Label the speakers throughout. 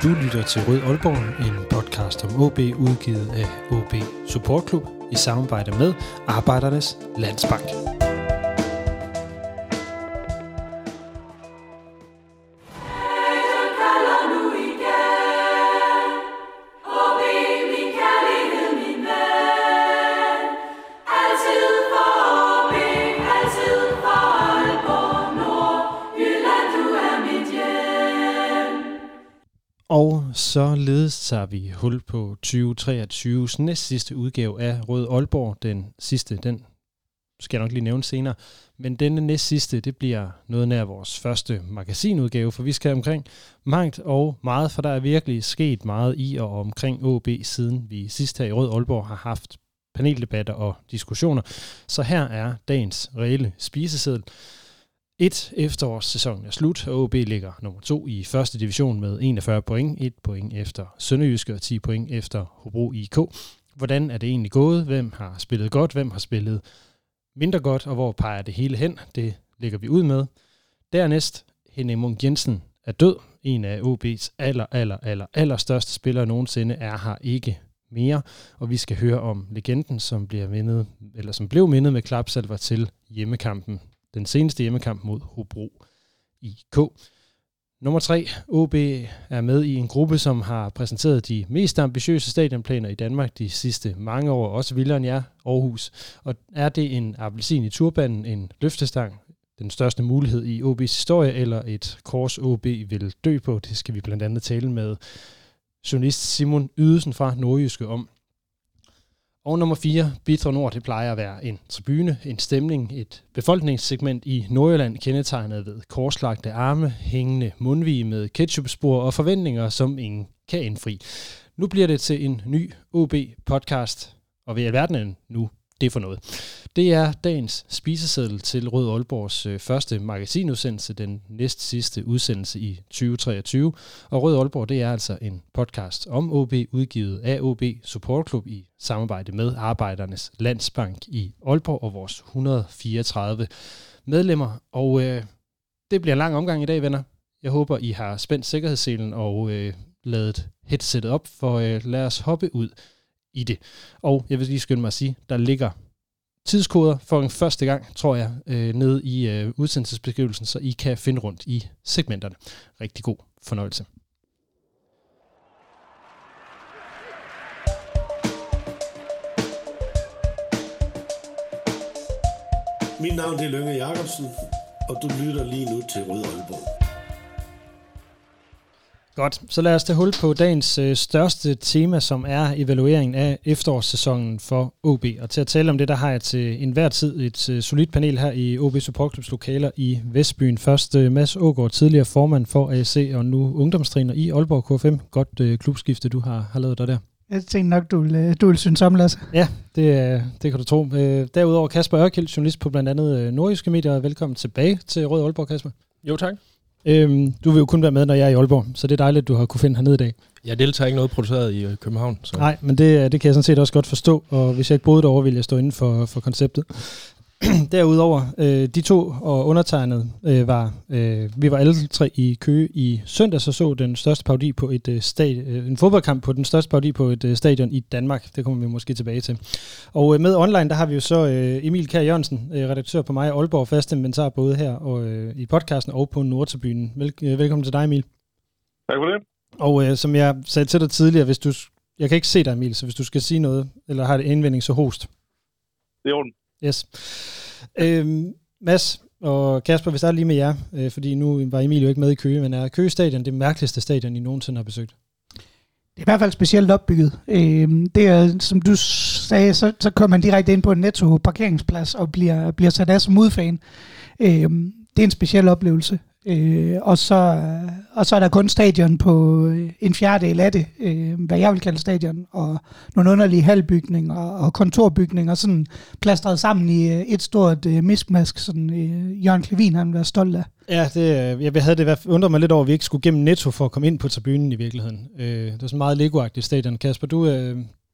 Speaker 1: Du lytter til Rød Aalborg, en podcast om OB udgivet af OB Support Club i samarbejde med Arbejdernes Landsbank. Og således tager vi hul på 2023's næst sidste udgave af Rød Aalborg. Den sidste, den skal jeg nok lige nævne senere. Men denne næst sidste, det bliver noget nær vores første magasinudgave, for vi skal omkring mangt og meget, for der er virkelig sket meget i og omkring OB, siden vi sidst her i Rød Aalborg har haft paneldebatter og diskussioner. Så her er dagens reelle spiseseddel. Efterårssæsonen er slut, og OB ligger nummer 2 i første division med 41 point, 1 point efter Sønderjyske og 10 point efter Hobro IK. Hvordan er det egentlig gået? Hvem har spillet godt? Hvem har spillet mindre godt? Og hvor peger det hele hen? Det lægger vi ud med. Dernæst, Henning Munk Jensen er død. En af OB's aller største spillere nogensinde er her ikke mere. Og vi skal høre om legenden, som blev mindet med klapsalver til hjemmekampen. Den seneste hjemmekamp mod Hobro IK. Nummer 3. OB er med i en gruppe, som har præsenteret de mest ambitiøse stadionplaner i Danmark de sidste mange år, også vildere end jer, Aarhus. Og er det en appelsin i turbanen, en løftestang, den største mulighed i OB's historie, eller et kors OB vil dø på? Det skal vi blandt andet tale med journalist Simon Ydesen fra Nordjyske om. Og nummer 4, Bitre Nord, det plejer at være en tribune, en stemning, et befolkningssegment i Nordjylland, kendetegnet ved korslagte arme, hængende mundvige med ketchupspor og forventninger, som ingen kan indfri. Nu bliver det til en ny OB-podcast, og hvad i alverden nu det for noget. Det er dagens spiseseddel til Rød Aalborgs første magasinudsendelse, den næst sidste udsendelse i 2023. Og Rød Aalborg, det er altså en podcast om OB, udgivet af OB Support Club i samarbejde med Arbejdernes Landsbank i Aalborg og vores 134 medlemmer. Og det bliver en lang omgang i dag, venner. Jeg håber, I har spændt sikkerhedsselen og ladet headsetet op, for lad os hoppe ud i det. Og jeg vil lige skynde mig at sige, der ligger tidskoder for en første gang, tror jeg, nede i udsendelsesbeskrivelsen, så I kan finde rundt i segmenterne. Rigtig god fornøjelse.
Speaker 2: Mit navn er Lønge Jacobsen, og du lytter lige nu til Rød Aalborg.
Speaker 1: Godt, så lad os tage hul på dagens største tema, som er evalueringen af efterårssæsonen for OB. Og til at tale om det, der har jeg til enhver tid et solidt panel her i OB Support Clubs lokaler i Vestbyen. Først Mads Aagaard, tidligere formand for ASC og nu ungdomstræner i Aalborg KFM. Godt klubskifte, du har lavet dig der.
Speaker 3: Jeg tænkte nok, du vil synes om, Lasse.
Speaker 1: Ja, det kan du tro. Derudover Kasper Ørkild, journalist på blandt andet Nordjyske Medier. Velkommen tilbage til Rød Aalborg, Kasper.
Speaker 4: Jo, tak.
Speaker 1: Du vil jo kun være med, når jeg er i Aalborg, så det er dejligt, at du har kunne finde hernede i dag.
Speaker 4: Jeg deltager ikke noget produceret i København. Så.
Speaker 1: Nej, men det kan jeg sådan set også godt forstå, og hvis jeg ikke boede derovre, ville jeg stå inden for konceptet. Derudover, de to og undertegnet vi var alle tre i Køge i søndags og så den største parodi på en fodboldkamp på den største parodi på et stadion i Danmark. Det kommer vi måske tilbage til. Og med online, der har vi jo så Emil Kjær Jørgensen, redaktør på mig, Aalborg Fast Inventar, både her og i podcasten og på Nordtribunen. Velkommen til dig, Emil.
Speaker 5: Tak for det.
Speaker 1: Og som jeg sagde til dig tidligere, jeg kan ikke se dig, Emil, så hvis du skal sige noget, eller har det indvending, så host.
Speaker 5: Det er orden.
Speaker 1: Yes. Mads og Kasper, vi starter lige med jer, fordi nu var Emil jo ikke med i Køge, men er Køge Stadion det mærkeligste stadion, I nogensinde har besøgt?
Speaker 3: Det er i hvert fald specielt opbygget. Det er, som du sagde, så kommer man direkte ind på en Netto parkeringsplads og bliver sat af som udfan. Det er en speciel oplevelse. Og så er der kun stadion på en fjerdedel af det, hvad jeg vil kalde stadion, og nogle underlige halvbygninger og kontorbygninger, sådan plastret sammen i et stort miskmask, sådan Jørgen Klevin, han var stolt af.
Speaker 1: Ja, jeg havde det undret mig lidt over, at vi ikke skulle gennem Netto for at komme ind på tribunen i virkeligheden. Det var sådan meget Lego-agtigt stadion. Kasper,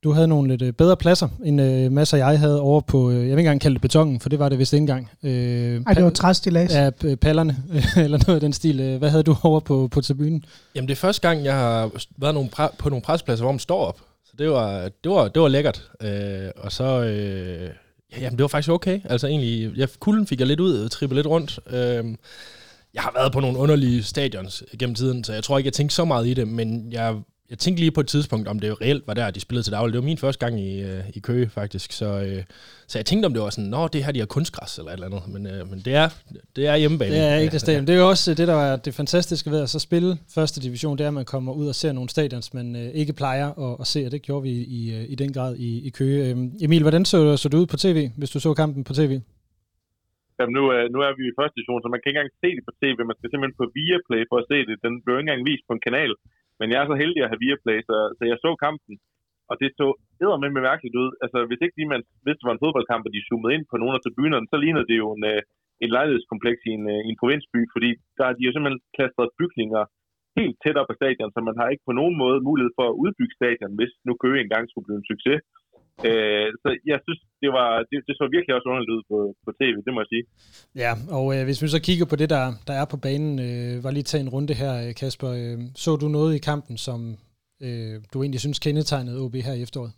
Speaker 1: Du havde nogle lidt bedre pladser, end Mads og jeg havde over på, jeg vil ikke engang kalde det betongen, for det var det vist ikke engang.
Speaker 3: Nej, det var træstillads.
Speaker 1: Ja, pallerne, eller noget af den stil. Hvad havde du over på tribunen?
Speaker 4: Jamen, det er første gang, jeg har været på nogle prespladser, hvor man står op. Så det var lækkert. Og så, jamen, det var faktisk okay. Altså egentlig, kulden fik jeg lidt ud, trippede lidt rundt. Jeg har været på nogle underlige stadions gennem tiden, så jeg tror ikke, jeg tænkte så meget i det, men jeg tænkte lige på et tidspunkt, om det jo reelt var der, de spillede til daglig. Det var min første gang i Køge, faktisk. Så jeg tænkte, om det var sådan, det her, de har kunstgræs eller et eller andet. Men det er hjemmebane.
Speaker 1: Det er ikke det stadion. Det er jo også det, der er det fantastiske ved at så spille første division, det er, at man kommer ud og ser nogle stadions, man ikke plejer at se, og det gjorde vi i den grad i Køge. Emil, hvordan så det ud på tv, hvis du så kampen på tv?
Speaker 5: Jamen, nu er vi i første division, så man kan ikke engang se det på tv. Man skal simpelthen på Viaplay for at se det. Den blev ikke engang vist på en kanal. Men jeg er så heldig at have Viaplay, så jeg så kampen, og det så eddermame mærkeligt ud. Altså, hvis ikke man vidste, det var en fodboldkamp, og de zoomede ind på nogle af tribunerne, så lignede det jo en lejlighedskompleks i en provinsby, fordi der er de jo simpelthen klastret bygninger helt tæt op ad stadion, så man har ikke på nogen måde mulighed for at udbygge stadion, hvis nu Køge engang skulle blive en succes. Så jeg synes, det så virkelig også underligt ud på tv, det må jeg sige.
Speaker 1: Ja, og hvis vi så kigger på det, der er på banen, var lige tage en runde her, Kasper. Så du noget i kampen, som du egentlig synes kendetegnede OB her i efteråret?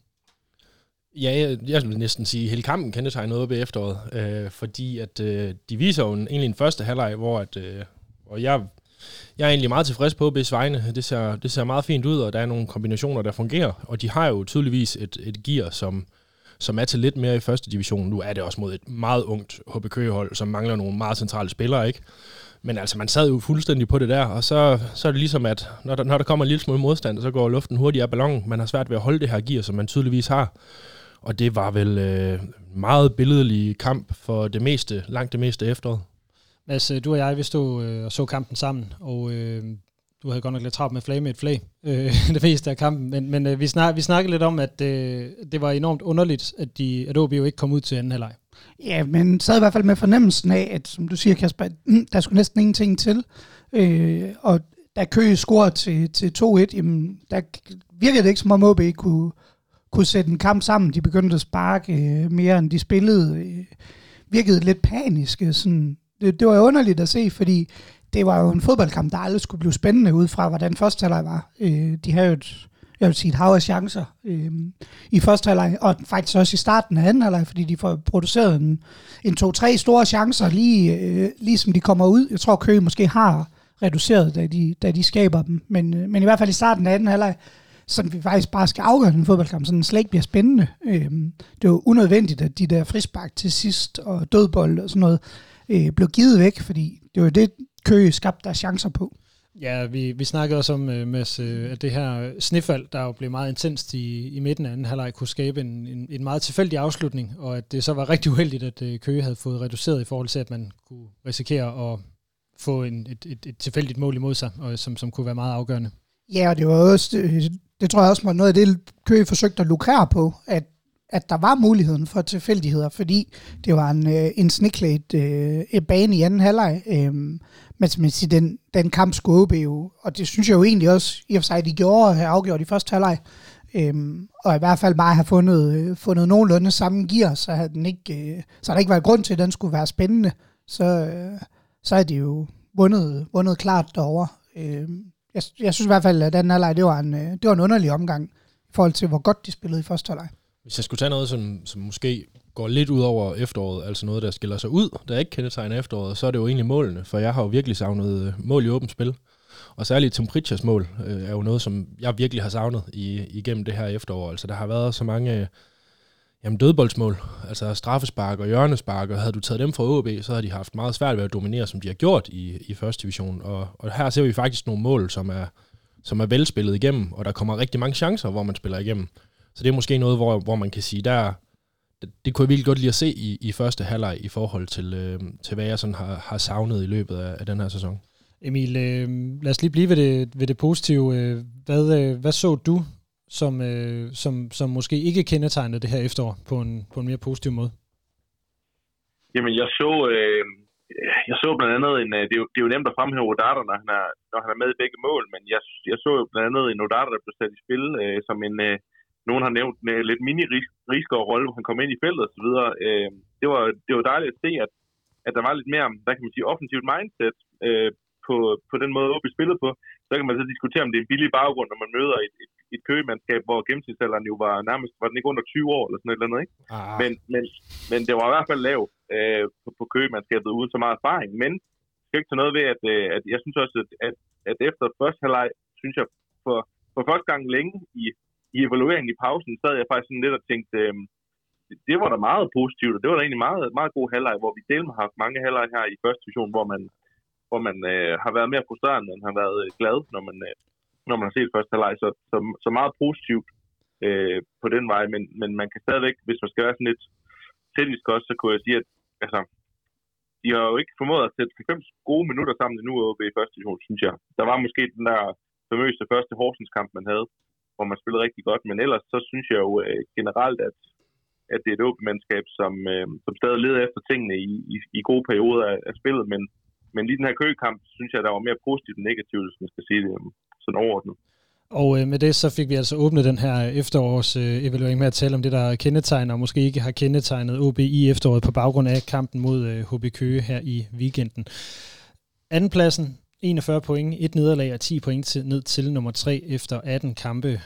Speaker 4: Ja, jeg vil næsten sige, at hele kampen kendetegnede OB i efteråret, fordi at de viser jo egentlig en første halvleg, hvor jeg er egentlig meget tilfreds på OB's vegne. Det ser meget fint ud, og der er nogle kombinationer, der fungerer. Og de har jo tydeligvis et gear, som er til lidt mere i første division. Nu er det også mod et meget ungt HB Køge-hold, som mangler nogle meget centrale spillere, ikke? Men altså, man sad jo fuldstændig på det der, og så er det ligesom, at når der kommer en lille smule modstand, så går luften hurtigt af ballonen. Man har svært ved at holde det her gear, som man tydeligvis har. Og det var vel meget billedlig kamp for langt det meste efteråret.
Speaker 1: Altså, du og jeg, vi stod og så kampen sammen, og du havde godt nok lidt travlt med flage med et flag, det meste af kampen, men vi snakkede lidt om, at det var enormt underligt, at OB jo ikke kom ud til anden halvleg.
Speaker 3: Ja, men sad i hvert fald med fornemmelsen af, at som du siger, Kasper, der skulle næsten ingenting til, og da Køge scorede til 2-1, jamen, der virkede det ikke, som om OB kunne sætte en kamp sammen. De begyndte at sparke mere, end de spillede. Virkede lidt paniske, sådan. Det var jo underligt at se, fordi det var jo en fodboldkamp, der aldrig skulle blive spændende ud fra, hvordan første halvleg var. De havde jo et hav af chancer i første halvleg, og faktisk også i starten af anden halvleg, fordi de får produceret en 2-3 store chancer, lige som de kommer ud. Jeg tror, Køge måske har reduceret, da de skaber dem, men i hvert fald i starten af anden halvleg, så vi faktisk bare skal afgøre den fodboldkamp, så den slet ikke bliver spændende. Det var unødvendigt, at de der frispark til sidst, og dødbold og sådan noget, blev givet væk, fordi det var det, Køge skabte der chancer på.
Speaker 1: Ja, vi snakkede også om, Mads, at det her snefald, der jo blev meget intenst i midten af anden halvleg, kunne skabe en meget tilfældig afslutning, og at det så var rigtig uheldigt, at Køge havde fået reduceret i forhold til, at man kunne risikere at få et tilfældigt mål imod sig, og som kunne være meget afgørende.
Speaker 3: Ja, og det var også, det tror jeg også var noget af det, Køge forsøgte at lukrere på, at der var muligheden for tilfældigheder, fordi det var en sneklædt bane i anden halvleg. Men som jeg siger, den kamp skulle OB jo, og det synes jeg jo egentlig også, i og for sig, de gjorde at have afgjort i første halvleg. Og i hvert fald bare have fundet nogenlunde samme gear, så havde der ikke været grund til, at den skulle være spændende. Så er det jo vundet klart derovre. Jeg synes i hvert fald, at den halvleg, det var en underlig omgang i forhold til, hvor godt de spillede i første halvleg.
Speaker 4: Hvis jeg skulle tage noget, som måske går lidt ud over efteråret, altså noget, der skiller sig ud, der ikke kendetegner efteråret, så er det jo egentlig målene, for jeg har jo virkelig savnet mål i åbent spil. Og særligt Tom Pritchards mål er jo noget, som jeg virkelig har savnet igennem det her efterår. Altså der har været så mange dødboldsmål, altså straffespark og hjørnespark, og havde du taget dem fra OB, så havde de haft meget svært ved at dominere, som de har gjort i første division. Og her ser vi faktisk nogle mål, som er velspillet igennem, og der kommer rigtig mange chancer, hvor man spiller igennem. Så det er måske noget, hvor man kan sige, det kunne jeg virkelig godt lide at se i første halvleg i forhold til hvad jeg sådan har savnet i løbet af den her sæson.
Speaker 1: Emil, lad os lige blive ved det positive. Hvad så du, som måske ikke kendetegnede det her efterår på en mere positiv måde?
Speaker 5: Jamen, jeg så blandt andet det er jo nemt at fremhæve Odata, når han er med i begge mål, men jeg så jo blandt andet en Odata, der blev sat i spil som nogen har nævnt lidt mini-Risgaard rolle, hvor han kom ind i feltet og så videre. Det var dejligt at se, at der var lidt mere, hvad kan man sige, offensivt mindset på den måde, vi spillede på. Så kan man så diskutere, om det er en billig baggrund, når man møder et køgemandskab, hvor gennemsnitsalderen jo var nærmest, var den ikke under 20 år eller sådan et eller andet, ikke? Men det var i hvert fald lav på køgemandskabet uden så meget erfaring. Men det skal ikke tage noget ved, at jeg synes også, at efter første halvleg, synes jeg, for første gang længe i evalueringen i pausen, sad jeg faktisk sådan lidt og tænkte, det var da meget positivt, og det var da egentlig meget, meget god halvleg, hvor vi delt har haft mange halvleg her i første division, hvor man har været mere frustrerende, end har været glad, når man har set første halvleg. Så meget positivt på den vej, men man kan stadigvæk, hvis man skal være sådan lidt kritisk også, så kunne jeg sige, at altså, de har jo ikke formået at sætte 90 gode minutter sammen endnu i første division, synes jeg. Der var måske den der famøse første Horsens-kamp, man havde, hvor man spillede rigtig godt, men ellers så synes jeg jo generelt, at det er et OB-mandskab, som stadig leder efter tingene i gode perioder af spillet, men lige den her køgekamp, synes jeg, der var mere positivt end negativt, hvis man skal sige det sådan overordnet.
Speaker 1: Og med det, så fik vi altså åbnet den her efterårs evaluering med at tale om det, der kendetegner og måske ikke har kendetegnet OB i efteråret på baggrund af kampen mod HB Køge her i weekenden. Andenpladsen, 41 point, 1 nederlag og 10 point ned til nummer 3 efter 18 kampe.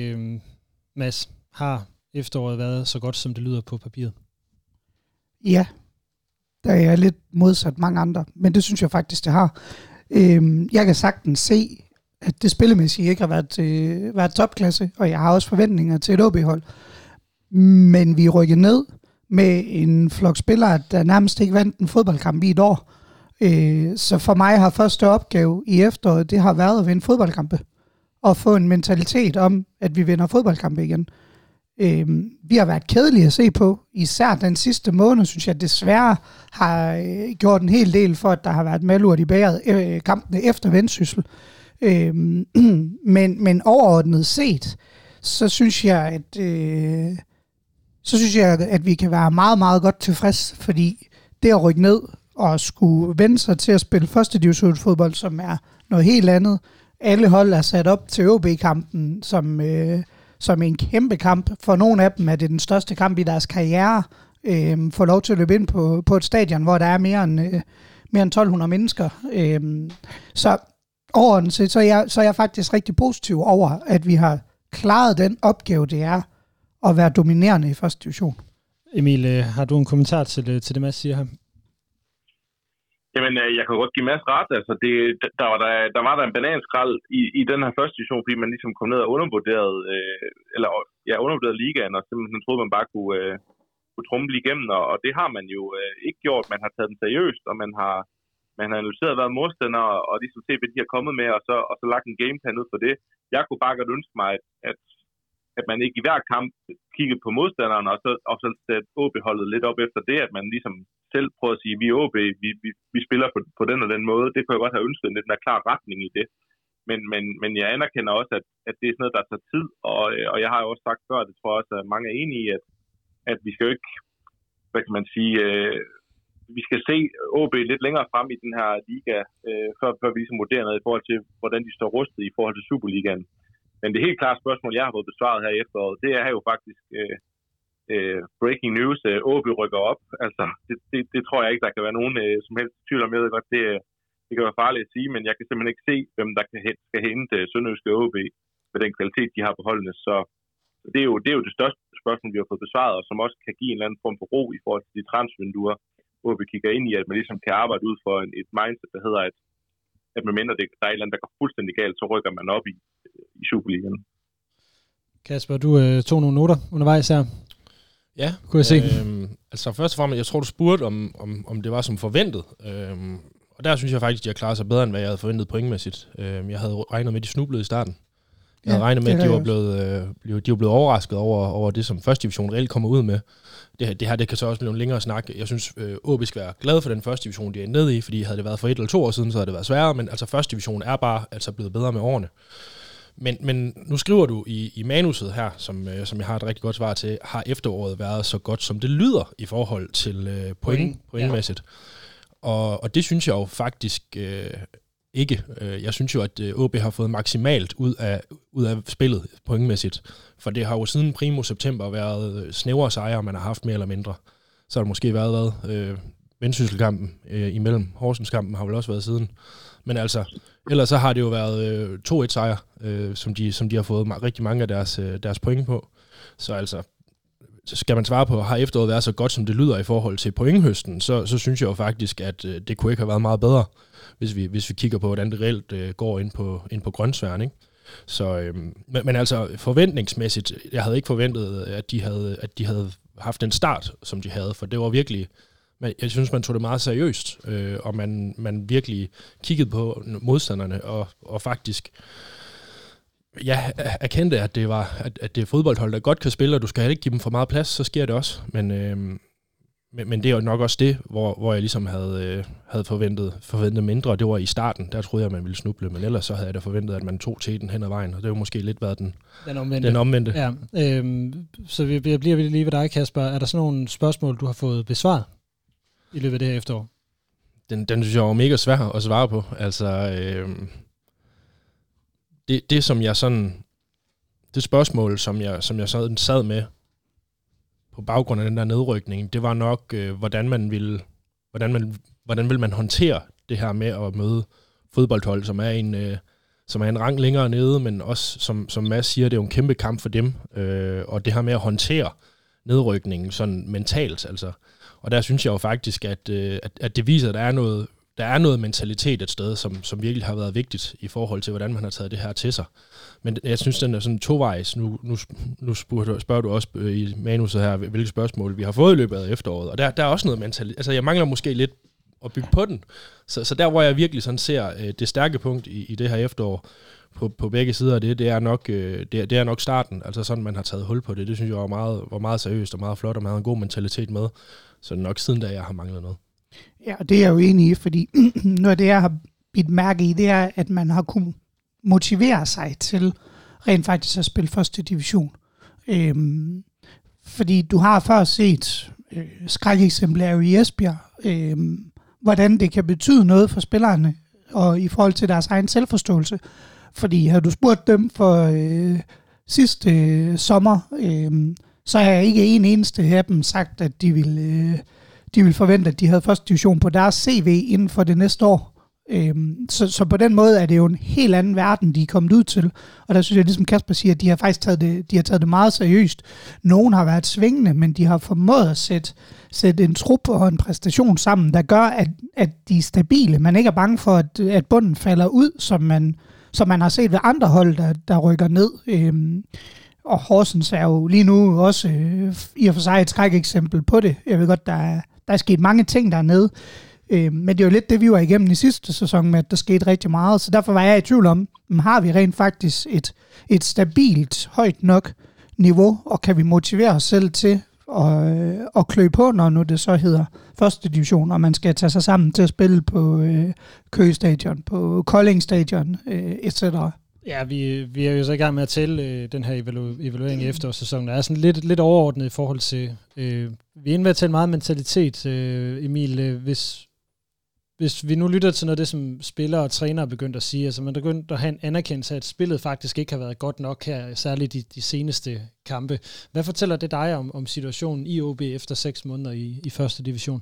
Speaker 1: Mads, har efteråret været så godt, som det lyder på papiret?
Speaker 3: Ja, der er lidt modsat mange andre, men det synes jeg faktisk, det har. Jeg kan sagtens se, at det spillemæssigt ikke har været topklasse, og jeg har også forventninger til et OB-hold. Men vi rykker ned med en flok spillere, der nærmest ikke vandt en fodboldkamp i et år. Så for mig har første opgave i efteråret, det har været at vinde fodboldkampe, og få en mentalitet om, at vi vinder fodboldkampe igen. Vi har været kedelige at se på, især den sidste måned, synes jeg desværre har gjort en hel del for, at der har været malurt i bæret kampene efter Vendsyssel. Men overordnet set, så synes jeg, at vi kan være meget, meget godt tilfreds, fordi det at rykke ned og skulle vende sig til at spille første divisionsfodbold, som er noget helt andet. Alle hold er sat op til OB-kampen som en kæmpe kamp. For nogle af dem er det den største kamp i deres karriere. Får lov til at løbe ind på et stadion, hvor der er mere end 1200 mennesker. Så overordnet set, så er jeg faktisk rigtig positiv over, at vi har klaret den opgave, det er at være dominerende i første division.
Speaker 1: Emil, har du en kommentar til det, Mads siger her?
Speaker 5: Jamen, jeg kan godt give Mads ret. Altså, der var en bananskrald i den her første division, fordi man ligesom kom ned og undervurderede ligaen, og simpelthen troede, man bare kunne trumle igennem, og det har man jo ikke gjort. Man har taget den seriøst, og man har analyseret hvad modstandere, og ligesom set, hvad de har kommet med, og så lagt en gameplan ud for det. Jeg kunne bare godt ønske mig, at man ikke i hver kamp kiggede på modstanderne, og så sætte OB-holdet lidt op efter det, at man ligesom selv prøver at sige, at vi er OB, vi spiller på den og den måde. Det kunne jeg godt have ønsket en lidt mere klar retning i det. Men jeg anerkender også, at det er sådan noget, der tager tid, og jeg har jo også sagt før, det tror jeg også, at mange er enige i, at vi skal jo ikke, hvad kan man sige, vi skal se OB lidt længere frem i den her liga, før vi ligesom vurderer noget i forhold til, hvordan de står rustet i forhold til Superligaen. Men det helt klare spørgsmål, jeg har fået besvaret her i efteråret, det er jo faktisk breaking news. OB rykker op. Altså, det tror jeg ikke, der kan være nogen som helst tvivl om. Jeg ved godt, det kan være farligt at sige, men jeg kan simpelthen ikke se, hvem der skal hente Sønderjyske OB med den kvalitet, de har på holdene. Så det er jo det største spørgsmål, vi har fået besvaret, og som også kan give en eller anden form for ro i forhold til de transfervinduer, hvor vi kigger ind i, at man ligesom kan arbejde ud for et mindset, der hedder, at medmindre der er et eller andet, der går fuldstændig galt, så rykker man op i Superligaen. Kasper,
Speaker 1: du tog nogle noter undervejs her.
Speaker 4: Ja,
Speaker 1: kunne jeg se.
Speaker 4: Altså først og fremmest, jeg tror, du spurgte, om det var som forventet. Og der synes jeg faktisk, de har klaret sig bedre, end hvad jeg havde forventet pointmæssigt. Jeg havde regnet med, at de snublede i starten. Jeg havde regnet med, at de var blevet overrasket over det, som første division reelt kommer ud med. Det kan så også blive en længere snak. Jeg synes, OB skal være glad for den første division, de er nede i, fordi havde det været for 1 eller 2 år siden, så havde det været sværere, men altså første division er bare altså blevet bedre med årene. Men nu skriver du i manuset her, som jeg har et rigtig godt svar til, har efteråret været så godt, som det lyder i forhold til pointmæssigt. Og det synes jeg jo faktisk ikke. Jeg synes jo, at OB har fået maksimalt ud af spillet pointmæssigt. For det har jo siden primo september været snævre sejre, man har haft mere eller mindre. Så har det måske været Vendsysselkampen imellem. Horsenskampen har vel også været siden. Men altså, ellers så har det jo været 2-1 sejre, som de har fået rigtig mange af deres point på. Så altså, skal man svare på, har efteråret været så godt, som det lyder i forhold til pointhøsten, så synes jeg jo faktisk, at det kunne ikke have været meget bedre, hvis vi kigger på, hvordan det reelt går ind på Grønsværen, ikke? Så, men altså forventningsmæssigt, jeg havde ikke forventet, at de havde haft en start, som de havde, for det var virkelig, jeg synes, man tog det meget seriøst, og man virkelig kiggede på modstanderne, og faktisk erkendte, at det er fodboldhold, der godt kan spille, og du skal ikke give dem for meget plads, så sker det også. Men det er jo nok også det, hvor jeg ligesom havde forventet mindre. Det var i starten, der troede jeg, man ville snuble, men ellers så havde jeg da forventet, at man tog teten hen ad vejen, og det var måske lidt været den omvendte.
Speaker 1: Ja, så jeg bliver lige ved dig, Kasper. Er der sådan nogle spørgsmål, du har fået besvaret i løbet af det her efterår?
Speaker 4: Den synes jeg var mega svær at svare på. Altså, det som jeg sådan, det spørgsmål, som jeg sådan sad med på baggrund af den der nedrykning, det var nok, hvordan vil man håndtere det her med at møde fodboldhold, som er en rang længere nede, men også, som Mads siger, det er jo en kæmpe kamp for dem, og det her med at håndtere nedrykningen sådan mentalt, altså. Og der synes jeg jo faktisk, at det viser, at der er noget mentalitet et sted, som virkelig har været vigtigt i forhold til, hvordan man har taget det her til sig. Men jeg synes, den er sådan tovejs. Nu spørger du også i manuset her, hvilke spørgsmål vi har fået i løbet af efteråret. Og der er også noget mentalitet. Altså, jeg mangler måske lidt at bygge på den. Så der, hvor jeg virkelig sådan ser det stærke punkt i det her efterår på begge sider af det er nok starten. Altså sådan, man har taget hul på det. Det synes jeg var meget seriøst og meget flot, og man havde en god mentalitet med. Så nok siden da, jeg har manglet noget.
Speaker 3: Ja, det er jeg jo enig i, fordi noget af det, jeg har bidt mærke i, det er, at man har kunnet motivere sig til rent faktisk at spille første division. Fordi du har før set skrækeksempler i Esbjerg, hvordan det kan betyde noget for spillerne, og i forhold til deres egen selvforståelse. Fordi har du spurgt dem for sidste sommer, så har jeg ikke en eneste af dem sagt, at de ville forvente, at de havde første division på deres CV inden for det næste år. Så på den måde er det jo en helt anden verden, de er kommet ud til. Og der synes jeg, ligesom Kasper siger, at de har faktisk taget det meget seriøst. Nogen har været svingende, men de har formået at sætte en trup og en præstation sammen, der gør, at de er stabile. Man ikke er bange for, at bunden falder ud, som man har set ved andre hold, der rykker ned. Og Horsens er jo lige nu også i og for sig et skrækeksempel på det. Jeg ved godt, der er sket mange ting dernede. Men det er jo lidt det, vi var igennem i sidste sæson med, at der skete rigtig meget. Så derfor var jeg i tvivl om, har vi rent faktisk et stabilt, højt nok niveau, og kan vi motivere os selv til at klø på, når nu det så hedder første division, og man skal tage sig sammen til at spille på Køge Stadion, på Kolding Stadion, etc.
Speaker 1: Ja, vi er jo så i gang med at tælle den her evaluering i efterårssæsonen. Der er sådan lidt overordnet i forhold til... vi er inde ved at tælle meget mentalitet, Emil. Hvis vi nu lytter til noget af det, som spillere og trænere er begyndt at sige, altså man er begyndt at have en anerkendelse af, at spillet faktisk ikke har været godt nok her, særligt de seneste kampe. Hvad fortæller det dig om situationen i OB efter 6 måneder i første division?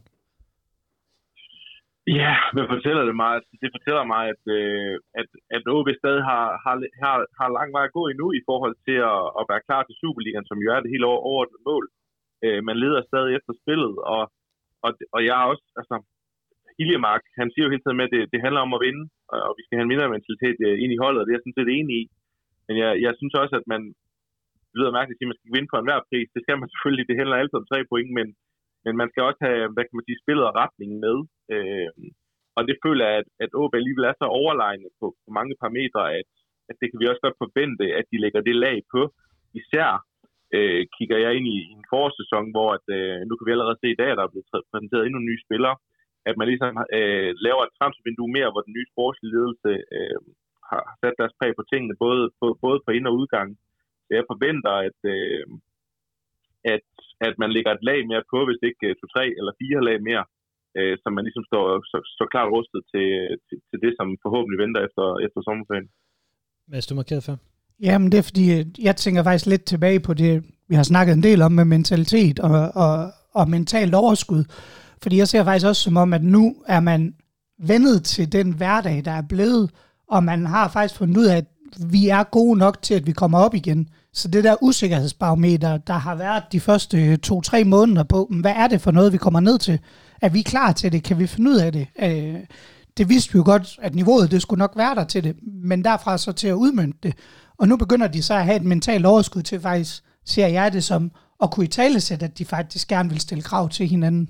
Speaker 5: Ja, hvad fortæller det mig? Det fortæller mig, at OB stadig har lang vej at gå endnu i forhold til at være klar til Superligaen, som jo er det hele overordnede mål. Man leder stadig efter spillet, og jeg er også, altså, Hiljemark, han siger jo hele tiden med, at det handler om at vinde, og vi skal have en vindermentalitet ind i holdet, og det er jeg sådan set enig i. Men jeg synes også, at man, det lyder mærkeligt at sige, at man skal vinde for enhver pris. Det skal man selvfølgelig, det handler altid om 3 point, men man skal også have, hvad kan man sige, spillet og retningen med. Og det føler jeg, at OB alligevel er så overlegne på mange parametre, at det kan vi også godt forvente, at de lægger det lag på. Især kigger jeg ind i en forårssæson, hvor nu kan vi allerede se i dag, at der er blevet præsenteret endnu nye spillere, at man ligesom laver et transfervindue mere, hvor den nye sportslige ledelse har sat deres præg på tingene, både på ind- og udgang. Så jeg forventer, at man lægger et lag mere på, hvis ikke 2, 3 eller 4 lag mere. så man ligesom står klart rustet til det, som forhåbentlig venter efter sommerferien.
Speaker 1: Hvad er du markeret for?
Speaker 3: Jamen det er fordi, jeg tænker faktisk lidt tilbage på det, vi har snakket en del om med mentalitet og mentalt overskud. Fordi jeg ser faktisk også som om, at nu er man vendet til den hverdag, der er blevet, og man har faktisk fundet ud af, at vi er gode nok til, at vi kommer op igen. Så det der usikkerhedsbarometer, der har været de første 2-3 måneder på, hvad er det for noget, vi kommer ned til? Er vi klar til det? Kan vi finde ud af det? Det vidste vi jo godt, at niveauet, det skulle nok være der til det, men derfra så til at udmønte det. Og nu begynder de så at have et mentalt overskud til faktisk, ser jeg det som, at kunne italesætte, at de faktisk gerne vil stille krav til hinanden.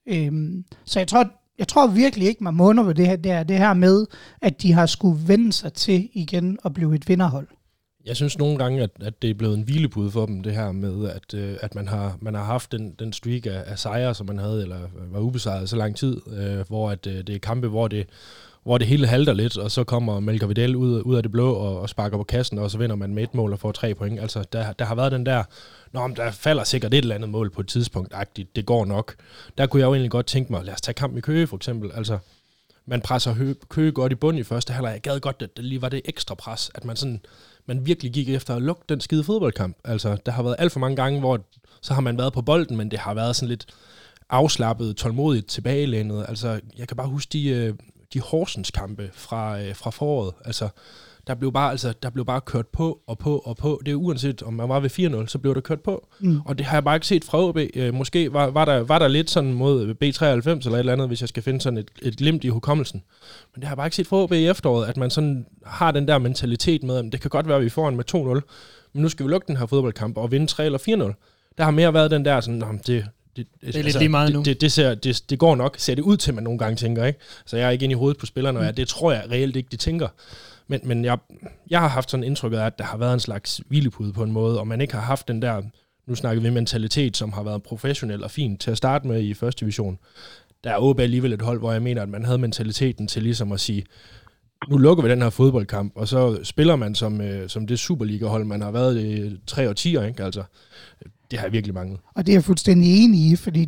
Speaker 3: Så jeg tror virkelig ikke, man må undervurdere det her med, at de har skulle vende sig til igen og blive et vinderhold.
Speaker 4: Jeg synes nogle gange, at det er blevet en hvilepude for dem, det her med, at man har haft den streak af sejre, som man havde, eller var ubesejret så lang tid, hvor at det er kampe, hvor det hele halter lidt, og så kommer Melker Vidal ud af det blå og sparker på kassen, og så vinder man med et mål og får 3 point. Altså, der har været den der, der falder sikkert et eller andet mål på et tidspunkt-agtigt, det går nok. Der kunne jeg jo egentlig godt tænke mig, lad os tage kamp i Køge for eksempel, altså, man presser Køge godt i bund i første halvleg. Jeg gad godt, at det lige var det ekstra pres, at man virkelig gik efter at lukke den skide fodboldkamp. Altså, der har været alt for mange gange, hvor så har man været på bolden, men det har været sådan lidt afslappet, tålmodigt, tilbagelænet. Altså, jeg kan bare huske de Horsens kampe fra foråret. Altså, der blev bare kørt på og på og på. Det er uanset, om man var ved 4-0, så blev der kørt på. Og det har jeg bare ikke set fra OB. Måske var der lidt sådan mod B93 eller et eller andet, hvis jeg skal finde sådan et glimt i hukommelsen. Men det har jeg bare ikke set fra OB i efteråret, at man sådan har den der mentalitet med, at det kan godt være, at vi får en med 2-0, men nu skal vi lukke den her fodboldkamp og vinde 3 eller 4-0. Der har mere været den der sådan, det er lidt lige meget nu. Det går nok, ser det ud til, man nogle gange tænker, ikke? Så jeg er ikke inde i hovedet på spillerne, og det tror jeg reelt ikke, de tænker. Men jeg har haft sådan indtryk af, at der har været en slags hvilepude på en måde, og man ikke har haft den der, nu snakker vi mentalitet, som har været professionel og fint til at starte med i første division. Der er OB alligevel et hold, hvor jeg mener, at man havde mentaliteten til ligesom at sige, nu lukker vi den her fodboldkamp, og så spiller man som det Superliga-hold, man har været i 3 årtier, ikke? Altså, det har jeg virkelig manglet. Og det er jeg fuldstændig enig i, fordi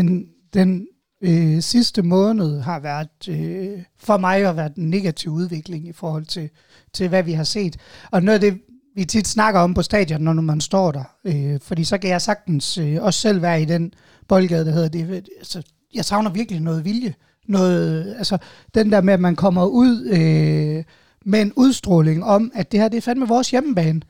Speaker 4: den sidste måned har været, for mig har været en negativ udvikling i forhold til hvad vi har set. Og noget af det, vi tit snakker om på stadion, når man står der, fordi så kan jeg sagtens også selv være i den boldgade, der hedder det. Altså, jeg savner virkelig noget vilje. Altså, den der med, at man kommer ud med en udstråling om, at det her, det er fandme vores hjemmebane.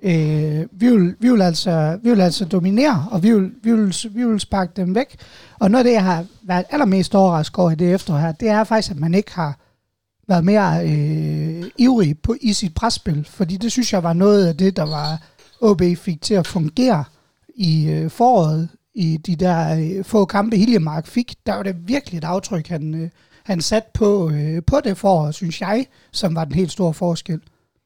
Speaker 4: Vi vil altså dominere, og vi vil sparke dem væk. Og noget af det, jeg har været allermest overrasket over i det efterår her, det er faktisk, at man ikke har været mere ivrig i sit presspil. Fordi det synes jeg var noget af det, der var OB fik til at fungere i foråret. I de der få kampe, Hiljemark fik, der var det virkelig et aftryk, han satte på det forår, synes jeg, som var den helt store forskel.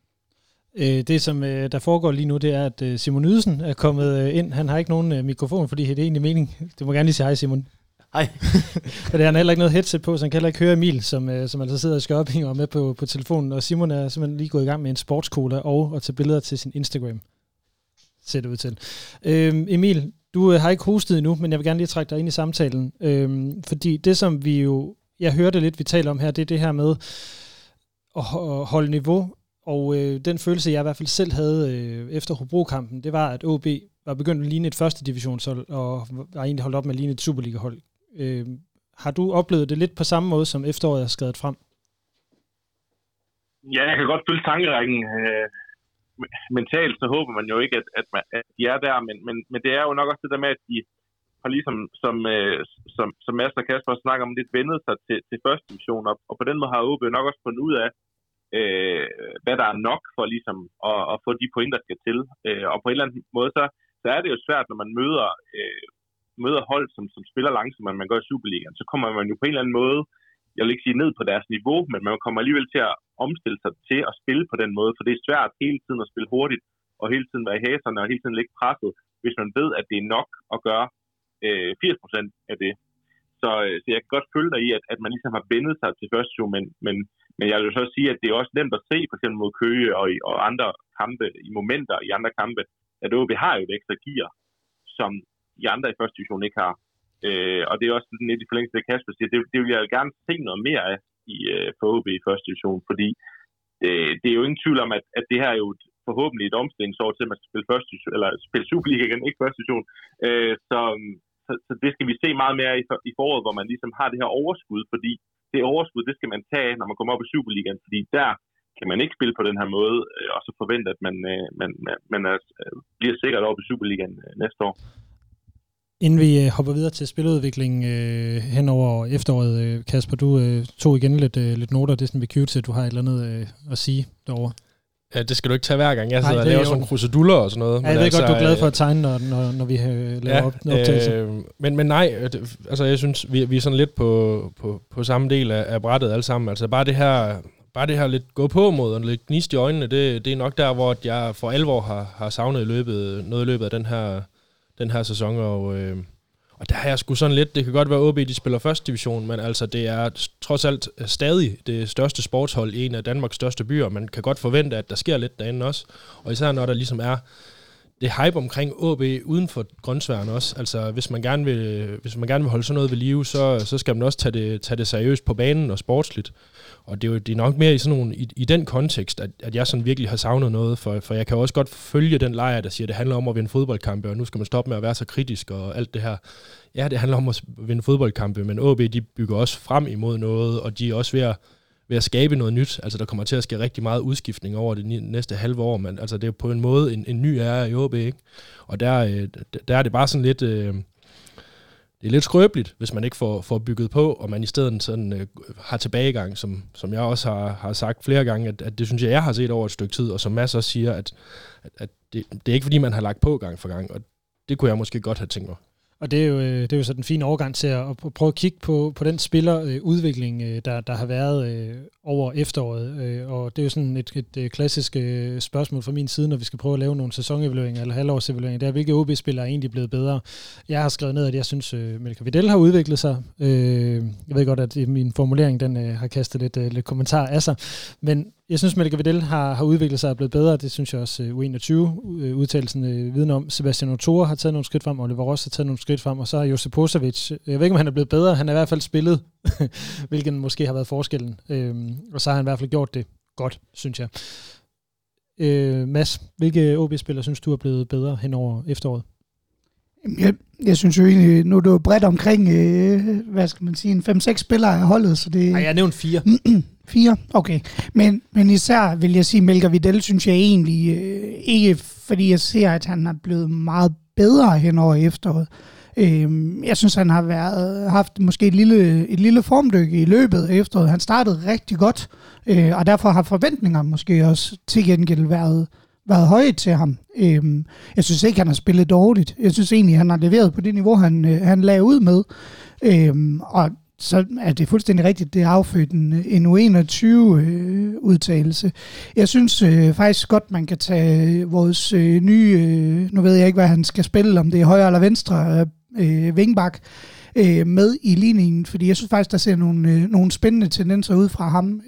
Speaker 1: Det, som der foregår lige nu, det er, at Simon Ydelsen er kommet ind. Han har ikke nogen mikrofon, fordi det er egentlig mening. Du må gerne lige sige hej, Simon.
Speaker 6: Hej.
Speaker 1: For det har han heller ikke noget headset på, så han kan heller ikke høre Emil, som altså sidder i Skørping og er med på telefonen. Og Simon er simpelthen lige gået i gang med en sportskola og at tage billeder til sin Instagram. Ser det ud til. Emil, du har ikke hostet endnu, men jeg vil gerne lige trække dig ind i samtalen. Fordi det, som jeg hørte lidt, vi taler om her, det er det her med at holde niveau. Og den følelse, jeg i hvert fald selv havde efter Hobro-kampen, det var, at OB var begyndt at ligne et første divisionshold, og var egentlig holdt op med at ligne et Superliga-hold. Har du oplevet det lidt på samme måde, som efteråret er skrevet frem?
Speaker 5: Ja, jeg kan godt følge tankerækken. Mentalt så håber man jo ikke, at de er der, men det er jo nok også det der med, at de har ligesom, som Mads og Kasper snakker om, lidt vendet sig til første division, og på den måde har OB nok også fundet ud af, hvad der er nok for ligesom at få de point, der skal til. Og på en eller anden måde, så er det jo svært, når man møder hold, som spiller langsomt, man gør i Superligaen, så kommer man jo på en eller anden måde, jeg vil ikke sige ned på deres niveau, men man kommer alligevel til at omstille sig til at spille på den måde, for det er svært hele tiden at spille hurtigt, og hele tiden være i hæserne, og hele tiden ligge presset, hvis man ved, at det er nok at gøre 80% af det. Så jeg kan godt følge dig i, at man ligesom har vendet sig til første show, men jeg vil så sige, at det er også nemt at se, for eksempel mod Køge og andre kampe, i momenter i andre kampe, at OB har jo et ekstra gear, som de andre i første division ikke har. Og det er også lidt i forlængelse af Kasper siger, det vil jeg gerne se noget mere af for OB i første division, fordi det er jo ingen tvivl om, at det her er jo forhåbentlig et omstillingsår til, at man skal spille første division, eller spille Superliga igen, ikke første division. Så det skal vi se meget mere i foråret, hvor man ligesom har det her overskud, fordi det overskud, det skal man tage, når man kommer op i Superligaen, fordi der kan man ikke spille på den her måde, og så forvente, at man bliver sikkert op i Superligaen næste år.
Speaker 1: Inden vi hopper videre til spiludvikling hen over efteråret, Kasper, du tog igen lidt noter, det er sådan ved cue til, at du har et eller andet at sige derovre.
Speaker 4: Ja, det skal du ikke tage hver gang. Jeg sidder og laver sådan kruseduller og sådan noget.
Speaker 1: Ja, jeg ved godt, du er glad for at tegne, når vi laver optagelser. Men nej, altså jeg synes, vi er sådan lidt på samme del af brættet alle sammen. Altså bare det her lidt gå på mod og lidt gnist i øjnene, det er nok der, hvor jeg for alvor har savnet noget i løbet af den her sæson, og der har jeg sgu sådan lidt, det kan godt være OB, de spiller første division, men altså det er trods alt stadig det største sportshold i en af Danmarks største byer. Man kan godt forvente, at der sker lidt derinde også, og især når der ligesom er det hype omkring OB uden for grønsværen også. Altså hvis man gerne vil holde sådan noget ved live, så skal man også tage det seriøst på banen og sportsligt. Og det er nok mere i sådan nogle, i den kontekst, at jeg sådan virkelig har savnet noget, for jeg kan også godt følge den lejr, der siger, at det handler om at vinde fodboldkampe, og nu skal man stoppe med at være så kritisk og alt det her. Ja, det handler om at vinde fodboldkampe, men OB, de bygger også frem imod noget, og de er også ved at skabe noget nyt. Altså der kommer til at ske rigtig meget udskiftning over det næste halve år, men altså det er på en måde en ny ære i OB, ikke? Og der er det bare sådan lidt... Det er lidt skrøbeligt, hvis man ikke får bygget på, og man i stedet sådan, har tilbagegang, som jeg også har sagt flere gange, at det synes jeg har set over et stykke tid, og som Mads også siger, at det er ikke fordi, man har lagt på gang for gang, og det kunne jeg måske godt have tænkt mig. Og det er jo så den fine overgang til at prøve at kigge på den spillerudvikling, der har været over efteråret. Og det er jo sådan et klassisk spørgsmål fra min side, når vi skal prøve at lave nogle sæsonevalueringer eller halvårsevalueringer. Det er, hvilke OB-spillere er egentlig blevet bedre. Jeg har skrevet ned, at jeg synes, Melker Videl har udviklet sig. Jeg ved godt, at min formulering den har kastet lidt kommentar af sig. Men jeg synes, Melker Videl har udviklet sig og blevet bedre. Det synes jeg også U21-udtalelsen vidner om. Sebastian Otore har taget nogle skridt frem, Oliver Ross har taget nogle skridt frem, og så har Josip Posevic, jeg ved ikke, om han er blevet bedre, han har i hvert fald spillet, hvilken måske har været forskellen. Og så har han i hvert fald gjort det godt, synes jeg. Mads, hvilke OB-spillere synes du er blevet bedre hen over efteråret?
Speaker 3: Jeg synes jo egentlig, nu er det jo bredt omkring, hvad skal man sige, en 5-6 spillere af holdet, så det...
Speaker 1: Nej, jeg har nævnt 4.
Speaker 3: 4? Okay. Men især vil jeg sige, Melker Videl synes jeg egentlig ikke, fordi jeg ser, at han er blevet meget bedre hen over efteråret. Jeg synes, han har haft måske et lille formdyk i løbet af efteråret. Han startede rigtig godt, og derfor har forventninger måske også til gengæld været høje til ham. Jeg synes ikke, han har spillet dårligt. Jeg synes egentlig, han har leveret på det niveau, han lagde ud med. Og så er det fuldstændig rigtigt, det er affødt en U21-udtalelse. Jeg synes faktisk godt, man kan tage vores nye, nu ved jeg ikke, hvad han skal spille, om det er højre eller venstre, vingbak, med i ligningen, fordi jeg synes faktisk, der ser nogle spændende tendenser ud fra ham,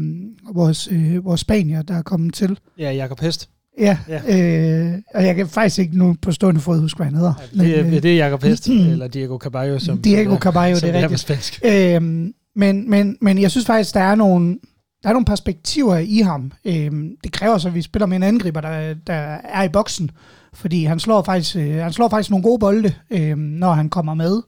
Speaker 3: vores spanier, der er kommet til.
Speaker 1: Ja, Jakob Hest.
Speaker 3: Ja. Og jeg kan faktisk ikke nu på stående fod huske, hvad han hedder.
Speaker 1: Det er Jakob Hest, eller Diego Caballo.
Speaker 3: Diego Caballo, det er rigtigt. Men jeg synes faktisk, der er nogle perspektiver i ham. Det kræver så, at vi spiller med en angriber, der er i boksen, fordi han slår faktisk nogle gode bolde, når han kommer med.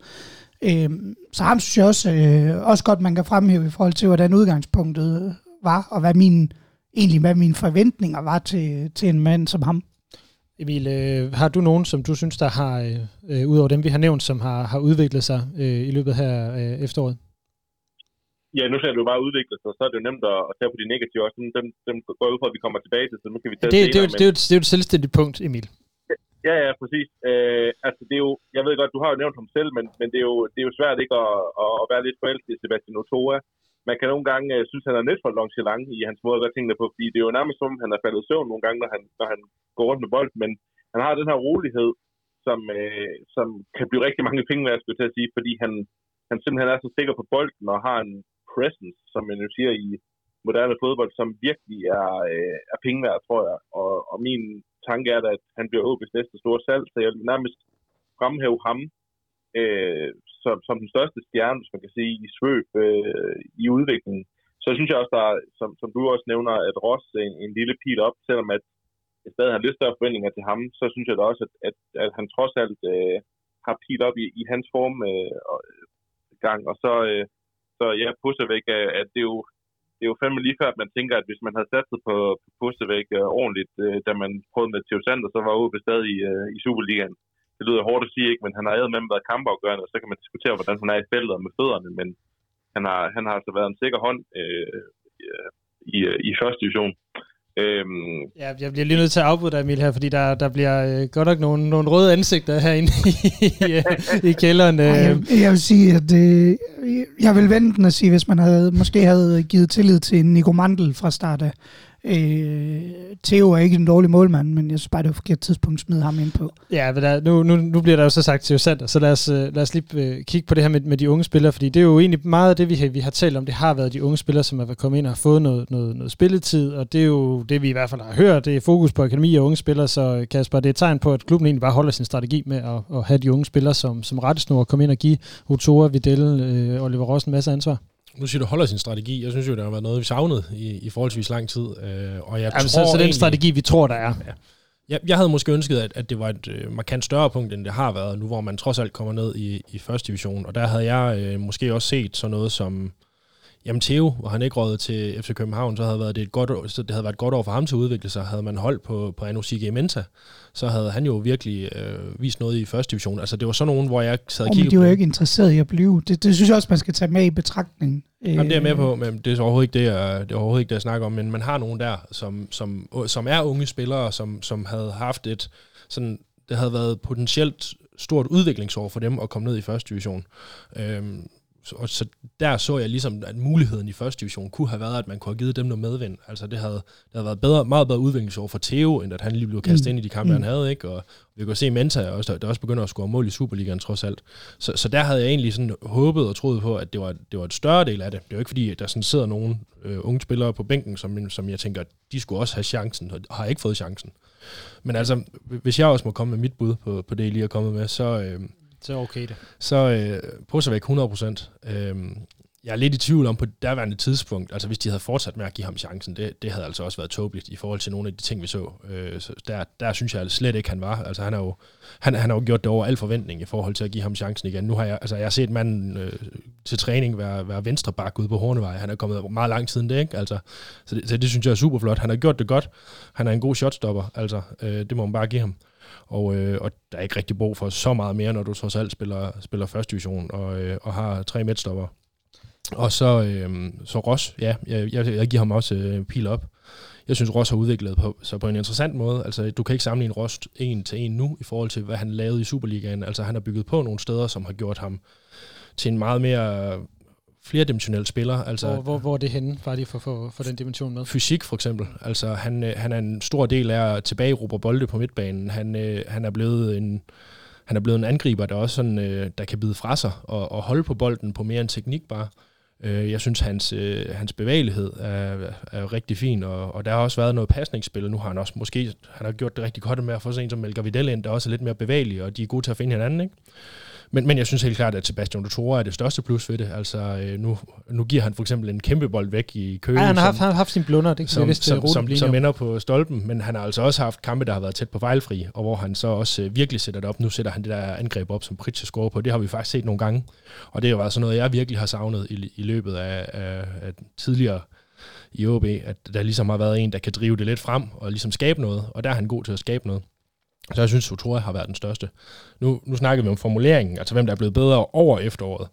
Speaker 3: Så ham synes jeg også godt, man kan fremhæve i forhold til, hvordan udgangspunktet var, og hvad mine forventninger var til en mand som ham.
Speaker 1: Emil, har du nogen, som du synes, der har, udover dem vi har nævnt, som har udviklet sig i løbet her efteråret?
Speaker 5: Ja, nu ser du bare udviklet sig, så er det jo nemt at tage på de negative også. Dem går ud fra, at vi kommer tilbage til, så nu kan vi tage
Speaker 1: det er jo et selvstændigt punkt, Emil.
Speaker 5: Ja, præcis. Altså, det er jo, jeg ved godt, du har jo nævnt ham selv, men det er jo svært ikke at være lidt forelsket i Sebastian Otore. Man kan nogle gange synes, han er lidt for nonchalant i hans måde at gøre tingene på, fordi det er jo nærmest som, han er faldet i søvn nogle gange, når han går rundt med bolden, men han har den her rolighed, som kan blive rigtig mange penge, hvad jeg skulle til at sige, fordi han simpelthen er så sikker på bolden og har en presence, som man jo siger i moderne fodbold, som virkelig er penge værd, tror jeg. Og min tanke er, at han bliver OB's næste store salg, så jeg vil nærmest fremhæve ham som den største stjerne, hvis man kan sige, i svøb i udviklingen. Så synes jeg også, der er, som du også nævner, at Ross en lille pil op, selvom at jeg stadig har lidt større forventninger til ham, så synes jeg da også, at han trods alt har pil op i hans form gang. Og så ja, Pusevik, at det er jo fandme lige før, at man tænker, at hvis man havde satset på Pusevik ordentligt, da man prøvede med Theo Sander, så var OB stadig i Superligaen. Det lyder hårdt at sige, ikke, men han har med været kampafgørende, og så kan man diskutere, hvordan han er i feltet med fødderne, men han har altså været en sikker hånd i første division.
Speaker 1: Ja, jeg bliver lige nødt til at afbryde dig, Emil, her, fordi der bliver godt nok nogle røde ansigter herinde i kælderen.
Speaker 3: Jeg vil sige, at jeg vil vente den og sige, hvis man måske havde givet tillid til Nico Mandel fra start af. Theo er ikke en dårlig målmand, men jeg synes bare, det var et forkert tidspunkt at smide ham ind på.
Speaker 1: Ja, nu bliver der jo så sagt til Sander, så lad os lige kigge på det her med de unge spillere, fordi det er jo egentlig meget af det, vi har talt om. Det har været de unge spillere, som er kommet ind og har fået noget spilletid, og det er jo det, vi i hvert fald har hørt. Det er fokus på akademi og unge spillere, så Kasper, det er et tegn på, at klubben egentlig bare holder sin strategi med at have de unge spillere som rettesnor og komme ind og give Ochoa, Vidal og Oliver Ross en masse ansvar.
Speaker 4: Nu siger du holder sin strategi. Jeg synes jo, der har været noget, vi savnede i forholdsvis lang tid. Og jeg tror
Speaker 1: så den strategi, vi tror, der er.
Speaker 4: Ja. Jeg havde måske ønsket, at det var et markant større punkt, end det har været nu, hvor man trods alt kommer ned i første division. Og der havde jeg måske også set sådan noget som Theo, hvor han ikke rådede til FC København, så havde det havde været et godt år for ham til at udvikle sig. Havde man holdt på Anu Sige Menta, så havde han jo virkelig vist noget i første division. Altså det var sådan nogen, hvor jeg sad og kiggede på.
Speaker 3: Men de var jo ikke interesseret i at blive. Det synes jeg også, man skal tage med i betragtningen.
Speaker 4: Jamen, det er med på, men det er overhovedet ikke det, jeg snakker om. Men man har nogen der, som er unge spillere, som havde haft det havde været potentielt stort udviklingsår for dem at komme ned i første division. Og så der så jeg ligesom, at muligheden i første division kunne have været, at man kunne have givet dem noget medvind. Altså det havde været meget bedre udviklingsår for Theo, end at han lige blev kastet ind i de kampe, han havde, ikke? Og vi kan se Menta også, der også begynder at score mål i Superligaen trods alt. Så der havde jeg egentlig sådan håbet og troet på, at det var et større del af det. Det er jo ikke fordi, at der sådan sidder nogle unge spillere på bænken, som jeg tænker, de skulle også have chancen, og har ikke fået chancen. Men altså, hvis jeg også må komme med mit bud på det, I lige er kommet med,
Speaker 1: så okay det.
Speaker 4: Så Pusevik 100%. Jeg er lidt i tvivl om på derværende tidspunkt, altså hvis de havde fortsat med at give ham chancen, det havde altså også været tåbeligt i forhold til nogle af de ting, vi så. Så der synes jeg slet ikke, han var. Altså han har jo gjort det over al forventning i forhold til at give ham chancen igen. Nu har jeg set manden til træning være venstre bak ude på Hornevej. Han er kommet meget lang siden det, ikke? Altså, så det synes jeg er super flot. Han har gjort det godt. Han er en god shotstopper, altså det må man bare give ham. Og der er ikke rigtig brug for så meget mere, når du trods alt spiller første division og har 3 midtstopper. Og så Ross, ja, jeg giver ham også pil op. Jeg synes, Ross har udviklet sig på en interessant måde. Altså, du kan ikke sammenligne Ross 1-1 nu, i forhold til, hvad han lavede i Superligaen. Altså, han har bygget på nogle steder, som har gjort ham til en meget mere flerdimensionel spiller. Altså,
Speaker 1: hvor er det henne, bare lige for den dimension med?
Speaker 4: Fysik for eksempel. Altså, han er en stor del af at tilbageerobre bolde på midtbanen. Han er blevet en angriber, der også sådan, der kan bide fra sig og holde på bolden på mere end teknik bare. Jeg synes, hans bevægelighed er rigtig fin, og der har også været noget pasningsspil. Nu har han også han har gjort det rigtig godt med at få sådan en som Melker Vidal ind, der også er lidt mere bevægelig, og de er gode til at finde hinanden, ikke? Men jeg synes helt klart, at Sebastian Dutora er det største plus ved det. Altså, nu giver han for eksempel en kæmpe bold væk i Køge.
Speaker 1: Ja, han har haft sin blunder, det
Speaker 4: som ender på stolpen, men han har altså også haft kampe, der har været tæt på fejlfri, og hvor han så også virkelig sætter det op. Nu sætter han det der angreb op, som Pritsch scorer på. Det har vi faktisk set nogle gange, og det har været sådan noget, jeg virkelig har savnet i løbet af tidligere i OB, at der ligesom har været en, der kan drive det lidt frem og ligesom skabe noget, og der er han god til at skabe noget. Så jeg synes, Ochoa har været den største. Nu snakker vi om formuleringen, altså hvem der er blevet bedre over efteråret.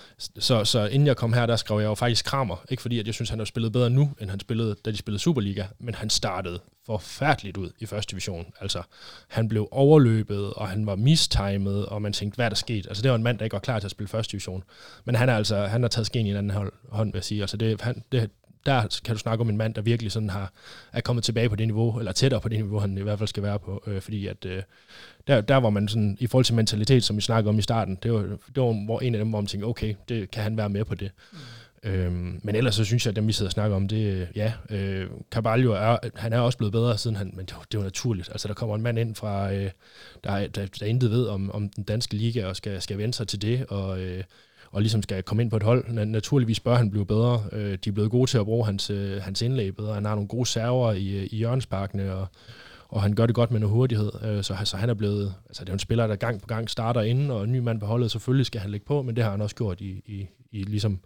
Speaker 4: Så inden jeg kom her, der skrev jeg jo faktisk Kramer. Ikke fordi, at jeg synes, han har spillet bedre nu, end han spillede, da de spillede Superliga. Men han startede forfærdeligt ud i første division. Altså, han blev overløbet, og han var mistimet, og man tænkte, hvad der skete? Altså, det var en mand, der ikke var klar til at spille første division. Men han har taget skeen i en anden hånd, vil jeg sige. Altså, der kan du snakke om en mand, der virkelig sådan er kommet tilbage på det niveau, eller tættere på det niveau, han i hvert fald skal være på, fordi at der var man sådan, i forhold til mentalitet, som vi snakkede om i starten, det var en af dem, hvor man tænkte, okay, det kan han være med på det. Men ellers så synes jeg, at dem vi sidder og snakker om, det Carvalho han er også blevet bedre siden men det er jo naturligt. Altså der kommer en mand ind fra, der intet ved om den danske liga, og skal vende sig til det, og ligesom skal komme ind på et hold. Naturligvis bør han blive bedre. De er blevet gode til at bruge hans indlæg bedre. Han har nogle gode server i hjørnesparkene, og han gør det godt med noget hurtighed. Så han er blevet, altså det er en spiller, der gang på gang starter inden, og en ny mand på holdet, selvfølgelig skal han lægge på, men det har han også gjort i ligesom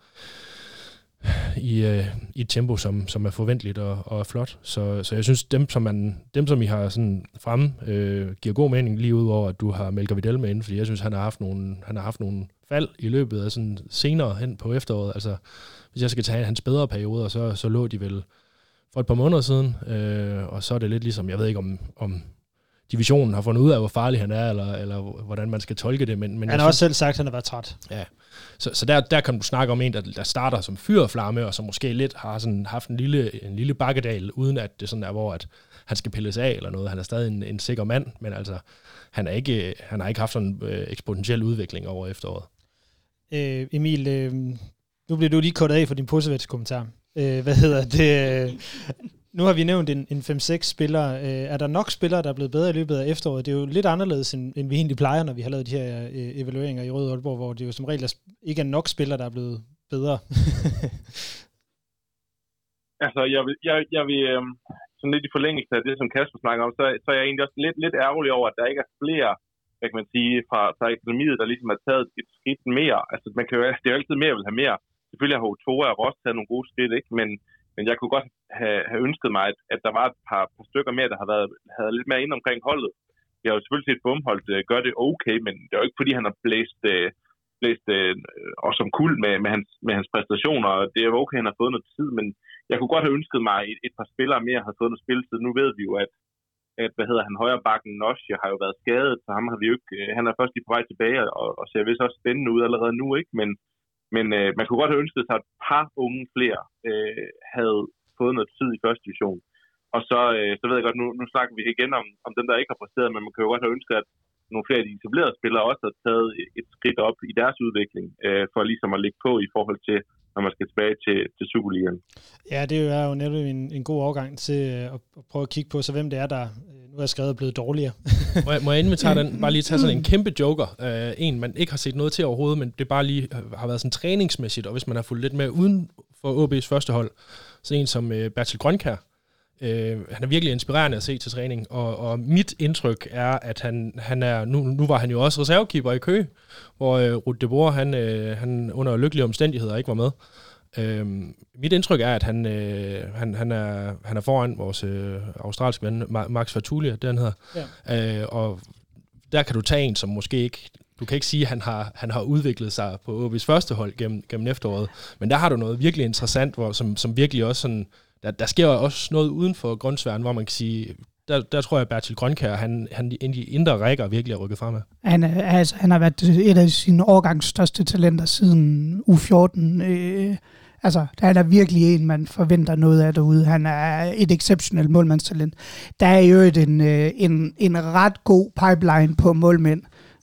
Speaker 4: i et tempo, som er forventeligt og er flot. Så jeg synes, dem som I har sådan fremme, giver god mening, lige ud over, at du har Melker Vidal med inden, fordi jeg synes, han har haft nogle fald i løbet af sådan senere hen på efteråret. Altså, hvis jeg skal tage hans bedre perioder, så lå de vel for et par måneder siden, og så er det lidt ligesom, jeg ved ikke om divisionen har fundet ud af, hvor farlig han er, eller hvordan man skal tolke det. Men
Speaker 1: han har også selv sagt, at han har været træt.
Speaker 4: Ja, så der kan du snakke om en, der starter som fyr og flamme, og som måske lidt har sådan haft en lille bakkedal, uden at det sådan er, hvor at han skal pilles af eller noget. Han er stadig en sikker mand, men altså, han har ikke haft sådan en eksponentiel udvikling over efteråret.
Speaker 1: Emil, nu bliver du lige kortet af for din Pusevets-kommentar. Hvad hedder det? Nu har vi nævnt en 5-6 spillere. Er der nok spillere, der er blevet bedre i løbet af efteråret? Det er jo lidt anderledes, end vi egentlig plejer, når vi har lavet de her evalueringer i Røde Aalborg, hvor det jo som regel ikke er nok spillere, der er blevet bedre.
Speaker 5: Altså, jeg vil sådan lidt i forlængelse af det, som Kasper snakker om, så er jeg egentlig også lidt ærgerlig over, at der ikke er flere, hvad kan man sige, fra akademiet, der ligesom har taget et skridt mere. Altså, det er jo altid mere, jeg vil have mere. Selvfølgelig har Otoa og Ross taget nogle gode skridt, ikke? Men jeg kunne godt have ønsket mig, at der var et par stykker mere, der havde lidt mere ind omkring holdet. Jeg har jo selvfølgelig set Bumholdt gør det okay, men det er jo ikke fordi, han har blæst og som kul med hans præstationer. Det er jo okay, han har fået noget tid, men jeg kunne godt have ønsket mig, at et par spillere mere har fået noget spilletid. Nu ved vi jo, at højre bakken Nosje har jo været skadet, så ham har vi jo ikke. Han er først lige på vej tilbage, og ser vist også spændende ud allerede nu, ikke? Men man kunne godt have ønsket sig, at et par unge flere havde fået noget tid i første division. Og så ved jeg godt, nu snakker vi igen om dem, der ikke har præsteret, men man kan jo godt have ønsket, at nogle flere af de etablerede spillere også har taget et skridt op i deres udvikling, for ligesom at lægge på i forhold til, når man skal tilbage til Superligaen. Ja,
Speaker 1: det er jo netop en god overgang til at prøve at kigge på, så hvem det er, der nu er skrevet blevet dårligere.
Speaker 4: må jeg invitere den? Bare lige tage sådan en kæmpe joker. En, man ikke har set noget til overhovedet, men det bare lige har været sådan træningsmæssigt, og hvis man har fulgt lidt med uden for OB's første hold, så en som Bertil Grønkjær. Han er virkelig inspirerende at se til træning, og mit indtryk er, at han er, nu var han jo også reservekeeper i Køge, hvor Ruud de Boer, han under lykkelige omstændigheder ikke var med. Mit indtryk er, at han er foran vores australske ven, Max Fatulia, det han hedder. Ja. Og der kan du tage en, som måske ikke, du kan ikke sige, at han har udviklet sig på OB's første hold gennem efteråret, men der har du noget virkelig interessant, som virkelig også sådan, der sker også noget uden for grundsfæren, hvor man kan sige, der tror jeg, at Bertil Grønkjær, han i de indre rækker virkelig er rykket fremad.
Speaker 3: Han har været et af sine årgangs største talenter siden U14. Han er virkelig en, man forventer noget af derude. Han er et exceptionelt målmandstalent. Der er jo en ret god pipeline på målmænd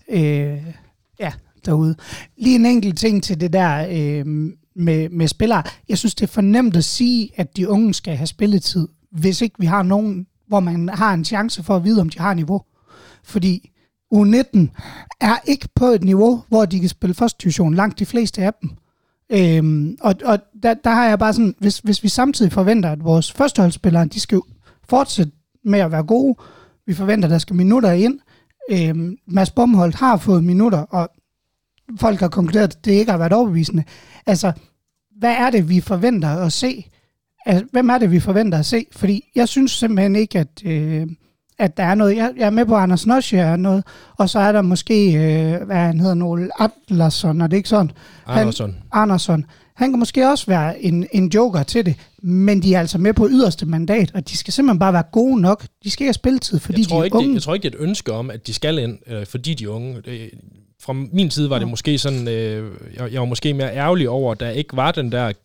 Speaker 3: derude. Lige en enkelt ting til det der med spillere. Jeg synes, det er for nemt at sige, at de unge skal have spilletid, hvis ikke vi har nogen, hvor man har en chance for at vide, om de har niveau. Fordi U19 er ikke på et niveau, hvor de kan spille første division, langt de fleste af dem. Og der har jeg bare sådan, hvis vi samtidig forventer, at vores førsteholdsspillere, de skal fortsætte med at være gode, vi forventer, at der skal minutter ind. Mads Bumholdt har fået minutter, og folk har konkluderet, at det ikke har været overbevisende. Altså, hvad er det, vi forventer at se? Altså, hvem er det, vi forventer at se? Fordi jeg synes simpelthen ikke, at der er noget. Jeg er med på, Anders Nosje er noget, og så er der måske, hvad han hedder, Noel Atlasson, er det ikke sådan? Andersson. Han kan måske også være en joker til det, men de er altså med på yderste mandat, og de skal simpelthen bare være gode nok. De skal ikke have spilletid, fordi de er unge.
Speaker 4: Jeg tror ikke, det er et ønske om, at de skal ind, fordi de er unge. Fra min side var det måske sådan, jeg var måske mere ærgerlig over, at der ikke var den der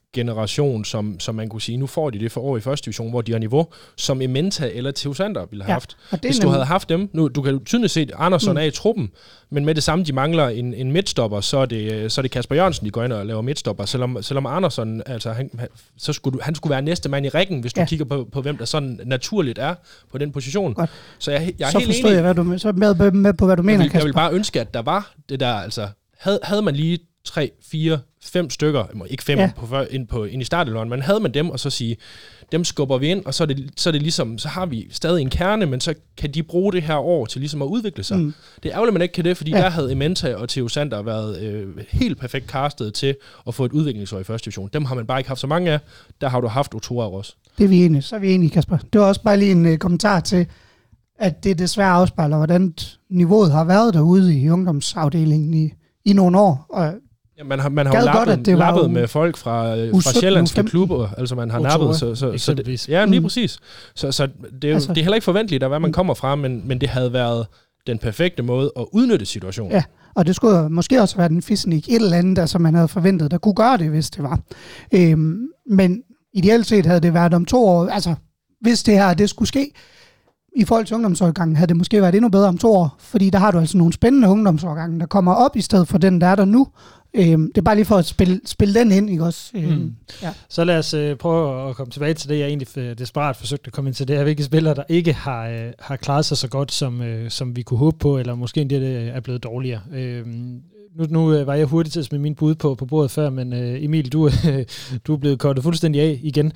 Speaker 4: generation, som man kunne sige, nu får de det for år i første division, hvor de har niveau, som Ementa eller Theo Sander ville have haft. Hvis du havde haft dem, nu du kan tydeligt se, at Andersson er i truppen, men med det samme, de mangler en midtstopper, så er det Kasper Jørgensen, de går ind og laver midtstopper, selvom Andersson, altså han skulle være næste mand i rækken, hvis du kigger på, hvem der sådan naturligt er på den position. Godt. Så jeg er
Speaker 3: så
Speaker 4: helt
Speaker 3: enig. Jeg, med på, hvad du mener, Kasper.
Speaker 4: Jeg vil bare ønske, at der var det der, altså havde man lige 3, 4, 5 stykker, ikke 5 ind i starteløren, men havde man dem, og så sige, dem skubber vi ind, og så er det ligesom, så har vi stadig en kerne, men så kan de bruge det her år til ligesom at udvikle sig. Det er ærgerligt, at man ikke kan det, fordi der havde Ementa og Theo Sander været helt perfekt castet til at få et udviklingsår i første division. Dem har man bare ikke haft så mange af. Der har du haft Otora også.
Speaker 3: Det er vi enige. Så er vi enige, Kasper. Det var også bare lige en kommentar til, at det desværre afspejler, hvordan niveauet har været derude i ungdomsafdelingen i nogle år. Og
Speaker 4: man har lappet med folk fra sjællandske klubber, altså man har nappet, så det, ja, lige præcis. Så det er heller ikke forventeligt, hvad man kommer fra, men det havde været den perfekte måde at udnytte situationen.
Speaker 3: Ja, og det skulle måske også være den Fisnik, et eller andet, som man havde forventet, der kunne gøre det, hvis det var. Men ideelt set havde det været om 2 år, altså hvis det her det skulle ske, i forhold til ungdomsårgangen havde det måske været endnu bedre om 2 år, fordi der har du altså nogle spændende ungdomsårgange, der kommer op i stedet for den, der er der nu. Det er bare lige for at spille den ind, ikke også?
Speaker 1: Ja. Så lad os prøve at komme tilbage til det, jeg egentlig desperat forsøgte at komme ind til. Det er, hvilke spillere, der ikke har klaret sig så godt, som vi kunne håbe på, eller måske endda det er blevet dårligere. Nu var jeg hurtigt til at smide min bud på bordet før, men Emil, du er blevet kortet fuldstændig af igen.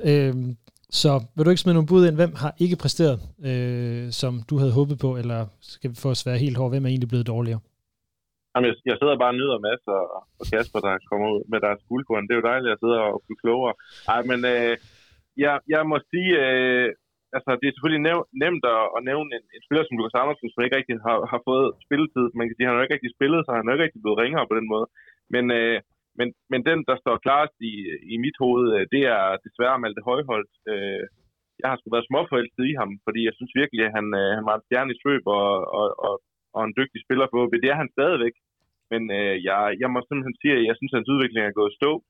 Speaker 1: Så vil du ikke smide nogle bud ind? Hvem har ikke præsteret, som du havde håbet på, eller skal vi få os være helt hård? Hvem er egentlig blevet dårligere?
Speaker 5: Jamen, jeg sidder bare og nyder masser og Kasper, der kommer ud med deres guldkorn. Det er jo dejligt at sidde og blive klogere. Men jeg må sige, altså det er selvfølgelig nemt at nævne en spiller som Lukas Andersen, som ikke rigtig har fået spilletid. Man kan sige, han har ikke rigtig spillet, så han er ikke rigtig blevet ringere på den måde. Men den, der står klarest i mit hoved, det er desværre Malte Højholt. Jeg har sgu været småforelsket i ham, fordi jeg synes virkelig, at han var en stjerne i Strøb og en dygtig spiller på. Det er han stadigvæk. Men jeg må simpelthen sige, at jeg synes, at hans udvikling er gået stå.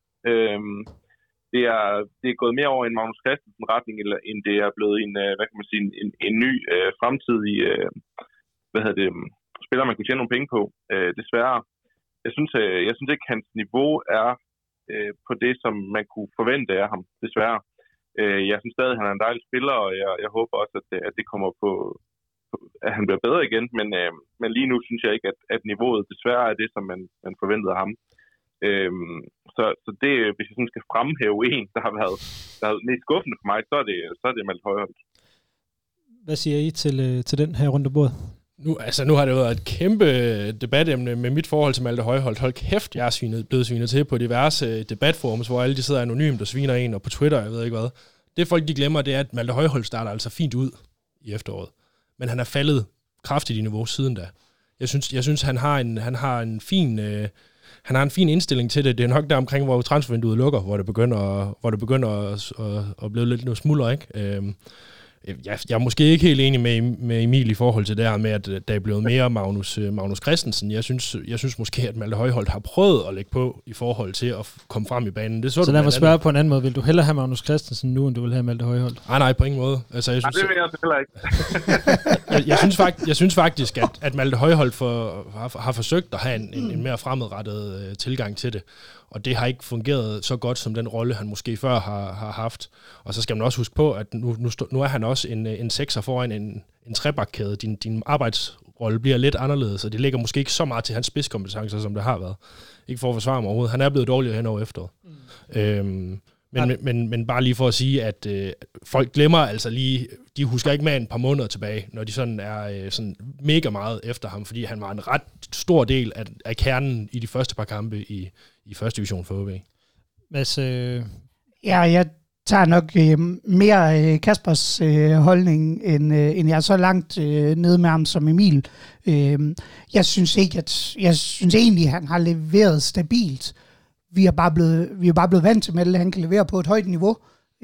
Speaker 5: Det er gået mere over en Magnus Christensen retning, end det er blevet en ny fremtidig spiller, man kunne tjene nogle penge på. Desværre. Jeg synes ikke, hans niveau er på det, som man kunne forvente af ham, desværre. Jeg synes stadig, at han er en dejlig spiller, og jeg håber også, at det kommer på, at han bliver bedre igen. Men lige nu synes jeg ikke, at niveauet desværre er det, som man forventede af ham. Så det, hvis jeg sådan skal fremhæve en, der har været mest skuffende for mig, så er det Malte Højholt.
Speaker 1: Hvad siger I til den her runde bord?
Speaker 4: Nu har det været et kæmpe debatemne med mit forhold til Malte Højholt. Hold kæft, jeg er blevet svinet til på diverse debatforums, hvor alle de sidder anonymt og sviner en, og på Twitter, jeg ved ikke hvad. Det folk de glemmer, det er, at Malte Højholt starter altså fint ud i efteråret. Men han er faldet kraftigt i niveau siden da. Jeg synes han har en fin indstilling til det. Det er nok der omkring, hvor transfervinduet lukker, hvor det begynder at blive lidt noget smuldrer, ikke? Jeg er måske ikke helt enig med Emil i forhold til det her med, at der er blevet mere Magnus Christensen. Jeg synes måske, at Malte Højholt har prøvet at lægge på i forhold til at komme frem i banen. Så
Speaker 1: lad mig spørge på en anden måde. Vil du hellere have Magnus Christensen nu, end du vil have Malte Højholt?
Speaker 4: Nej, på ingen måde. Altså,
Speaker 5: det vil jeg heller
Speaker 4: ikke. jeg synes faktisk, at Malte Højholt har forsøgt at have en mere fremadrettet tilgang til det. Og det har ikke fungeret så godt som den rolle, han måske før har haft. Og så skal man også huske på, at nu er han også en sekser foran en trebakkæde. Din arbejdsrolle bliver lidt anderledes, og det ligger måske ikke så meget til hans spidskompetencer, som det har været. Ikke for at forsvare ham overhovedet. Han er blevet dårligere hen over efteråret. Men bare lige for at sige, at folk glemmer altså lige, de husker ikke med en par måneder tilbage, når de sådan er sådan mega meget efter ham, fordi han var en ret stor del af kernen i de første par kampe i første division for HV.
Speaker 3: Ja, jeg tager nok mere Kaspers holdning, end jeg er så langt nede med ham som Emil. Jeg synes egentlig, at han har leveret stabilt. Vi er bare blevet vant til, at han kan levere på et højt niveau.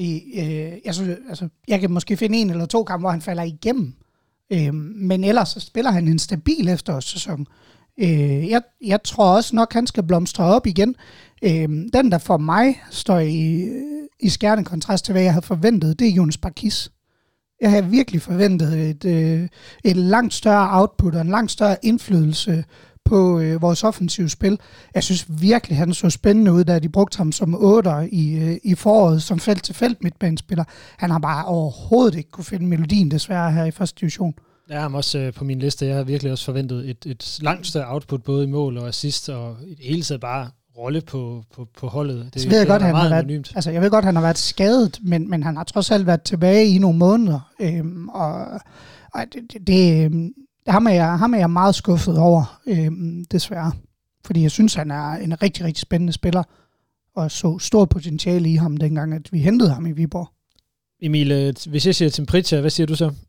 Speaker 3: Jeg kan måske finde 1 eller 2 kampe, hvor han falder igennem. Men ellers så spiller han en stabil efterårssæson. Jeg tror også nok, han skal blomstre op igen. Den, der for mig står i skærende kontrast til, hvad jeg havde forventet, det er Jonas Bakis. Jeg havde virkelig forventet et langt større output og en langt større indflydelse på vores offensive spil. Jeg synes virkelig, han så spændende ud, da de brugte ham som 8'er i foråret, som felt-til-felt midtbanespiller. Han har bare overhovedet ikke kunne finde melodien, desværre, her i første division.
Speaker 1: Jeg har også på min liste, jeg har virkelig også forventet et langt større output, både i mål og assist, og i det hele taget bare rolle på holdet. Det
Speaker 3: ved jeg godt,
Speaker 1: han
Speaker 3: har været, altså jeg ved godt, han har været skadet, men han har trods alt været tilbage i nogle måneder, og ham er jeg meget skuffet over, desværre. Fordi jeg synes, han er en rigtig, rigtig spændende spiller, og så stort potentiale i ham, dengang at vi hentede ham i Viborg.
Speaker 1: Emil, hvis jeg siger Tempricia, hvad siger du så?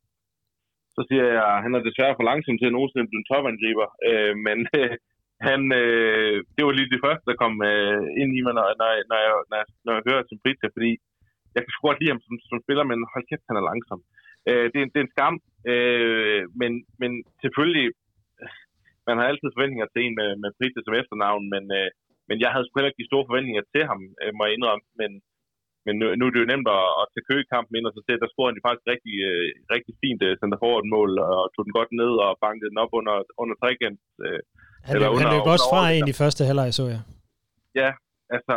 Speaker 5: Så siger jeg, at han er desværre for langsom til at nogensinde blive en topangriber, men han, det var lige det første, der kom ind i mig, når jeg hører Tempricia, fordi jeg kan sgu godt lide ham som spiller, men hold kæft, han er langsom. Det er en skam, men selvfølgelig, man har altid forventninger til en med Pricia som efternavn, men jeg havde sgu heller ikke de store forventninger til ham, må jeg indrømme, men nu er det jo nemt at tage Køge-kampen ind, og så der scorede han faktisk rigtig fint center-forward-mål, og tog den godt ned og bankede den op under trekant.
Speaker 1: Han løb også fra en i første halvleg, så jeg.
Speaker 5: Ja, altså,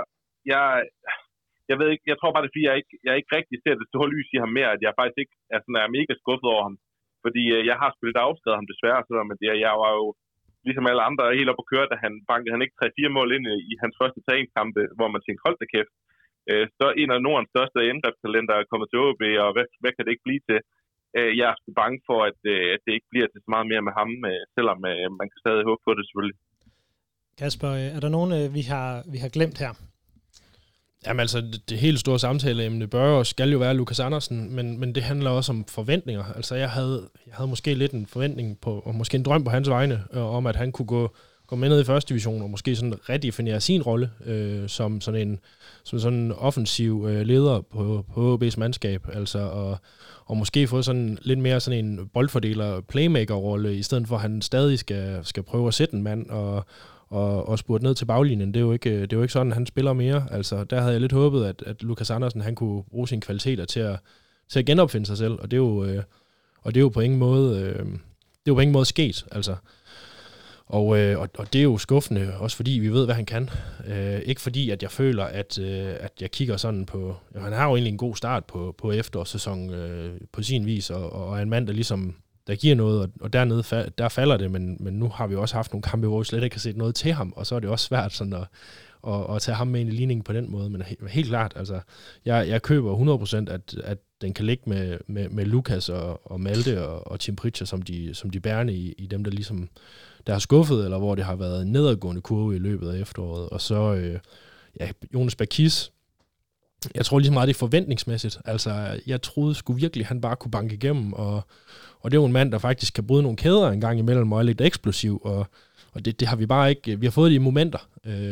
Speaker 5: jeg ved ikke, jeg tror bare, det er fordi, jeg ikke rigtig ser det store lys i ham mere, at jeg faktisk ikke er mega skuffet over ham. Fordi jeg har spillet afskrevet ham desværre, så jeg var jo ligesom alle andre helt op at køre, da han bankede han ikke 3-4 mål ind i hans første træningskampe, hvor man tænkte, hold da kæft. Så en af Nordens største indgrebstalenter er kommet til OB, og hvad kan det ikke blive til? Jeg er sgu bange for, at det ikke bliver til så meget mere med ham, selvom man kan stadig håbe på det selvfølgelig.
Speaker 1: Kasper, er der nogen, vi har glemt her?
Speaker 4: Jamen altså, det helt store samtaleemne bør og skal jo være Lukas Andersen, men det handler også om forventninger. Altså jeg havde måske lidt en forventning på, og måske en drøm på hans vegne, om at han kunne gå med ned i første division, og måske sådan redefinere sin rolle som sådan en offensiv leder på OB's mandskab, altså og måske få sådan lidt mere sådan en boldfordeler, playmaker-rolle, i stedet for at han stadig skal prøve at sætte en mand og spurte ned til baglinjen. Det er jo ikke sådan, han spiller mere. Altså, der havde jeg lidt håbet, at Lukas Andersen, han kunne bruge sine kvaliteter til at genopfinde sig selv, og det er jo på ingen måde sket, altså. Og det er jo skuffende, også fordi vi ved, hvad han kan. Ikke fordi, at jeg føler, at jeg kigger sådan på... Han har jo egentlig en god start på efterårssæsonen på sin vis, og er en mand, der ligesom der giver noget, og dernede der falder det, men nu har vi også haft nogle kampe, hvor vi slet ikke har set noget til ham, og så er det også svært sådan at tage ham med ind i ligningen på den måde, men helt klart, altså, jeg køber 100%, at den kan ligge med Lukas og Malte og Tempricia som de bærende i dem, der ligesom der har skuffet, eller hvor det har været en nedadgående kurve i løbet af efteråret, og så Jonas Bakis. Jeg tror ligesom meget, det er forventningsmæssigt. Altså, jeg troede sgu virkelig, han bare kunne banke igennem, og det er jo en mand, der faktisk kan bryde nogle kæder en gang imellem, og er lidt eksplosiv, og det har vi bare ikke, vi har fået det i momenter,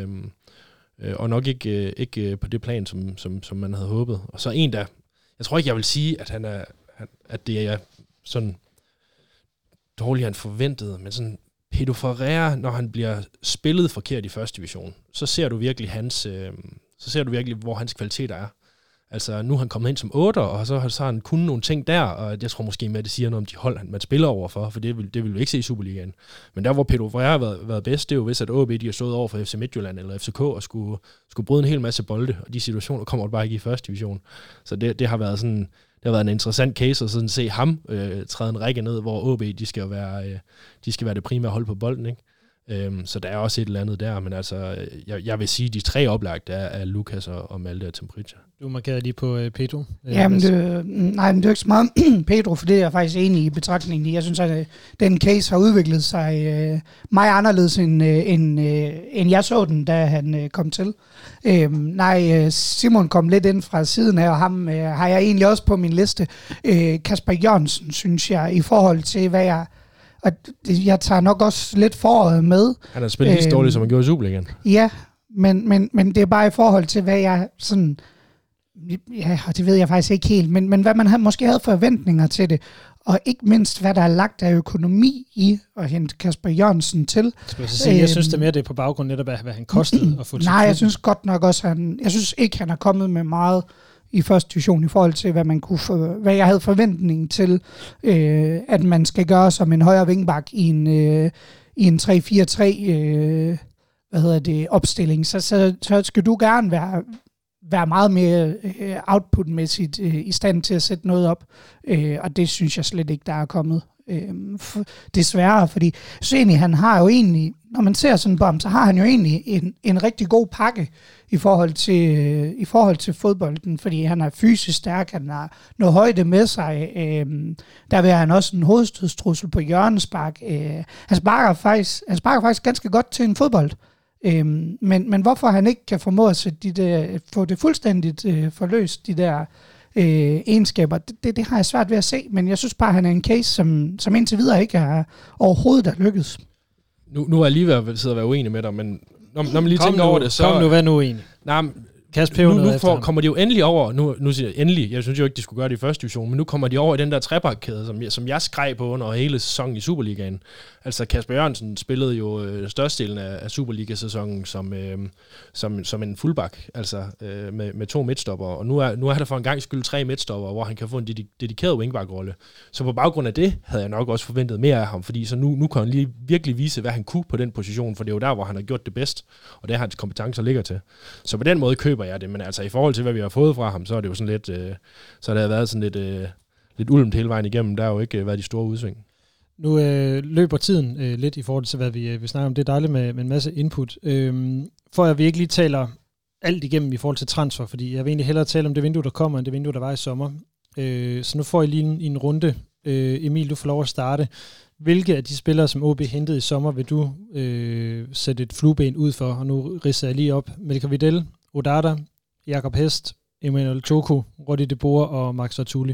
Speaker 4: og nok ikke på det plan, som man havde håbet. Og så en, der, jeg tror ikke, jeg vil sige, at det er sådan dårligere end forventet, men sådan Pedro Ferreira, når han bliver spillet forkert i første division, så ser du virkelig hvor hans kvaliteter er. Altså, nu er han kommet ind som 8'er, og så har han kun nogle ting der, og jeg tror måske med, at det siger noget om de hold, man spiller overfor, for det vil vi ikke se i Superligaen. Men der, hvor Pedro Ferreira har været bedst, det er jo hvis, at OB de har stået over for FC Midtjylland eller FCK og skulle bryde en hel masse bolde, og de situationer kommer bare ikke i første division. Så det har været sådan, det har været en interessant case at sådan se ham træde en række ned, hvor OB de skal være det primære hold på bolden, ikke? Så der er også et eller andet der, men altså, jeg vil sige, de tre oplagte er Lukas og Malte og Tempricia.
Speaker 1: Du markerede lige på Pedro.
Speaker 3: Jamen, det er jo ikke så meget Pedro, for det er jeg faktisk enig i betragtningen i. Jeg synes, at den case har udviklet sig meget anderledes, end jeg så den, da han kom til. Simon kom lidt ind fra siden af, og ham har jeg egentlig også på min liste. Kasper Jørgensen, synes jeg, i forhold til, hvad jeg tager nok også lidt foråret med.
Speaker 4: Han har spillet lige så dårligt, som han gjorde i Superligaen.
Speaker 3: Ja, men det er bare i forhold til, hvad jeg sådan... Ja, og det ved jeg faktisk ikke helt, men hvad man måske havde forventninger til det. og ikke mindst, hvad der er lagt af økonomi i at hente Kasper Jørgensen til.
Speaker 1: Jeg synes det mere, det er på baggrund netop af, hvad han kostede at få til.
Speaker 3: Nej, jeg synes godt nok også, jeg synes ikke, han er kommet med meget i første division i forhold til, hvad jeg havde forventning til, at man skal gøre som en højre vingbak i en 3-4-3 opstilling. Så skal du gerne være meget mere outputmæssigt i stand til at sætte noget op, og det synes jeg slet ikke, der er kommet. Desværre, fordi så egentlig, han har jo egentlig, når man ser sådan en bomb, så har han jo egentlig en rigtig god pakke i forhold til fodbolden, fordi han er fysisk stærk, han har noget højde med sig, der vil han også en hovedstødstrussel på hjørnespark. Han sparker faktisk ganske godt til en fodbold. Men hvorfor han ikke kan formå at få det fuldstændigt forløst, de der egenskaber, det har jeg svært ved at se, men jeg synes bare, at han er en case, som indtil videre ikke er overhovedet der lykkedes.
Speaker 4: Nu er jeg lige ved at sidde og være uenig med dig, men når man lige tænker over det, så...
Speaker 1: Kom nu, vær nu enig.
Speaker 4: Nej, nu kommer de jo endelig over, nu siger jeg endelig, jeg synes jo ikke, de skulle gøre det i første division, men nu kommer de over i den der trebakkæde, som jeg skreg på under hele sæsonen i Superligaen. Altså Kasper Jørgensen spillede jo størstedelen af Superliga-sæsonen som en fullback, altså med 2 midtstopper, og nu er der for en gang skyld 3 midtstopper, hvor han kan få en dedikeret wingback-rolle. Så på baggrund af det havde jeg nok også forventet mere af ham, fordi så nu kan han lige virkelig vise, hvad han kunne på den position, for det er jo der, hvor han har gjort det bedst, og det har hans kompetencer ligger til. Så på den måde køber jeg det, men altså i forhold til, hvad vi har fået fra ham, så er det jo sådan lidt, så har det været sådan lidt ulmt hele vejen igennem. Der har jo ikke været de store udsving. Nu
Speaker 1: løber tiden lidt i forhold til, hvad vi snakker om. Det er dejligt med en masse input. For at vi ikke lige taler alt igennem i forhold til transfer, fordi jeg vil egentlig hellere tale om det vindue, der kommer, end det vindue, der var i sommer. Så nu får I lige en runde. Emil, du får lov at starte. Hvilke af de spillere, som OB hentede i sommer, vil du sætte et flueben ud for? Og nu ridser jeg lige op. Melker Vidal, Odada, Jakob Hest, Emmanuel Toku, Roddy de Boer og Max Artuli.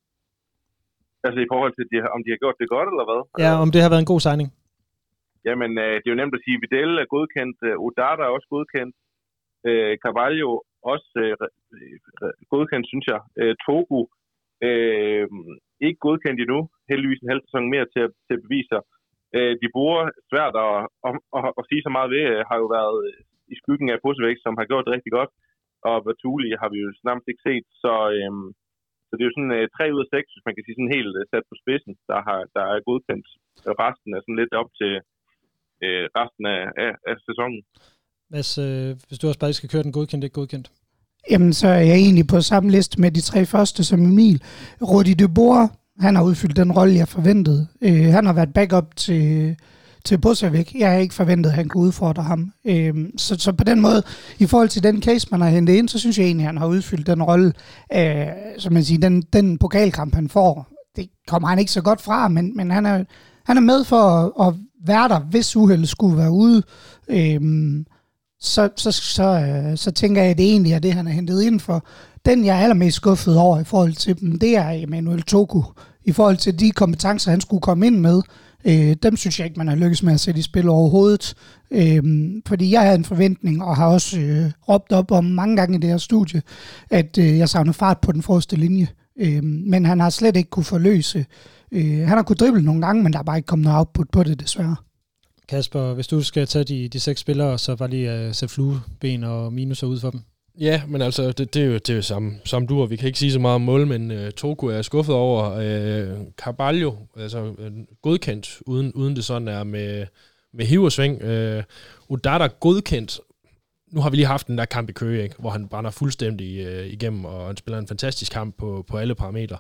Speaker 5: Altså i forhold til, om de har gjort det godt, eller hvad?
Speaker 1: Ja, om det har været en god signing.
Speaker 5: Jamen, det er jo nemt at sige, Vidal er godkendt, Odada er også godkendt, Carvalho også godkendt, synes jeg. Toku ikke godkendt endnu, heldigvis en halv sæson mere til at bevise sig. De bruger svært at sige så meget ved, har jo været i skyggen af Pusevæk, som har gjort det rigtig godt, og Bartoli har vi jo nærmest ikke set, så det er jo sådan 3 ud af 6, hvis man kan sige sådan helt sat på spidsen, der er godkendt. Resten er sådan lidt op til resten af sæsonen.
Speaker 1: Mads, hvis du også bare skal køre den godkendt, ikke godkendt?
Speaker 3: Jamen, så er jeg egentlig på samme liste med de 3 første som Emil. Roddy de Boer, han har udfyldt den rolle, jeg forventede. Han har været backup til Pusevæk. Jeg har ikke forventet, at han kunne udfordre ham. Så på den måde, i forhold til den case, man har hentet ind, så synes jeg egentlig, at han har udfyldt den rolle, som man siger, den pokalkamp, han får. Det kommer han ikke så godt fra, men han er med for at være der, hvis uheldet skulle være ude. Så tænker jeg, at det egentlig er det, han er hentet ind for. Den, jeg er allermest skuffet over i forhold til dem, det er Emmanuel Toku. I forhold til de kompetencer, han skulle komme ind med, dem synes jeg ikke, man har lykkes med at sætte i spil overhovedet. Fordi jeg havde en forventning, og har også råbt op om mange gange i det her studie, at jeg savner fart på den forreste linje. Men han har slet ikke kunne forløse. Han har kunnet drible nogle gange, men der er bare ikke kommet noget output på det, desværre.
Speaker 1: Kasper, hvis du skal tage de 6 spillere, så bare lige sætte flueben og minuser ud for dem.
Speaker 4: Ja, men altså, det er jo samme duer. Vi kan ikke sige så meget om mål, men Toku er skuffet over. Carvalho, altså godkendt, uden det sådan er med hiv og sving. Odada godkendt. Nu har vi lige haft den der kamp i Køge, ikke? Hvor han brænder fuldstændig igennem, og han spiller en fantastisk kamp på alle parametre.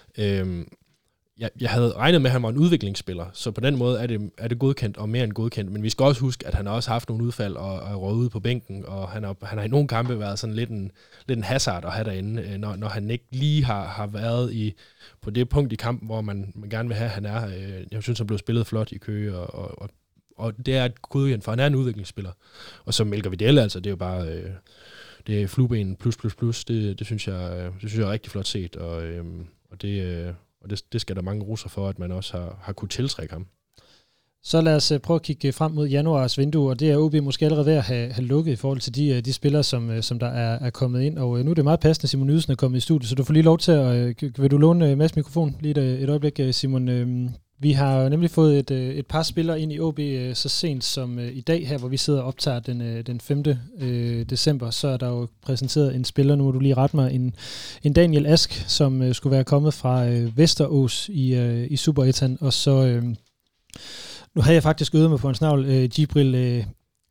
Speaker 4: Jeg havde regnet med, at han var en udviklingsspiller, så på den måde er det godkendt og mere end godkendt, men vi skal også huske, at han har også haft nogle udfald og er røget ude på bænken, og han har i nogle kampe været sådan lidt en hazard at have derinde, når han ikke lige har været på det punkt i kampen, hvor man gerne vil have, han er. Jeg synes, han blev spillet flot i Køge, og det er et godkendt, for han er en udviklingsspiller. Og så Melker Vidal, altså, det er jo bare det er flueben plus. Det synes jeg er rigtig flot set, og det skal der mange roser for, at man også har kunne tiltrække ham.
Speaker 1: Så lad os prøve at kigge frem mod januars vindue, og det er OB måske allerede ved at have lukket i forhold til de spillere, som der er kommet ind. Og nu er det meget passende, Simon Ydelsen er kommet i studiet, så du får lige lov til at... Vil du låne Mads mikrofon lige et øjeblik, Simon? Vi har nemlig fået et par spillere ind i OB så sent som i dag her, hvor vi sidder og optager den 5. december. Så er der jo præsenteret en spiller, nu må du lige rette mig, en Daniel Ask, som skulle være kommet fra Vesterås i Superettan, og så... Nu havde jeg faktisk øvet mig på hans navn, Jibril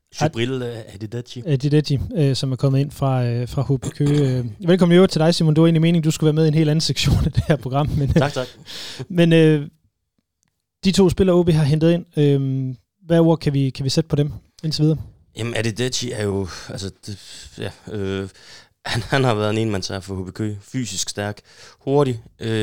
Speaker 1: Adidaji, som er kommet ind fra HB Køge. Velkommen over til dig, Simon. Du var egentlig meningen, du skulle være med i en helt anden sektion af det her program. Men,
Speaker 6: tak.
Speaker 1: Men de 2 spillere, OB har hentet ind. Hvad ord kan vi sætte på dem indtil videre?
Speaker 6: Jamen, Adidaji er jo... Altså, han har været en enmandsherre for HB Køge. Fysisk stærk, hurtig,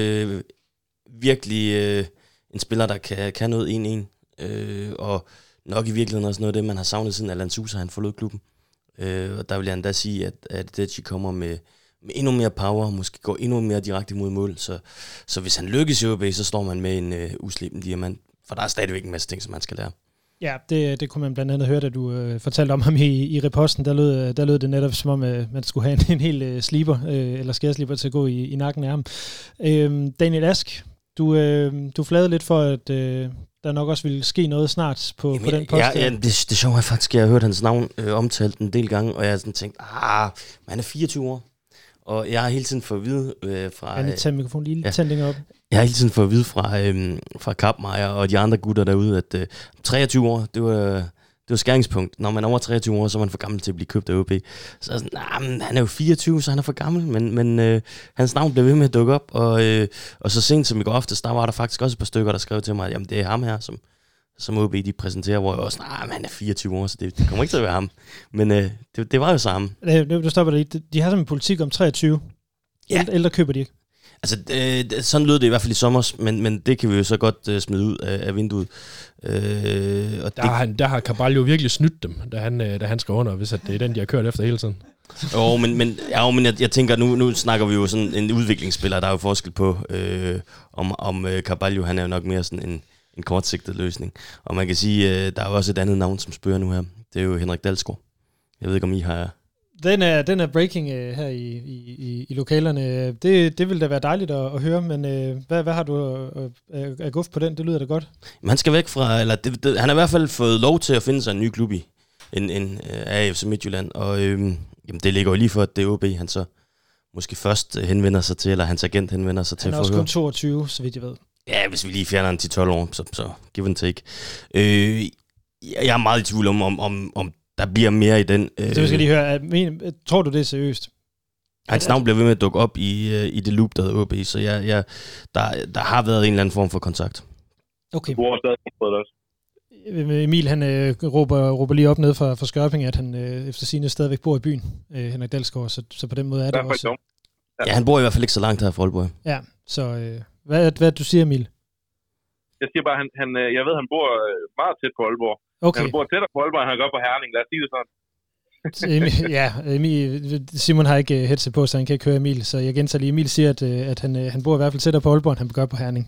Speaker 6: virkelig en spiller, der kan noget 1-1. Og nok i virkeligheden også noget af det, man har savnet siden Allan Sousa, han forlod klubben. Og der vil jeg endda sige, at Deji kommer med endnu mere power, måske går endnu mere direkte mod mål. Så hvis han lykkes i OB, så står man med en usliben diamant. For der er stadigvæk en masse ting, som man skal lære. Ja,
Speaker 1: det kunne man blandt andet høre, da du fortalte om ham i reposten. Der lød det netop som om, man skulle have en hel sliber, eller skærsliber til at gå i nakken af ham. Daniel Ask, du flagede lidt for, at... der nok også ville ske noget snart på den post.
Speaker 6: Ja, det sjove er faktisk, at jeg har hørt hans navn omtalt en del gange, og jeg har sådan tænkt, han er 24 år. Og jeg har hele tiden fået at vide fra...
Speaker 1: Jeg tager mikrofonen lige tænding op.
Speaker 6: Jeg har hele tiden fået at vide fra Kappmeier og de andre gutter derude, at 23 år, det var skæringspunkt. Når man er over 23 år, så er man for gammel til at blive købt af OB. Så jeg sådan, han er jo 24, så han er for gammel, men hans navn blev ved med at dukke op, og så sent som i går aftes, der var der faktisk også et par stykker, der skrev til mig, at jamen, det er ham her, som OB de præsenterer, hvor jeg også, han er 24 år, så det kommer ikke til at være ham. Men det var jo så ham.
Speaker 1: Du stopper lige. De har sådan en politik om 23. Ja. Ældre køber de ikke.
Speaker 6: Altså, sådan lød det i hvert fald i sommer, men det kan vi jo så godt smide ud af vinduet.
Speaker 4: Og der har Carvalho virkelig snydt dem, da han skal under, hvis at det er den, de har kørt efter hele tiden.
Speaker 6: men jeg tænker, nu snakker vi jo sådan en udviklingsspiller, der er jo forskel på, om Carvalho, han er jo nok mere sådan en kortsigtet løsning. Og man kan sige, der er jo også et andet navn, som spørger nu her. Det er jo Henrik Dalsgaard. Jeg ved ikke, om I har...
Speaker 1: Den er breaking her i lokalerne. Det vil da være dejligt at høre, men hvad har du af guf på den? Det lyder da godt.
Speaker 6: Han skal væk fra, han har i hvert fald fået lov til at finde sig en ny klub i en AFC Midtjylland, og jamen, det ligger jo lige for, at det er OB, han så måske først henvender sig til, eller hans agent henvender sig til.
Speaker 1: Han er også kun 22, så vidt jeg ved.
Speaker 6: Ja, hvis vi lige fjerner den til 12 år, så give and take. Jeg er meget i tvivl om der bliver mere i den.
Speaker 1: Så vi skal lige høre, tror du det er seriøst?
Speaker 6: Hans navn bliver ved med at dukke op i det loop, der hedder OB, så der har været en eller anden form for kontakt.
Speaker 1: Okay. Emil, han råber lige op ned fra Skørping, at han efter sigende stadigvæk bor i byen, Henrik Dalsgaard, så på den måde er det også...
Speaker 6: Ja, han bor i hvert fald ikke så langt her fra Aalborg.
Speaker 1: Ja, så hvad du siger, Emil?
Speaker 5: Jeg siger bare, jeg ved, han bor meget tæt på Aalborg.
Speaker 1: Okay.
Speaker 5: Han bor tættere på Aalborg, end han gør på Herning. Lad os sige det sådan.
Speaker 1: Simon har ikke headset på, så han kan ikke høre Emil. Så jeg gentager lige, Emil siger, at han bor i hvert fald tættere på Aalborg, end han gør på Herning.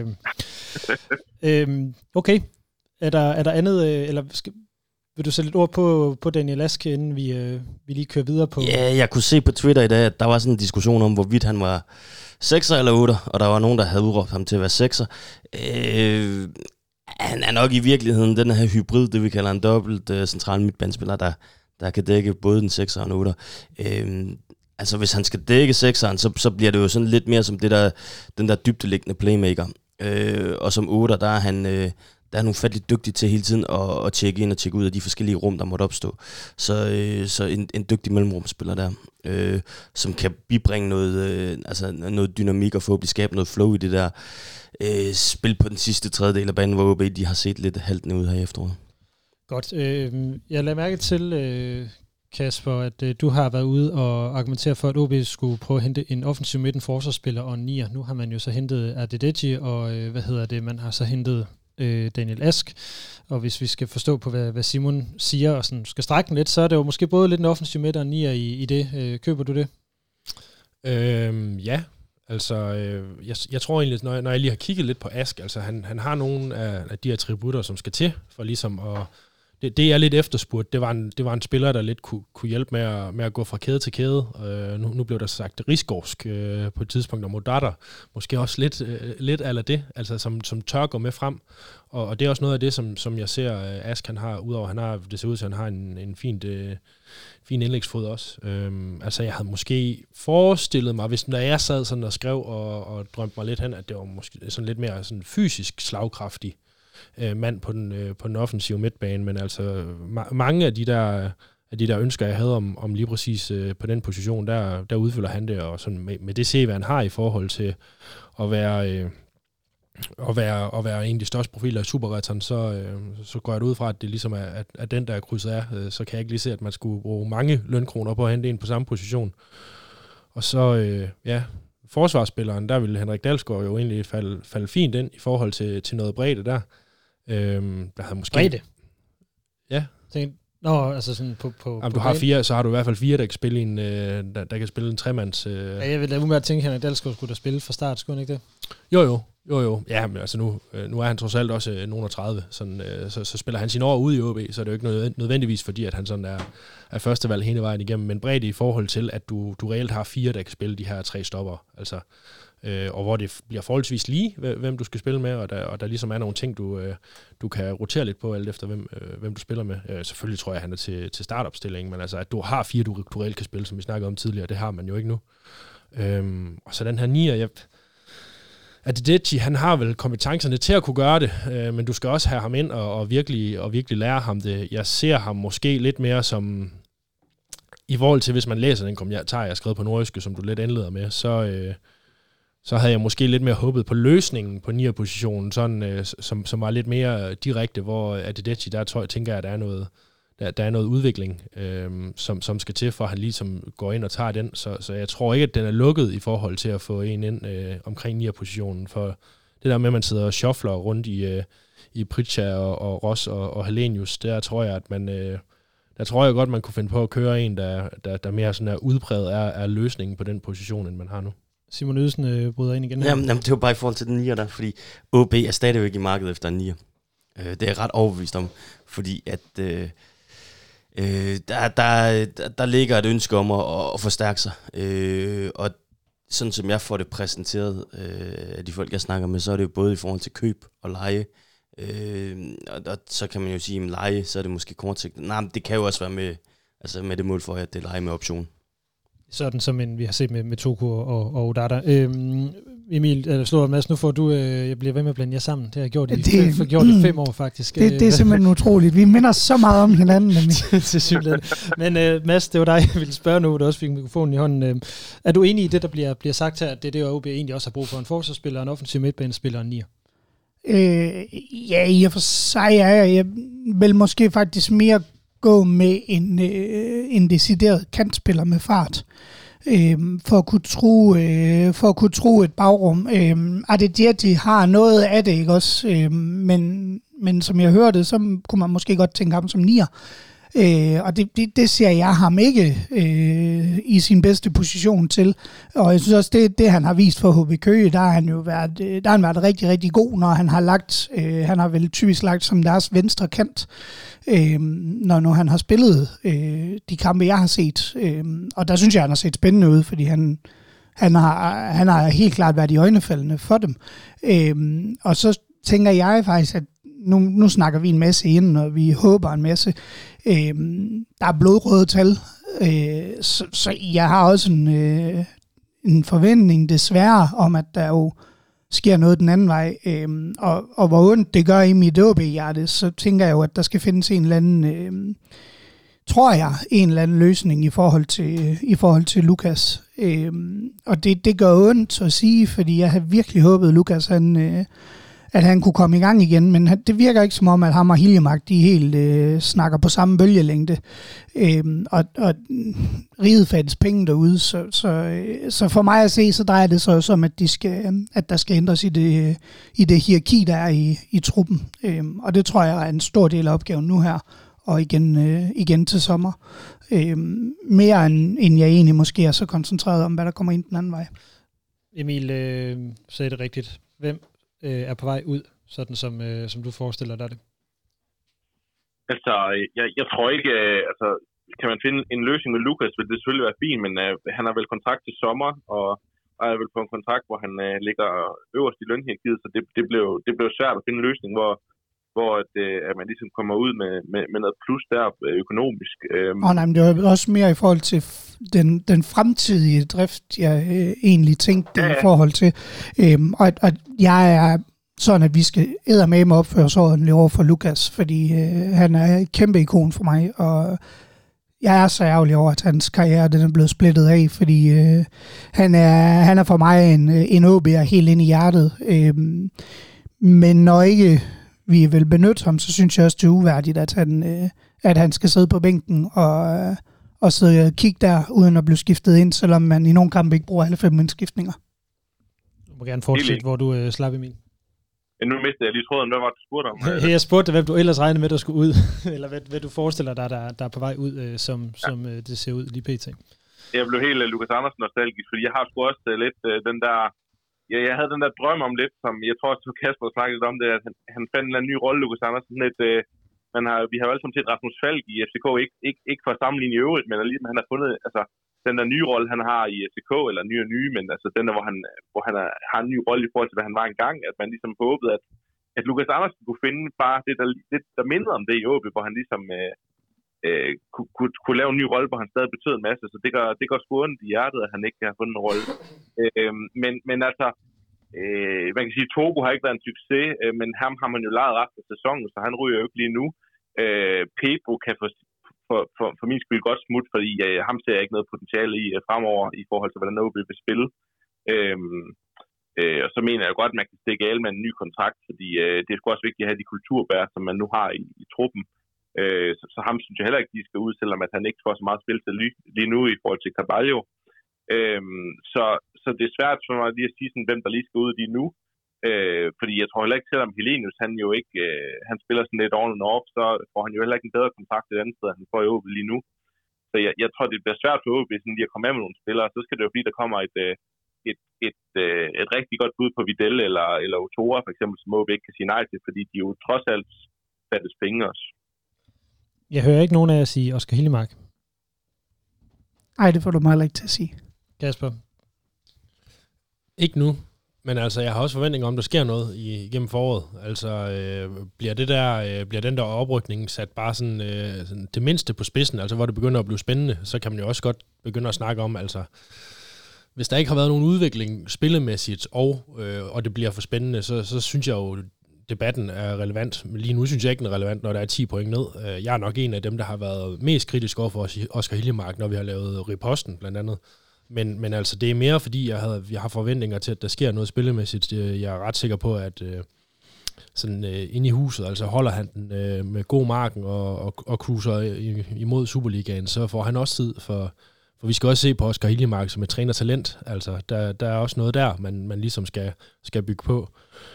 Speaker 1: Okay. Er der andet, eller vil du sætte lidt ord på Daniel Ask, inden vi lige kører videre på...
Speaker 6: Ja, jeg kunne se på Twitter i dag, at der var sådan en diskussion om, hvorvidt han var 6'er eller 8'er, og der var nogen, der havde udråbt ham til at være 6'er. Han er nok i virkeligheden den her hybrid, det vi kalder en dobbelt central midtbanespiller, der kan dække både den 6'er og en 8'er. Altså hvis han skal dække 6'eren, så bliver det jo sådan lidt mere som den der dybdeliggende playmaker. Og som 8'er, der er han ufattelig dygtig til hele tiden at tjekke ind og tjekke ud af de forskellige rum, der måtte opstå. Så en dygtig mellemrumspiller der, som kan bibringe noget dynamik og forhåbentlig skabe noget flow i det der spil på den sidste tredjedel af banen, hvor OB de har set lidt haltende ud her i efteråret.
Speaker 1: Godt. Jeg lader mærke til, Kasper, at du har været ude og argumentere for, at OB skulle prøve at hente en offensiv midten forsvarsspiller og en nier. Nu har man jo så hentet Adidaji, og man har så hentet Daniel Ask. Og hvis vi skal forstå på, hvad Simon siger, og sådan skal strække den lidt, så er det jo måske både lidt en offensiv midt og en nier i det. Køber du det?
Speaker 4: Ja. Altså, jeg tror egentlig, når jeg lige har kigget lidt på Ask, altså han har nogle af de attributter, som skal til, for ligesom at... Det er lidt efterspurgt. Det var en spiller, der lidt kunne hjælpe med at gå fra kæde til kæde. Nu blev der sagt rigsgårdsk på et tidspunkt, og Modata måske også lidt eller det, altså som tør gå med frem. Og det er også noget af det, som jeg ser, Ask han har, udover det ser ud til, at han har en fin indlægsfod også. Altså jeg havde måske forestillet mig, hvis jeg sad sådan og skrev og drømte mig lidt hen, at det var måske sådan lidt mere sådan fysisk slagkraftig mand på den offensive midtbane, men altså mange af de der ønsker, jeg havde om lige præcis på den position, der udfylder han det, og sådan med det CV, han har i forhold til at være en af de største profiler i Superettan, så går jeg ud fra, at det ligesom er at den, der er krydset af, så kan jeg ikke lige se, at man skulle bruge mange lønkroner på at hente en på samme position. Og så, forsvarsspilleren, der ville Henrik Dalsgaard jo egentlig falde fint ind i forhold til noget bredde der. Der havde måske...
Speaker 1: Bredde?
Speaker 4: Ja.
Speaker 1: Altså sådan på
Speaker 4: jamen, du har 4, så har du i hvert fald 4, der kan spille der kan spille en tremands...
Speaker 1: Ja, jeg vil da umiddelbart tænke, at Henrik Dalsgaard skulle da spille fra start, skulle han ikke det?
Speaker 4: Jo. Ja, men altså nu er han trods alt også nogen af 30, sådan, så spiller han sin år ud i OB, så er det jo ikke nødvendigvis fordi, at han sådan er førstevalg hele vejen igennem, men bredde i forhold til, at du reelt har 4, der kan spille de her 3 stopper, altså, og hvor det bliver forholdsvis lige, hvem du skal spille med, og der ligesom er nogle ting, du kan rotere lidt på, alt efter hvem du spiller med. Selvfølgelig tror jeg, han er til startopstillingen, men altså, at du har 4, du reelt kan spille, som vi snakkede om tidligere, det har man jo ikke nu. Og så den her 9'er, Adedeji, han har vel kompetencerne til at kunne gøre det, men du skal også have ham ind og virkelig lære ham det. Jeg ser ham måske lidt mere som, i forhold til, hvis man læser den kommentar, jeg skrev på nordjyske, som du lidt indleder med, så havde jeg måske lidt mere håbet på løsningen på 9'er-positionen, sådan, som var lidt mere direkte, hvor Adedeji, der tænker jeg, at der er noget udvikling, som skal til, for at han ligesom går ind og tager den. Så jeg tror ikke, at den er lukket i forhold til at få en ind omkring 9'er-positionen. For det der med, at man sidder og shuffler rundt i Pritcha og Ross og Helenius, der tror jeg, at der tror jeg godt, man kunne finde på at køre en, der mere sådan er udpræget er løsningen på den position, end man har nu.
Speaker 1: Simon Ydelsen bryder ind igen her.
Speaker 6: Jamen, det var bare i forhold til den 9'er der, fordi OB er stadigvæk i markedet efter en 9'er. Det er jeg ret overbevist om, fordi at... Der ligger et ønske om at forstærke sig, og sådan som jeg får det præsenteret af de folk, jeg snakker med, så er det jo både i forhold til køb og leje, og så kan man jo sige, at leje, så er det måske kortsigtet. Nej, men det kan jo også være med det mål for, at det er leje med option.
Speaker 1: Sådan som vi har set med Toko og Odata. Emil, slår Mads, nu får du, jeg bliver ved med at blande jer sammen. Det har jeg gjort i 5 år faktisk.
Speaker 3: Det er simpelthen utroligt. Vi minder så meget om hinanden.
Speaker 1: Til synligheden. Men Mads, det var dig, jeg ville spørge nu, du også fik mikrofonen i hånden. Er du enig i det, der bliver sagt her, at det er det, OB egentlig også har brug for, en forsvarsspiller, en offensiv midtbanespiller og en 9'er?
Speaker 3: Ja, i og for sig er jeg vil måske faktisk mere gå med en decideret kantspiller med fart. For at kunne true et bagrum. Adedeji har noget af det, ikke også? Men som jeg hørte, så kunne man måske godt tænke ham som 9'er. Og det ser jeg ham ikke i sin bedste position til. Og jeg synes også, det han har vist for HB Køge, der har han været rigtig, rigtig god, når han har lagt, han har vel typisk lagt som deres venstre kant, når han har spillet de kampe, jeg har set. Og der synes jeg, han har set spændende ud, fordi han har helt klart været i øjnefaldene for dem. Og så tænker jeg faktisk, at nu snakker vi en masse ind, og vi håber en masse. Der er blodrøde tal, så jeg har også en forventning desværre om, at der jo sker noget den anden vej. Og hvor ondt det gør i mit OB-hjerte, så tænker jeg jo, at der skal findes en eller anden, en eller anden løsning i forhold til Lukas. Og det gør ondt at sige, fordi jeg havde virkelig håbet, Lukas at han kunne komme i gang igen, men det virker ikke som om, at ham og Hiljemark, de helt snakker på samme bølgelængde. Og riget fattes penge derude, så for mig at se, så drejer det sig også om, at der skal ændres i det hierarki, der er i truppen. Og det tror jeg er en stor del af opgaven nu her, og igen til sommer. Mere end jeg egentlig måske er så koncentreret om, hvad der kommer ind den anden vej.
Speaker 1: Emil sagde det rigtigt. Hvem er på vej ud, sådan som du forestiller dig det?
Speaker 5: Altså, jeg tror ikke, kan man finde en løsning med Lukas, vil det selvfølgelig være fint, men han har vel kontrakt til sommer, og er vel på en kontrakt, hvor han ligger øverst i lønhierarkiet, så det blev svært at finde en løsning, hvor at man ligesom kommer ud med noget plus der økonomisk.
Speaker 3: Nej, men det var også mere i forhold til den fremtidige drift, jeg egentlig tænkte i forhold til. Og jeg er sådan, at vi skal eddermame opføre os ordentligt over for Lukas, fordi han er et kæmpe ikon for mig, og jeg er så ærgerlig over, at hans karriere den er blevet splittet af, fordi han er for mig en OB'er helt ind i hjertet. Men når ikke vi vil benytte ham, så synes jeg også, det er uværdigt, at han skal sidde på bænken og sidde og kigge der, uden at blive skiftet ind, selvom man i nogle kampe ikke bruger alle 5 indskiftninger.
Speaker 1: Du må gerne fortsætte, hvor du slap, Emil.
Speaker 5: Nu mistede jeg lige tråden. Hvad var det, du spurgte om?
Speaker 1: Jeg spurgte dig, hvem du ellers regnede med, der skulle ud, eller hvad du forestiller dig, der er på vej ud, som det ser ud lige pt.
Speaker 5: Jeg blev helt Lukas Andersen nostalgisk, fordi jeg har sgu også lidt den der... Jeg havde den der drøm om lidt, som jeg tror også, Kasper snakkede lidt om det, at han fandt en ny rolle, Lukas Andersen. Vi har jo alle sammen set Rasmus Falk i FCK, ikke for at sammenligne i øvrigt, men alligevel han har fundet den der nye rolle, han har i FCK, eller nye, men altså den der, hvor han har en ny rolle i forhold til, hvad han var engang, at man ligesom håbede, at Lukas Andersen kunne finde bare det, der mindede om det i OB, hvor han ligesom kunne lave en ny rolle, hvor han stadig betød en masse, så det går sgu ondt i hjertet, at han ikke har fundet en rolle. Men altså, man kan sige, at Togo har ikke været en succes, men ham har man jo lejet resten af sæsonen, så han ryger jo ikke lige nu. Pedro kan for min skyld godt smut, fordi ham ser jeg ikke noget potentiale i fremover, i forhold til, hvordan OB vil spille. Og så mener jeg godt, at man kan stikke af med en ny kontrakt, fordi det er sgu også vigtigt at have de kulturbær, som man nu har i truppen. Så ham synes jeg heller ikke, de skal ud, selvom at han ikke får så meget spil til lige nu i forhold til Carvalho. Så det er svært for mig lige at sige, sådan, hvem der lige skal ud lige nu. Fordi jeg tror heller ikke, selvom Helenius, han jo ikke, han spiller sådan lidt on and off, så får han jo heller ikke en bedre kontrakt et andet sted, han får i OB lige nu. Så jeg tror, det bliver svært for OB, sådan lige at komme af med nogle spillere. Så skal det jo blive, der kommer et rigtig godt bud på Vidal eller Otora, for eksempel, som OB ikke kan sige nej til, fordi de jo trods alt fattes penge også.
Speaker 1: Jeg hører ikke nogen af jer sige Oscar Hillemark.
Speaker 3: Nej, det får du mig heller ikke til at sige.
Speaker 1: Kasper?
Speaker 4: Ikke nu. Men altså, jeg har også forventninger om, der sker noget igennem foråret. Altså, bliver den der oprykning sat bare sådan det mindste på spidsen, altså hvor det begynder at blive spændende, så kan man jo også godt begynde at snakke om, altså, hvis der ikke har været nogen udvikling spillemæssigt, og det bliver for spændende, så synes jeg jo, debatten er relevant. Men lige nu synes jeg ikke, den er relevant, når der er 10 point ned. Jeg er nok en af dem, der har været mest kritisk over for Oscar Hillemark, når vi har lavet riposten, blandt andet. Men altså, det er mere, fordi jeg har forventninger til, at der sker noget spillemæssigt. Jeg er ret sikker på, at sådan inde i huset, altså holder han den med god marken og cruiser imod Superligaen, så får han også tid for vi skal også se på Oscar Hillemark som et trænertalent. Altså, der er også noget der, man ligesom skal bygge på.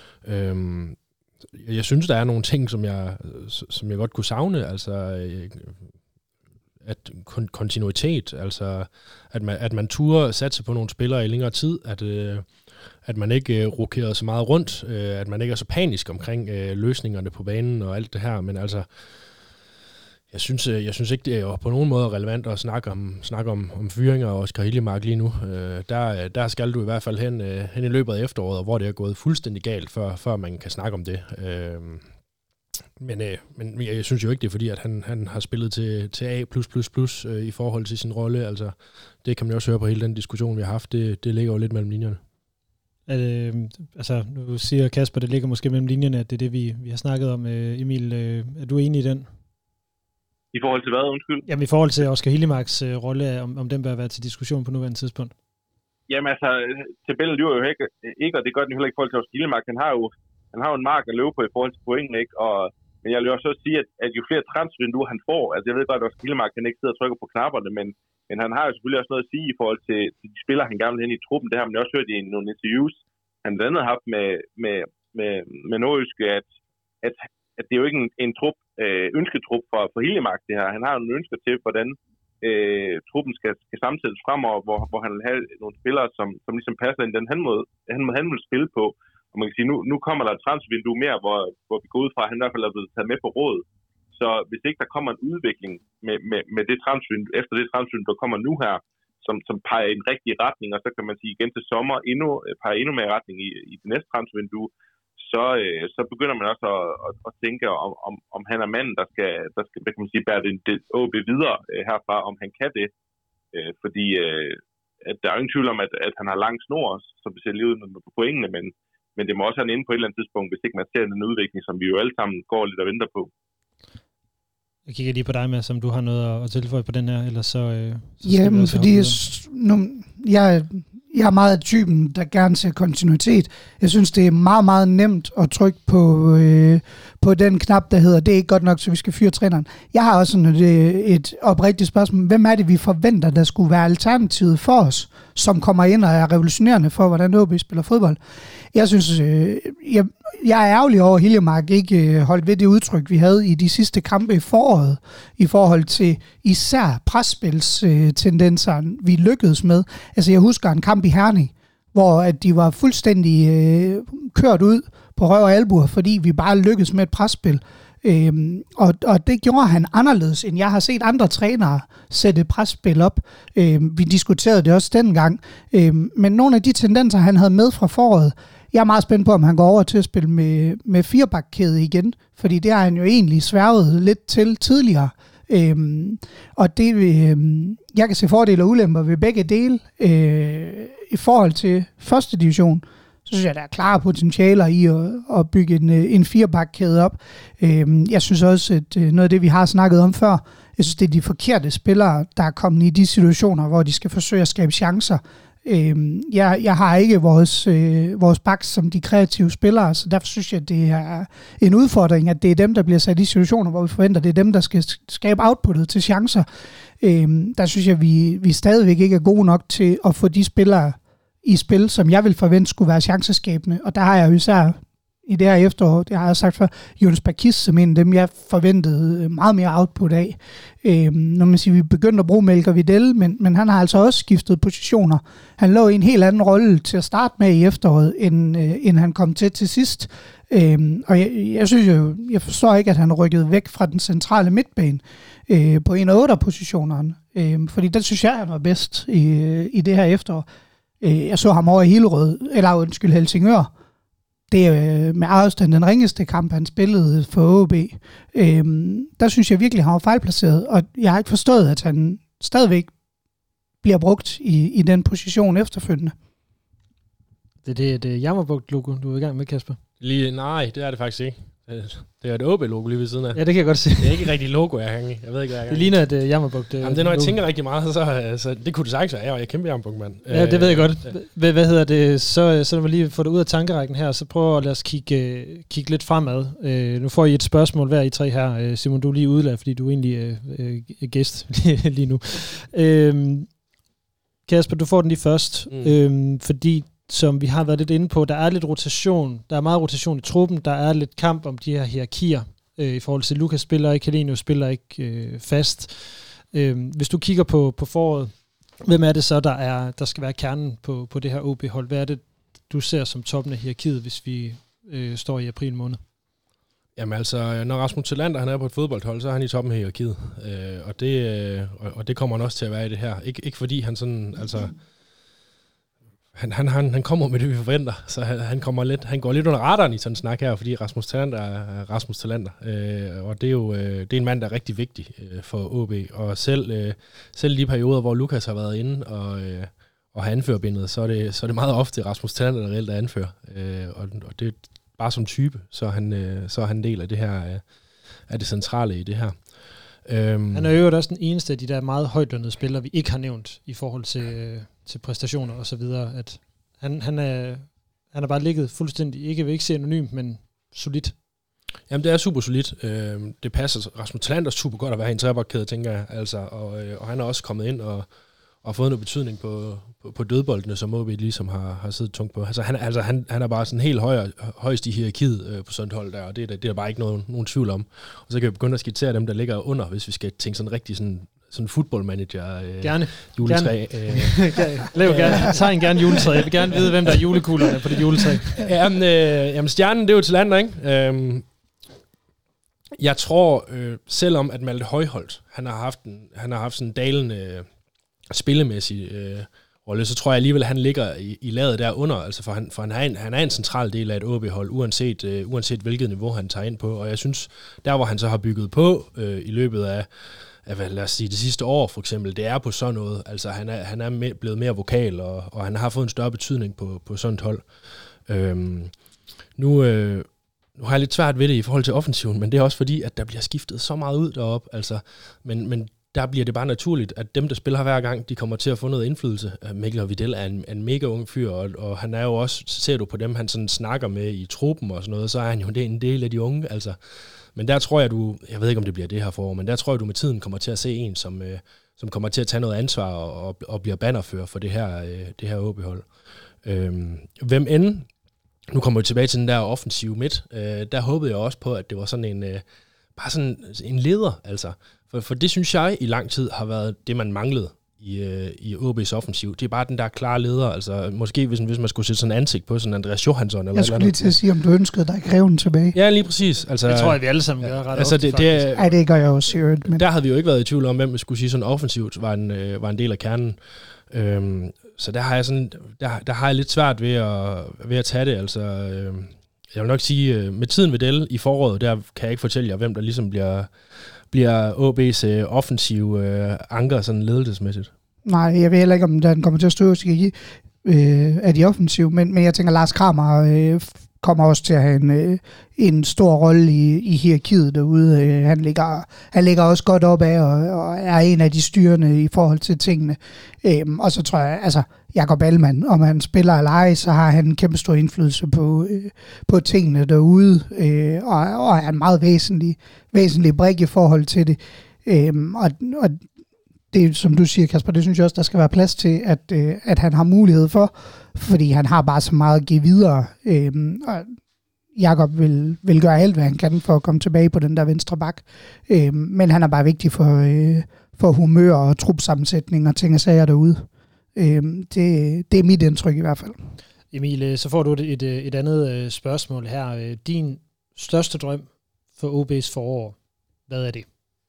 Speaker 4: Jeg synes, der er nogle ting, som jeg godt kunne savne, altså at kontinuitet, altså at man turde satse på nogle spillere i længere tid, at man ikke rokerede så meget rundt, at man ikke er så panisk omkring løsningerne på banen og alt det her, men altså jeg synes ikke, det er på nogen måde relevant at snakke om fyringer og Oscar Hillemark lige nu. Der skal du i hvert fald hen i løbet af efteråret, hvor det er gået fuldstændig galt, før man kan snakke om det. Men jeg synes jo ikke, det er fordi, at han har spillet til A+++ i forhold til sin rolle. Altså, det kan man jo også høre på hele den diskussion, vi har haft. Det ligger jo lidt mellem linjerne.
Speaker 1: Altså, nu siger Kasper, det ligger måske mellem linjerne, at det er det, vi har snakket om. Emil, er du enig i den?
Speaker 5: I forhold til hvad, undskyld?
Speaker 1: Jamen i forhold til Oscar Hillemarks rolle, om den bør være til diskussion på nuværende tidspunkt.
Speaker 5: Jamen altså, tabellen lyver jo ikke, og det gør den heller ikke i forhold til Oscar Hillemark. Han har jo en mark at løbe på i forhold til point, ikke? Men jeg vil jo også sige, at jo flere transfervinduer han får, altså jeg ved godt, at Oscar Hillemark kan ikke sidde og trykke på knapperne, men han har jo selvfølgelig også noget at sige i forhold til de spillere, han gerne vil hen i truppen. Det har man også hørt i nogle interviews, han blandt andet har haft med Nordjyske, at det er jo ikke en trup, ønsketrup for Hillemark, det her. Han har nogle ønsker til, hvordan truppen skal sammensættes fremover, hvor han vil have nogle spillere, som ligesom passer ind den han vil spille på. Og man kan sige, nu kommer der et transfervindue mere, hvor vi går ud fra, at han i hvert fald er blevet taget med på råd. Så hvis ikke der kommer en udvikling med det transfervindue, efter det transfervindue, der kommer nu her, som peger i en rigtig retning, og så kan man sige igen til sommer peger endnu mere retning i det næste transfervindue, så begynder man også at tænke om han er manden, der skal hvad kan man sige, bære det OB videre herfra, om han kan det. Fordi at der er ingen tvivl om, at han har lang snor, som vi ser lige ud på pointene, men det må også have en inde på et eller andet tidspunkt, hvis ikke man ser den udvikling, som vi jo alle sammen går lidt og venter på.
Speaker 1: Jeg kigger lige på dig, med, som du har noget at tilføje på den her, eller så
Speaker 3: jamen, fordi jeg er meget af typen, der gerne ser kontinuitet. Jeg synes, det er meget, meget nemt at trykke på den knap, der hedder, det er ikke godt nok, så vi skal fyre træneren. Jeg har også sådan et oprigtigt spørgsmål. Hvem er det, vi forventer, der skulle være alternativet for os, som kommer ind og er revolutionerende for, hvordan OB spiller fodbold? Jeg synes, jeg er ærgerlig over, at Hiljemark ikke holdt ved det udtryk, vi havde i de sidste kampe i foråret, i forhold til især presspilstendenser, vi lykkedes med. Altså, jeg husker en kamp i Herning, hvor at de var fuldstændig kørt ud på røv og albuer, fordi vi bare lykkedes med et presspil. Og det gjorde han anderledes, end jeg har set andre trænere sætte presspil op. Vi diskuterede det også dengang. Men nogle af de tendenser, han havde med fra foråret, jeg er meget spændt på, om han går over til at spille med firebakkæde igen, fordi det har han jo egentlig sværget lidt til tidligere. Og det, jeg kan se fordele og ulemper ved begge dele. I forhold til første division, så synes jeg, der er klare potentialer i at bygge en firebakkæde op. Jeg synes også, at noget af det, vi har snakket om før, jeg synes, det er de forkerte spillere, der er kommet i de situationer, hvor de skal forsøge at skabe chancer. Jeg har ikke vores backs som de kreative spillere, så derfor synes jeg, at det er en udfordring, at det er dem, der bliver sat i situationer, hvor vi forventer, at det er dem, der skal skabe outputtet til chancer. Der synes jeg, at vi stadigvæk ikke er gode nok til at få de spillere i spil, som jeg vil forvente skulle være chanceskabende. Og der har jeg jo især i det her efterår, det har jeg sagt før, Jonas Bakis som en af dem, jeg forventede meget mere output af. Når man siger, vi begyndte at bruge Melker Vidal, men han har altså også skiftet positioner. Han lå i en helt anden rolle til at starte med i efteråret, end han kom til sidst. Og jeg synes jo, jeg forstår ikke, at han rykkede væk fra den centrale midtbane på en af 8'er-positionerne. Fordi den synes jeg, han var bedst i det her efterår. Jeg så ham over i Hillerød, Helsingør. Det er med afstand den ringeste kamp, han spillede for OB. Der synes jeg virkelig, han var fejlplaceret, og jeg har ikke forstået, at han stadigvæk bliver brugt i den position efterfølgende.
Speaker 1: Det er et Jammerbugt-logo, du er i gang med, Kasper?
Speaker 4: Nej, det er det faktisk ikke. Det er et OB-logo lige ved siden af.
Speaker 1: Ja, det kan jeg godt se.
Speaker 4: Det er ikke rigtig logo, jeg hænger i. Jeg ved ikke, hvad jeg
Speaker 1: det ligner et Jammerbugt.
Speaker 4: Jamen, det er, når jeg tænker rigtig meget, så det kunne det sagtens være. Jeg er kæmpe Jammerbugt-mand.
Speaker 1: Ja, det ved jeg godt. Hvad hedder det? Så når vi lige får det ud af tankerækken her, så prøv at lade os kigge lidt fremad. Nu får I et spørgsmål hver I tre her. Simon, du er lige udladt, fordi du er egentlig gæst lige nu. Kasper, du får den lige først. Fordi som vi har været lidt inde på, der er lidt rotation, der er meget rotation i truppen, der er lidt kamp om de her hierarkier, i forhold til Lukas spiller ikke, Heleno spiller ikke fast. Hvis du kigger på foråret, hvem er det så, der skal være kernen på det her OB-hold? Hvad er det, du ser som toppen af hierarkiet, hvis vi står i april måned?
Speaker 4: Jamen altså, når Rasmus Talander han er på et fodboldhold, så er han i toppen af hierarkiet. Og det kommer han også til at være i det her. Ikke fordi han sådan, altså... Han kommer med det, vi forventer, så han går lidt under radaren i sådan en snak her, fordi Rasmus Talander er Rasmus Talander, og det er jo det er en mand, der er rigtig vigtig for OB, og selv i de perioder, hvor Lukas har været inde og har anførerbindet, så er det meget ofte Rasmus Talander, der reelt er anfører, og det er bare som type, så er han en del af det her, af det centrale i det her.
Speaker 1: Han er jo også den eneste af de der meget højtlønnede spillere, vi ikke har nævnt i forhold til præstationer og så videre, at han er bare ligget fuldstændig, ikke vil ikke se anonymt, men solidt.
Speaker 4: Jamen det er super solidt. Det passer Rasmus Talander super godt at være i en trebakkæde, tænker jeg, altså, og han er også kommet ind og fået noget betydning på dødboldene, som OB ligesom har siddet tungt på. Altså han er bare sådan helt højst i hierarkiet på sådan et hold der, og det er der bare ikke nogen tvivl om. Og så kan vi begynde at skitsere dem, der ligger under, hvis vi skal tænke sådan rigtig sådan sådan footballmanager
Speaker 1: gerne.
Speaker 4: Juletræ.
Speaker 1: Lav gerne. Tag en gerne juletræ. Jeg vil gerne vide, hvem der er julekuglerne på det juletræ.
Speaker 4: Jamen, stjernen, det er jo til Lander, ikke? Jeg tror, selvom at Malte Højholt, han har haft sådan en dalende spillemæssig rolle, så tror jeg alligevel, at han ligger i laget derunder, altså for han er en central del af et OB-hold, uanset hvilket niveau han tager ind på, og jeg synes, der hvor han så har bygget på i løbet af lad os sige, det sidste år for eksempel, det er på sådan noget, altså han er blevet mere vokal, og han har fået en større betydning på sådan et hold. Nu har jeg lidt svært ved det i forhold til offensiven, men det er også fordi, at der bliver skiftet så meget ud deroppe, altså, men der bliver det bare naturligt, at dem, der spiller hver gang, de kommer til at få noget indflydelse. Mikkel Videl er en mega ung fyr, og han er jo også, ser du på dem, han sådan snakker med i truppen og sådan noget, så er han jo en del af de unge, altså. Men der tror jeg ved ikke, om det bliver det her forår, men der tror jeg, du med tiden kommer til at se en, som kommer til at tage noget ansvar og bliver bannerfører for det her OB-hold. Hvem end, nu kommer vi tilbage til den der offensive midt, der håbede jeg også på, at det var sådan bare sådan en leder, altså. For det synes jeg i lang tid har været det, man manglede i OB's offensiv. Det er bare den der klare leder, altså måske hvis man skulle sætte sådan en ansigt på, sådan Andreas Johansson eller
Speaker 3: jeg skulle lige til at sige, om du ønskede dig Greven tilbage.
Speaker 4: Ja, lige præcis. Altså,
Speaker 1: det tror jeg, vi alle sammen gør ret ofte,
Speaker 3: Nej, det gør jeg også. Men
Speaker 4: der havde vi jo ikke været i tvivl om, hvem vi skulle sige sådan offensivt var en del af kernen. Så der har jeg lidt svært ved at tage det, altså. Jeg vil nok sige, med tiden ved Dell i foråret, der kan jeg ikke fortælle jer, hvem der ligesom bliver OB's offensive anker sådan ledelsesmæssigt.
Speaker 3: Nej, jeg ved heller ikke, om den kommer til at stå af de offensive, men jeg tænker, Lars Kramer kommer også til at have en stor rolle i hierarkiet derude. Han ligger også godt op af og er en af de styrende i forhold til tingene. Og så tror jeg, altså Jakob Allmann, om han spiller eller ej, så har han en kæmpe stor indflydelse på tingene derude, og er en meget væsentlig brik i forhold til det. Og det, som du siger, Kasper, det synes jeg også, der skal være plads til, at han har mulighed for, fordi han har bare så meget at give videre. Og Jakob vil gøre alt, hvad han kan for at komme tilbage på den der venstre bak. Men han er bare vigtig for humør og trupsammensætning og ting og sager derude. Det er mit indtryk i hvert fald.
Speaker 1: Emil, så får du et andet spørgsmål her. Din største drøm for OB's forår, hvad er det?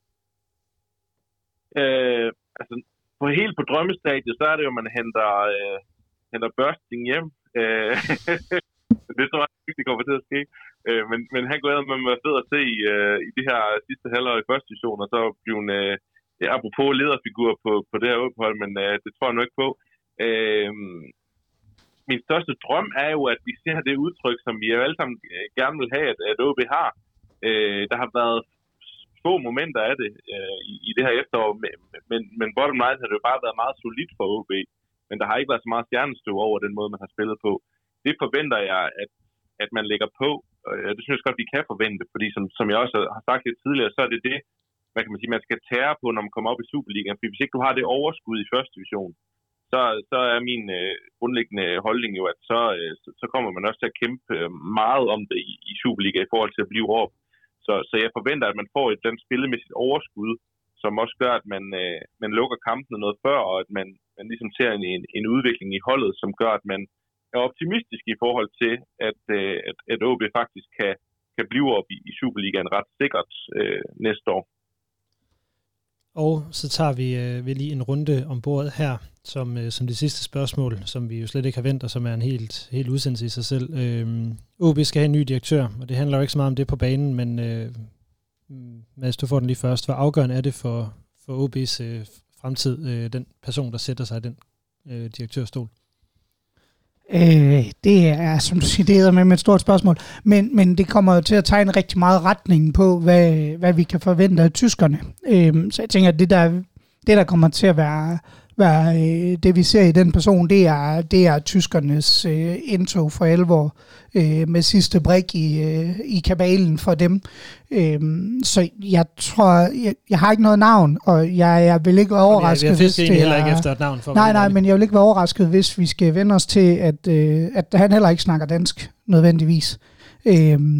Speaker 5: Altså, helt på drømmestadiet, så er det jo, at man henter Børsting hjem. Det tror jeg ikke, det kommer til at ske. Men han går ad med at være fed at se i de her sidste halvår i første division, og så blive en, apropos lederfigur på det her ophold, men det tror jeg nu ikke på. Min største drøm er jo, at vi ser det udtryk, som vi jo alle sammen gerne vil have, at OB har. Der har været få momenter af det i det her efterår, men bottom line har det jo bare været meget solidt for OB, men der har ikke været så meget stjernestøv over den måde, man har spillet på. Det forventer jeg, at man lægger på, og det synes jeg godt, vi kan forvente, fordi som jeg også har sagt lidt tidligere, så er det, hvad kan man sige, man skal tære på, når man kommer op i Superligaen, fordi hvis ikke du har det overskud i første division, så er min grundlæggende holdning jo, at så kommer man også til at kæmpe meget om det i Superliga i forhold til at blive råb. Så jeg forventer, at man får et den spillemæssigt overskud, som også gør, at man lukker kampene noget før, og at man ligesom ser en udvikling i holdet, som gør, at man er optimistisk i forhold til, at OB faktisk kan blive op i Superligaen ret sikkert næste år.
Speaker 1: Og så tager vi lige en runde om bordet her, som det sidste spørgsmål, som vi jo slet ikke har ventet, og som er en helt udsendelse i sig selv. OB skal have en ny direktør, og det handler jo ikke så meget om det på banen, men Mads, du får den lige først. Hvor afgørende er det for OB's fremtid, den person, der sætter sig i den direktørstol?
Speaker 3: Det er, som du siger, det er med et stort spørgsmål, men det kommer jo til at tegne rigtig meget retningen på, hvad vi kan forvente af tyskerne. Så jeg tænker, at det der kommer til at være det, vi ser i den person, det er tyskernes indtog for alvor med sidste brik i kabalen for dem. Så jeg tror, jeg har ikke noget navn, og jeg vil ikke være overrasket,
Speaker 1: hvis det heller ikke efter et navn for.
Speaker 3: Nej, men jeg vil ikke være overrasket, hvis vi skal vende os til, at han heller ikke snakker dansk nødvendigvis.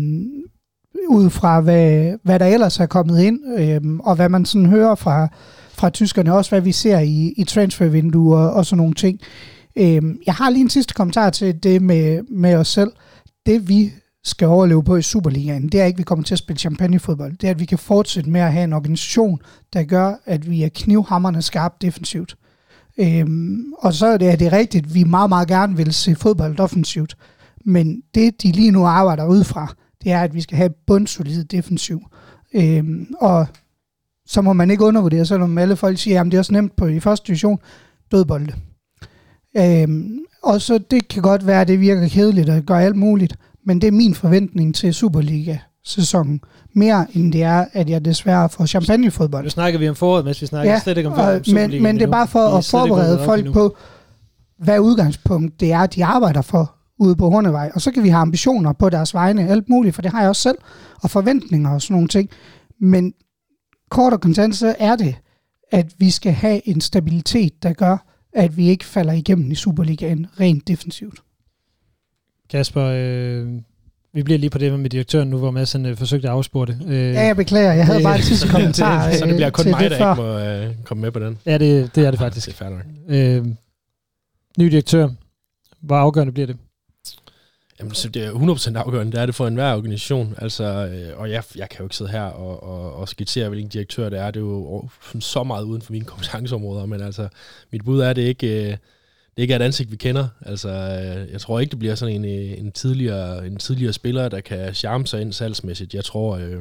Speaker 3: Ud fra hvad der ellers er kommet ind, og hvad man sådan hører fra tyskerne, også hvad vi ser i transfervinduer og sådan nogle ting. Jeg har lige en sidste kommentar til det med os selv. Det vi skal overleve på i Superligaen, det er ikke, at vi kommer til at spille champagnefodbold. Det er, at vi kan fortsætte med at have en organisation, der gør, at vi er knivhamrende skarpt defensivt. Og så er det rigtigt, at vi meget, meget gerne vil se fodbold offensivt. Men det, de lige nu arbejder ud fra, det er, at vi skal have bundsolid defensiv. Og så må man ikke undervurdere, selvom alle folk siger, at det er også nemt på i første division, dødbolde. Og så det kan godt være, at det virker kedeligt og gør alt muligt, men det er min forventning til Superliga-sæsonen. Mere end det er, at jeg desværre får champagnefodbold.
Speaker 1: Nu snakker vi om foråret, mens vi snakker slet ikke om Superligaen.
Speaker 3: Men det er bare for at forberede folk på, hvad udgangspunkt det er, de arbejder for ude på Hornevej. Og så kan vi have ambitioner på deres vegne, alt muligt, for det har jeg også selv, og forventninger og sådan nogle ting. Men kort og kontant, så er det, at vi skal have en stabilitet, der gør, at vi ikke falder igennem i Superligaen rent defensivt.
Speaker 1: Kasper, vi bliver lige på det med direktøren nu, hvor Mads forsøgte at afspore det.
Speaker 3: Ja, jeg beklager. Jeg havde bare en sidste kommentar.
Speaker 4: Så det bliver kun mig, der ikke må komme med på den.
Speaker 1: Ja, det er det faktisk.
Speaker 4: Det er fair nok.
Speaker 1: Ny direktør. Hvor afgørende bliver det?
Speaker 4: Jamen, så det er 100% afgørende. Det er det for enhver organisation. Altså, og jeg kan jo ikke sidde her og skitsere, hvilken direktør det er. Det er jo så meget uden for mine kompetenceområder. Men altså, mit bud er, at det ikke er et ansigt, vi kender. Altså, jeg tror ikke, det bliver sådan en tidligere spiller, der kan charme sig ind salgsmæssigt. Jeg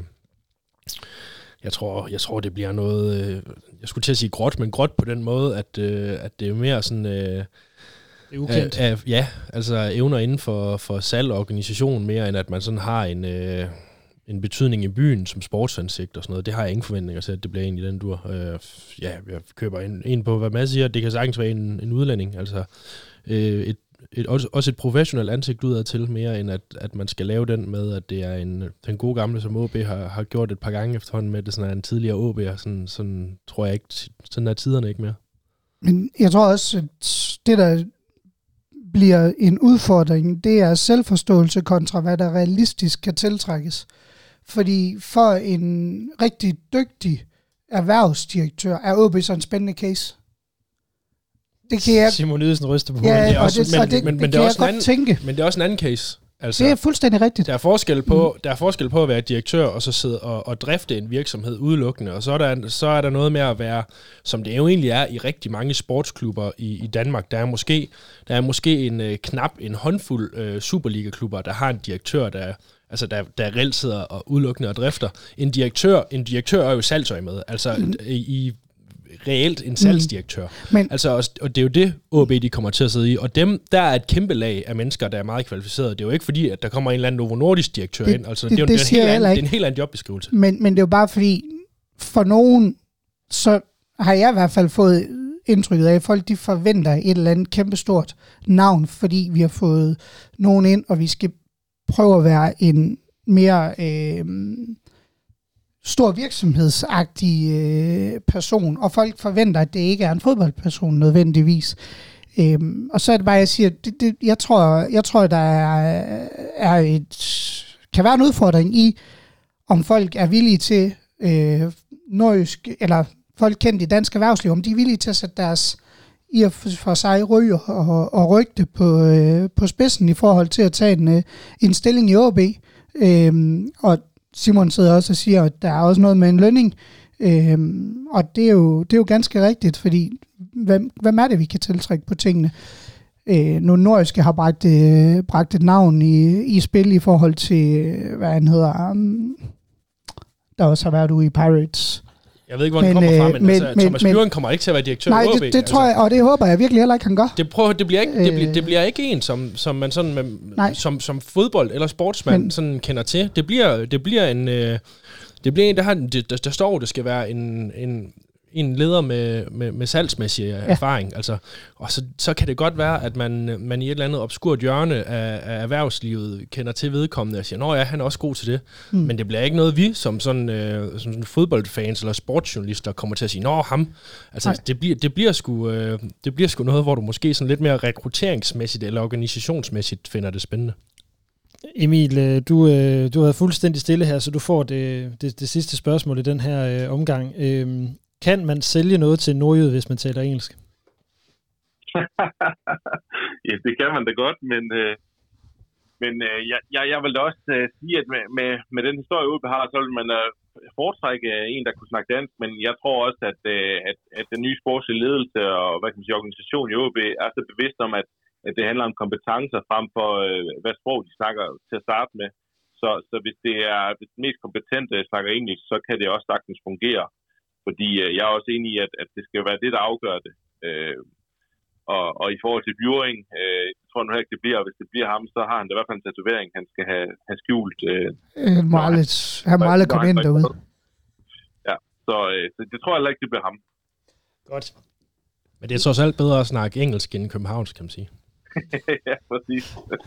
Speaker 4: tror, det bliver noget... jeg skulle til at sige gråt, men gråt på den måde, at det er mere sådan... det
Speaker 1: er ukendt.
Speaker 4: Ja, altså evner inden for salg og organisation mere, end at man sådan har en betydning i byen som sportsansigt og sådan noget. Det har jeg ingen forventninger til, at det bliver egentlig den dur. Jeg køber ind på, hvad man siger. Det kan sagtens være en udlænding. Altså også et professionelt ansigt udad til, mere end at man skal lave den med, at det er den gode gamle, som OB har gjort et par gange efterhånden med, det sådan er en tidligere OB, og sådan tror jeg ikke, sådan er tiderne ikke mere.
Speaker 3: Men jeg tror også, at det der bliver en udfordring, det er selvforståelse kontra, hvad der realistisk kan tiltrækkes. Fordi for en rigtig dygtig erhvervsdirektør er OB så en spændende case. Det kan jeg...
Speaker 1: Simon Ydelsen ryster på
Speaker 3: hovedet. Ja,
Speaker 1: det
Speaker 3: og det kan jeg godt tænke.
Speaker 4: Men det er også en anden case. Altså,
Speaker 3: det er fuldstændig rigtigt.
Speaker 4: Der er forskel på at være direktør og så sidde og drifte en virksomhed udelukkende, og så er der noget med at være, som det jo egentlig er i rigtig mange sportsklubber i Danmark. Der er måske en håndfuld Superliga-klubber, der har en direktør, der reelt sidder og udelukkende og drifter. En direktør er jo salgsøjemed, altså i reelt en salgsdirektør. Altså, og det er jo det, OB de kommer til at sidde i. Og der er et kæmpe lag af mennesker, der er meget kvalificerede. Det er jo ikke fordi, at der kommer en eller anden Novo Nordisk direktør ind. Altså, det er en helt anden jobbeskrivelse.
Speaker 3: Men det er jo bare fordi, for nogen, så har jeg i hvert fald fået indtrykket af, at folk de forventer et eller andet kæmpestort navn, fordi vi har fået nogen ind, og vi skal prøve at være en mere... stor virksomhedsagtig person, og folk forventer, at det ikke er en fodboldperson nødvendigvis. Og så er det bare, jeg siger, jeg tror, der kan være en udfordring i, om folk er villige til nordjysk, eller folk kendt i dansk erhvervsliv, om de er villige til at sætte deres i og for sig ryg og rygte på spidsen i forhold til at tage en stilling i OB. Og Simon sidder også og siger, at der er også noget med en lønning, og det er jo ganske rigtigt, fordi hvem er det, vi kan tiltrække på tingene? Nu Nordiske har bragt et navn i spil i forhold til, hvad han hedder, der også har været ude i Pirates.
Speaker 4: Jeg ved ikke, hvor den kommer fra, men Thomas Bjørn kommer ikke til at være direktør i OB.
Speaker 3: Nej, det tror jeg, og det håber jeg virkelig heller ikke, han gør.
Speaker 4: Det bliver ikke en, som man sådan som fodbold eller sportsmand sådan kender til. Det bliver en, der står, det skal være en leder med salgsmæssig erfaring. Altså, og så kan det godt være, at man i et eller andet obskurt hjørne af erhvervslivet kender til vedkommende og siger, nå ja, han er også god til det. Men det bliver ikke noget, vi som sådan fodboldfans eller sportsjournalister kommer til at sige, nå ham. Altså, det bliver sgu noget, hvor du måske sådan lidt mere rekrutteringsmæssigt eller organisationsmæssigt finder det spændende.
Speaker 1: Emil, du har fuldstændig stille her, så du får det sidste spørgsmål i den her omgang. Kan man sælge noget til nordjyde, hvis man taler engelsk?
Speaker 5: Ja, det kan man da godt, men jeg vil da også sige, at med den historie, OB har, så vil man foretrække en, der kunne snakke dansk, men jeg tror også, at den nye sportslige ledelse og organisation i OB er så bevidst om, at det handler om kompetencer frem for, hvad sprog de snakker til at starte med. Så hvis den mest kompetente snakker engelsk, så kan det også sagtens fungere. Fordi jeg er også enig i, at det skal være det, der afgør det. Og i forhold til Bjuring, jeg tror nu ikke, det bliver, hvis det bliver ham, så har han da i hvert fald en tatovering, han skal have skjult.
Speaker 3: Han må aldrig komme ind derude.
Speaker 5: Ja, så det tror jeg heller ikke, det bliver ham.
Speaker 1: Godt.
Speaker 4: Men det er trods alt bedre at snakke engelsk end københavnsk, kan man sige.
Speaker 5: Ja, præcis.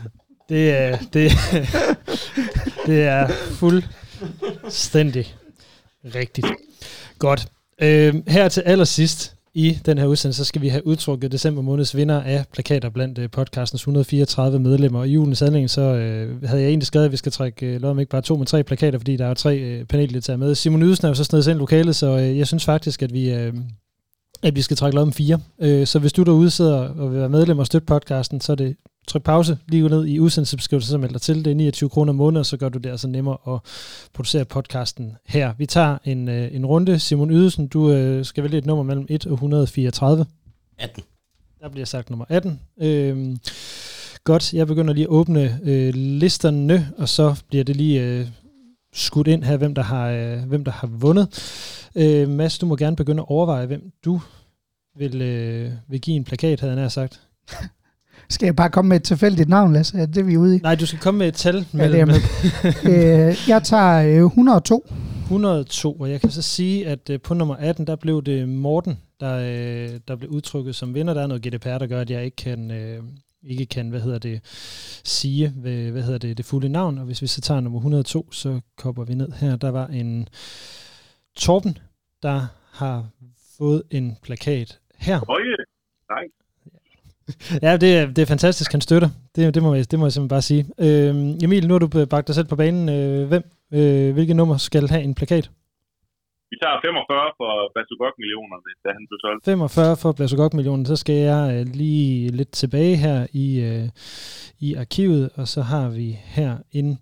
Speaker 1: Det er fuldstændig rigtigt. Godt. Her til allersidst i den her udsendelse, så skal vi have udtrukket december måneds vinder af plakater blandt podcastens 134 medlemmer. Og i julens anledning, så havde jeg egentlig skrevet, at vi skal trække lov om ikke bare 2, men 3 plakater, fordi der er 3 paneldeltagere med. Simon Ydelsen er jo så snedet ind i lokalet, så jeg synes faktisk, at vi skal trække lov om 4. Så hvis du derude sidder og vil være medlem og støtte podcasten, så er det tryk pause, lige ned i udsendelsesbeskrivelsen, så meld dig til. Det er 29 kroner om måneden, og så gør du det altså nemmere at producere podcasten her. Vi tager en runde. Simon Ydelsen, du skal vælge et nummer mellem 1 og 134.
Speaker 6: 18.
Speaker 1: Der bliver sagt nummer 18. Godt, jeg begynder lige at åbne listerne, og så bliver det lige skudt ind her, hvem der har vundet. Mads, du må gerne begynde at overveje, hvem du vil give en plakat, havde jeg nær sagt.
Speaker 3: Skal jeg bare komme med et tilfældigt navn, Lasse? Er det, vi er ude i?
Speaker 1: Nej, du skal komme med et tal.
Speaker 3: Jeg tager 102.
Speaker 1: 102, og jeg kan så sige, at på nummer 18, der blev det Morten, der blev udtrykket som vinder. Der er noget GDPR, der gør, at jeg ikke kan sige, det fulde navn. Og hvis vi så tager nummer 102, så kopper vi ned her. Der var en Torben, der har fået en plakat her.
Speaker 5: Nej.
Speaker 1: Ja, det er fantastisk, han støtter. Det må jeg simpelthen bare sige. Emil, nu har du bragt dig selv på banen. Hvilket nummer skal have en plakat?
Speaker 5: Vi tager 45 for Blasugok-millionerne, da han blev solgt.
Speaker 1: 45 for Blasugok-millionen. Så skal jeg lige lidt tilbage her i arkivet, og så har vi her en...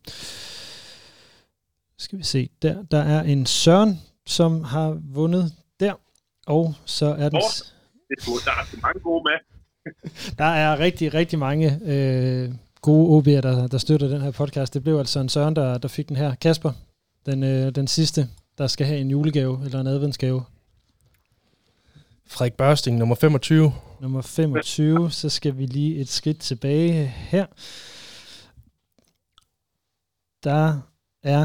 Speaker 1: Skal vi se, der er en Søren, som har vundet der, og så er den...
Speaker 5: Der er så mange gode med.
Speaker 1: Der er rigtig, rigtig mange gode OB'er, der støtter den her podcast. Det blev altså en Søren, der fik den her. Kasper, den sidste, der skal have en julegave eller en adventsgave.
Speaker 4: Frederik Børsting, nummer 25.
Speaker 1: Nummer 25, så skal vi lige et skridt tilbage her. Der er...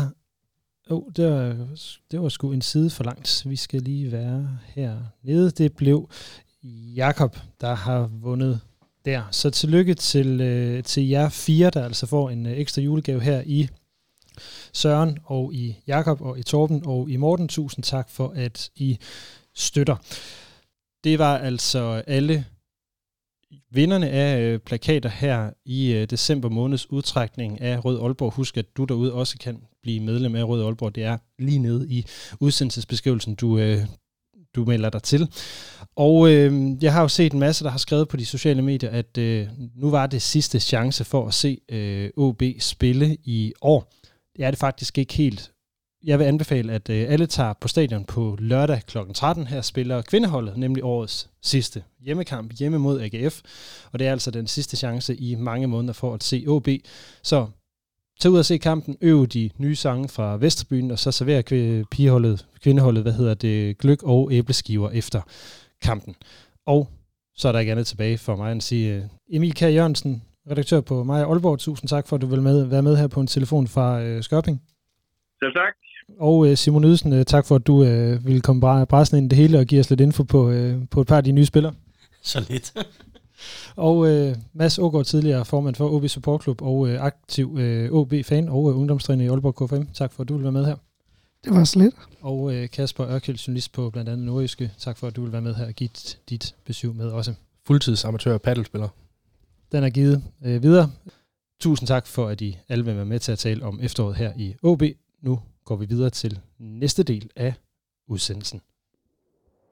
Speaker 1: det var sgu en side for langt. Vi skal lige være hernede. Det blev Jakob, der har vundet der. Så tillykke til jer 4, der altså får en ekstra julegave her i Søren og i Jakob og i Torben og i Morten. Tusind tak for, at I støtter. Det var altså alle vinderne af plakater her i december måneds udtrækning af Rød Aalborg. Husk, at du derude også kan blive medlem af Rød Aalborg. Det er lige nede i udsendelsesbeskrivelsen, du melder dig til. Og jeg har jo set en masse, der har skrevet på de sociale medier, at nu var det sidste chance for at se OB spille i år. Det er det faktisk ikke helt. Jeg vil anbefale, at alle tager på stadion på lørdag kl. 13. Her spiller kvindeholdet, nemlig årets sidste hjemmekamp hjemme mod AGF. Og det er altså den sidste chance i mange måneder for at se OB. Så tag ud og se kampen, øv de nye sange fra Vesterbyen, og så serverer kvindeholdet, gløgg og æbleskiver efter kampen. Og så er der ikke andet tilbage for mig end at sige, Emil K. Jørgensen, redaktør på Maja Aalborg, tusind tak for, at du vil være med her på en telefon fra Skørping.
Speaker 5: Selv tak.
Speaker 1: Og Simon Ydelsen, tak for, at du ville komme bræsen ind i det hele og give os lidt info på et par af de nye spillere.
Speaker 6: Så lidt.
Speaker 1: Og Mads Aagaard, tidligere formand for OB Support Club og aktiv OB-fan og ungdomstræner i Aalborg KFM. Tak for, at du vil være med her.
Speaker 3: Det var så lidt.
Speaker 1: Og Kasper Ørkild, journalist på blandt andet Nordjyske. Tak for, at du vil være med her og give dit besøg med også.
Speaker 4: Fuldtidsamatør paddelspiller.
Speaker 1: Den er givet videre. Tusind tak for, at I alle vil være med til at tale om efteråret her i OB. Nu går vi videre til næste del af udsendelsen.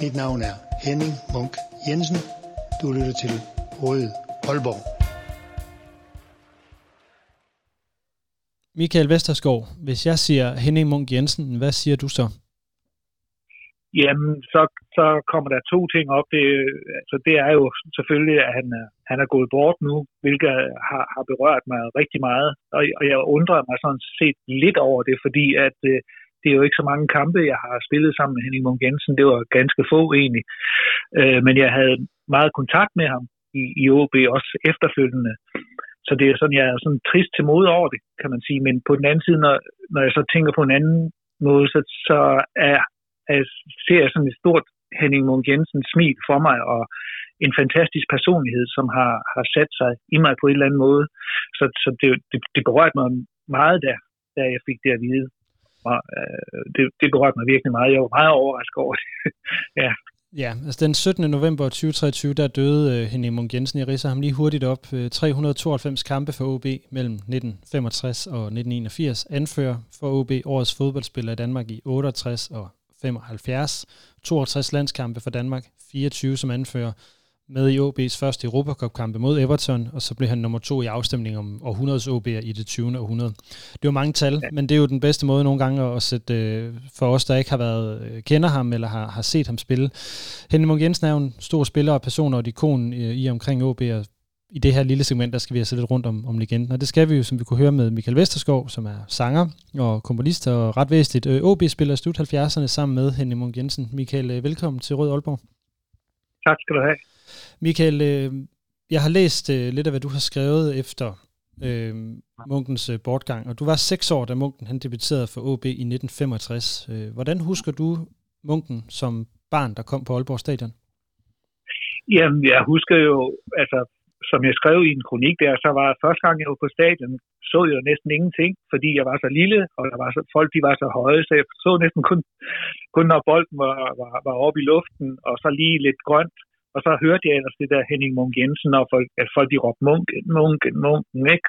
Speaker 7: Mit navn er Henning Munk Jensen. Du lytter til Røde Aalborg.
Speaker 1: Michael Vesterskov, hvis jeg siger Henning Munk Jensen, hvad siger du så?
Speaker 8: Jamen, så kommer der to ting op. Det er jo selvfølgelig, at han er gået bort nu, hvilket har berørt mig rigtig meget. Og jeg undrer mig sådan set lidt over det, fordi at det er jo ikke så mange kampe, jeg har spillet sammen med Henning Munk Jensen. Det var ganske få egentlig. Men jeg havde meget kontakt med ham i OB, også efterfølgende. Så det er sådan, jeg er sådan trist til mode over det, kan man sige. Men på den anden side, når jeg så tænker på en anden måde, så ser jeg sådan et stort Henning Munk Jensen smil for mig, og en fantastisk personlighed, som har sat sig i mig på en eller anden måde. Så det berørte mig meget da jeg fik det at vide. Og, det berørte mig virkelig meget. Jeg var meget overrasket over det. Ja.
Speaker 1: Ja, altså den 17. november 2023, der døde Henning Munk Jensen. Jeg ridser ham lige hurtigt op. 392 kampe for OB mellem 1965 og 1981. Anfører for OB, årets fodboldspiller i Danmark i 68 og 75. 62 landskampe for Danmark, 24 som anfører. Med i OB's første Europacup-kampe mod Everton, og så blev han nummer 2 i afstemningen om århundredes OB'er i det 20. århundrede. Det er jo mange tal, men det er jo den bedste måde nogle gange at sætte for os, der ikke har kender ham eller har set ham spille. Henning Munk Jensen er jo en stor spiller og person og et ikon i omkring OB, og i det her lille segment, der skal vi altså lidt rundt om legenden. Og det skal vi jo, som vi kunne høre med Michael Vesterskov, som er sanger og komponist og ret væsentligt OB-spiller i slut 70'erne sammen med Henning Munk Jensen. Michael, velkommen til Rød Aalborg.
Speaker 8: Tak skal du have.
Speaker 1: Michael, jeg har læst lidt af, hvad du har skrevet efter Munkens bortgang, og du var 6 år, da Munken han debuterede for OB i 1965. Hvordan husker du Munken som barn, der kom på Aalborg Stadion?
Speaker 8: Jamen, jeg husker jo, altså, som jeg skrev i en kronik der, så var første gang, jeg var på stadion, så jeg næsten ingenting, fordi jeg var så lille, og folk de var så høje, så jeg så næsten kun når bolden var oppe i luften, og så lige lidt grønt. Og så hørte jeg ellers det der Henning Munk Jensen, og folk de råbte Munken, ikke?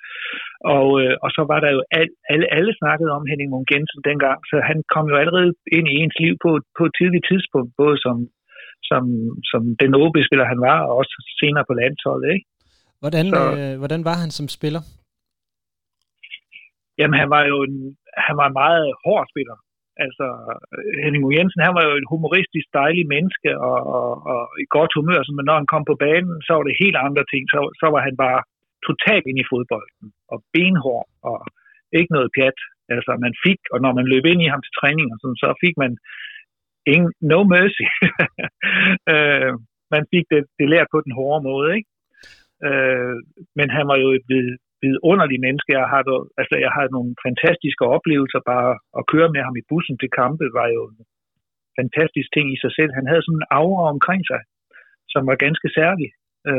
Speaker 8: Og så var der jo alle snakkede om Henning Munk Jensen dengang, så han kom jo allerede ind i ens liv på et tidligt tidspunkt, både som den OB-spiller han var, og også senere på landsholdet, ikke?
Speaker 1: Hvordan var han som spiller?
Speaker 8: Jamen, han var en meget hård spiller. Altså, Henning Munk Jensen, han var jo et humoristisk dejlig menneske og i godt humør, men når han kom på banen, så var det helt andre ting. Så var han bare totalt ind i fodbolden og benhård og ikke noget pjat. Altså, man fik, og når man løb ind i ham til træning, så fik man no mercy. Man fik det lært på den hårde måde, ikke? Men han var jo et vidunderlig menneske. Jeg har nogle fantastiske oplevelser. Bare at køre med ham i bussen til kampe var jo en fantastisk ting i sig selv. Han havde sådan en aura omkring sig, som var ganske særlig.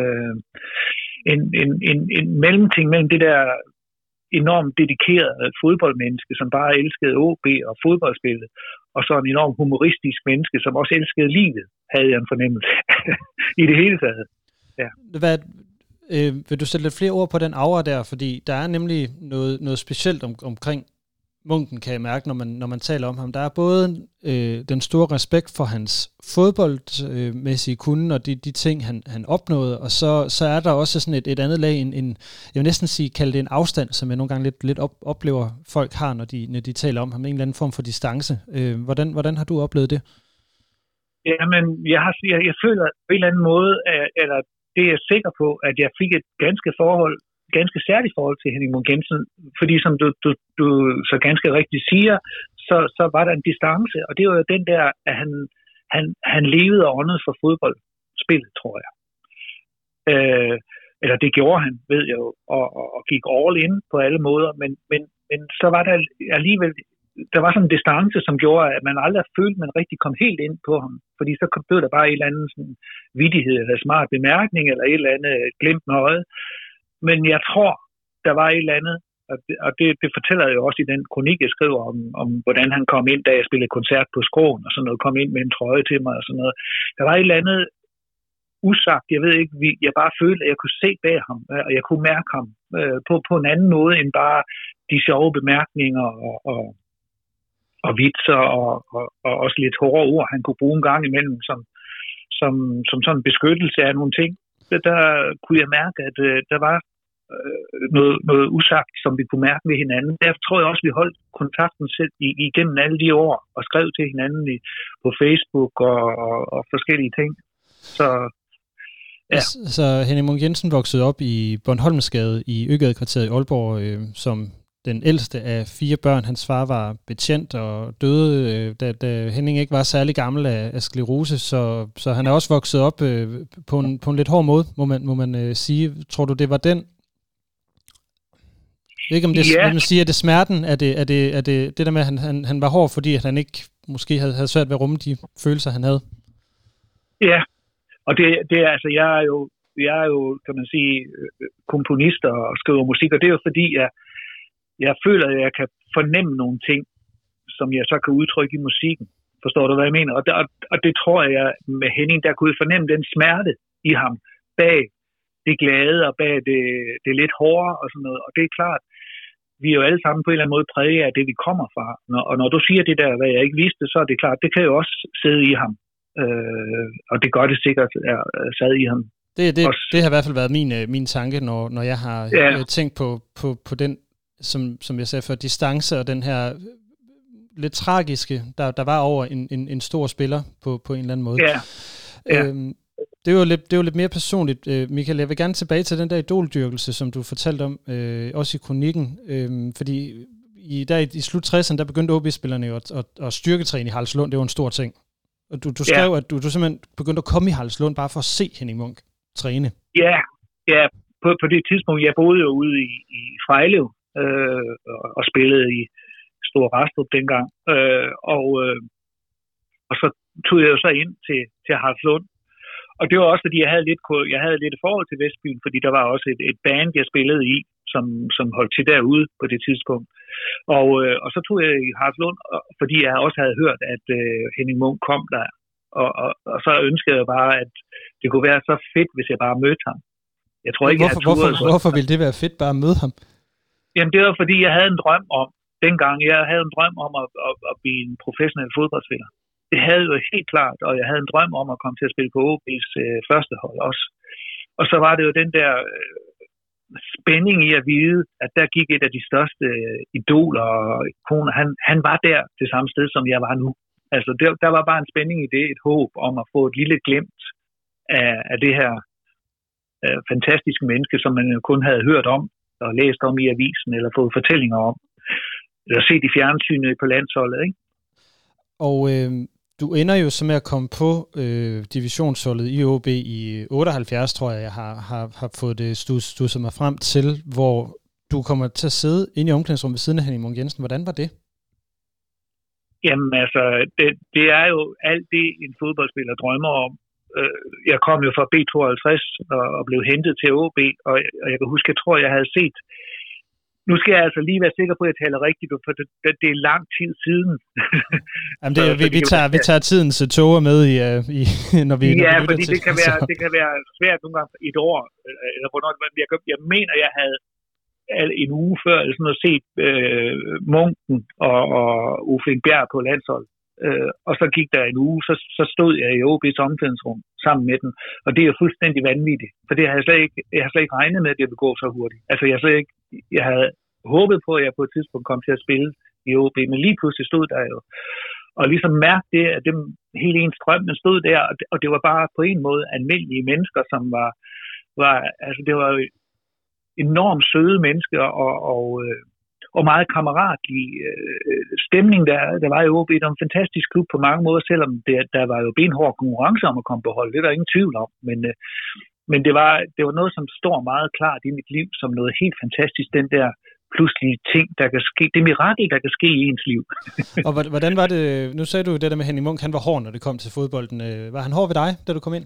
Speaker 8: En mellemting mellem det der enormt dedikerede fodboldmenneske, som bare elskede OB og fodboldspillet, og så en enormt humoristisk menneske, som også elskede livet, havde jeg en fornemmelse i det hele taget. Ja.
Speaker 1: Vil du sætte lidt flere ord på den aura der, fordi der er nemlig noget specielt omkring Munken, kan jeg mærke, når man taler om ham. Der er både den store respekt for hans fodboldmæssige kunnen og de ting, han opnåede, og så er der også sådan et andet lag, jeg vil næsten kalde det en afstand, som jeg nogle gange lidt oplever, folk har, når de taler om ham, en eller anden form for distance. Hvordan har du oplevet det?
Speaker 8: Jamen, jeg føler på en eller anden måde, eller det er jeg sikker på, at jeg fik et ganske særligt forhold til Henning Munk Jensen, fordi som du så ganske rigtigt siger, så var der en distance, og det var jo den der, at han levede og åndede for fodboldspillet, tror jeg. Eller det gjorde han, ved jeg jo, og gik all in på alle måder, men så var der alligevel, der var sådan en distance, som gjorde, at man aldrig følte, at man rigtig kom helt ind på ham, fordi så blev der bare en eller anden sådan vittighed, eller smart bemærkning, eller et eller andet glimt med øjet. Men jeg tror, der var et eller andet, og det fortæller jeg jo også i den kronik, jeg skriver om hvordan han kom ind, da jeg spillede koncert på Skråen, og sådan noget, kom ind med en trøje til mig og sådan noget. Der var et eller andet usagt, jeg ved ikke, jeg bare følte, at jeg kunne se bag ham, og jeg kunne mærke ham på en anden måde, end bare de sjove bemærkninger og vitser og også lidt hårde ord, han kunne bruge en gang imellem som sådan en beskyttelse af nogle ting. Der kunne jeg mærke, at der var noget usagt, som vi kunne mærke ved hinanden. Derfor tror jeg også, at vi holdt kontakten selv igennem alle de år og skrev til hinanden på Facebook og forskellige ting.
Speaker 1: Så Henning Munk Jensen voksede op i Bornholmsgade i Øgadekvarteret i Aalborg som den ældste af 4 børn. Hans far var betjent og døde, da Henning ikke var særlig gammel af sklerose, så han er også vokset op på en lidt hård måde, må man sige. Tror du, det var den? Jeg ved ikke, om det man siger, at det smerten, er det der med, at han var hård, fordi at han ikke måske havde svært ved at rumme de følelser, han havde?
Speaker 8: Ja, og det er altså, jeg er jo, kan man sige, komponist og skriver musik, og det er jo fordi, jeg føler, at jeg kan fornemme nogle ting, som jeg så kan udtrykke i musikken. Forstår du, hvad jeg mener? Og det tror jeg, med Henning, der kunne fornemme den smerte i ham, bag det glade og bag det lidt hårde og sådan noget. Og det er klart, vi er jo alle sammen på en eller anden måde præget af det, vi kommer fra. Og når du siger det der, hvad jeg ikke vidste, så er det klart, det kan jo også sidde i ham. Og det gør det sikkert sad i ham.
Speaker 1: Det har i hvert fald været min tanke, når jeg har tænkt på den, som jeg sagde før, distance og den her lidt tragiske, der var over en stor spiller på en eller anden måde. Det er jo lidt mere personligt, Michael. Jeg vil gerne tilbage til den der idoldyrkelse, som du fortalte om, også i kronikken, fordi i slut 60'erne, der begyndte OB-spillerne jo at styrketræne i Haraldslund. Det var en stor ting. Og du skrev, at du simpelthen begyndte at komme i Haraldslund bare for at se Henning Munk træne.
Speaker 8: Ja. På det tidspunkt, jeg boede jo ude i Frejlev, og spillede i Stor Rastrup dengang. Og så tog jeg jo så ind til Haraldslund. Og det var også, fordi jeg havde lidt forhold til Vestbyen, fordi der var også et band, jeg spillede i, som holdt til derude på det tidspunkt. Og så tog jeg i Haraldslund, fordi jeg også havde hørt, at Henning Munk kom der. Og så ønskede jeg bare, at det kunne være så fedt, hvis jeg bare mødte ham. Jeg tror ikke,
Speaker 1: hvorfor ville det være fedt bare at møde ham?
Speaker 8: Jamen det var, fordi jeg havde en drøm om, dengang jeg havde en drøm om at blive en professionel fodboldspiller. Det havde jo helt klart, og jeg havde en drøm om at komme til at spille på OB's første hold også. Og så var det jo den der spænding i at vide, at der gik et af de største idoler og ikoner. Han var der det samme sted, som jeg var nu. Altså der var bare en spænding i det, et håb om at få et lille glimt af det her fantastiske menneske, som man kun havde hørt om og læst om i avisen, eller fået fortællinger om, eller set i fjernsynet på landsholdet, ikke?
Speaker 1: Og du ender jo så med at komme på divisionsholdet i OB i 78, tror jeg har fået det studset mig frem til, hvor du kommer til at sidde inde i omklædningsrummet ved siden af Henning Munk Jensen. Hvordan var det?
Speaker 8: Jamen altså, det er jo alt det, en fodboldspiller drømmer om. Jeg kom jo fra B52 og blev hentet til OB, og jeg kan huske, jeg tror, jeg havde set. Nu skal jeg altså lige være sikker på, at jeg taler rigtigt, for det er lang tid siden.
Speaker 1: Jamen vi tager tidens toger med i når vi
Speaker 8: fordi det kan være svært nogle gange et år, eller hvornår. Jeg mener, jeg havde en uge før eller sådan noget set Munken og Uffe Bjerg på landshold. Og så gik der en uge, så stod jeg i OB's omklædningsrum sammen med den. Og det er jo fuldstændig vanvittigt, for det har jeg slet ikke regnet med, at det ville gå så hurtigt. Altså jeg havde håbet på, at jeg på et tidspunkt kom til at spille i OB, men lige pludselig stod der jo. Og ligesom mærke det, at hele ens drøm, den stod der, og det var bare på en måde almindelige mennesker, som var altså det var jo enormt søde mennesker, og meget kammeratlig stemning, der var i OB. Det var en fantastisk klub på mange måder, selvom der var jo benhård konkurrence om at komme på hold. Det er der ingen tvivl om. Men det var noget, som står meget klart i mit liv, som noget helt fantastisk. Den der pludselige ting, der kan ske. Det mirakel, der kan ske i ens liv.
Speaker 1: Og hvordan var det? Nu sagde du det der med Henning Munk, han var hård, når det kom til fodbolden. Var han hård ved dig, da du kom ind?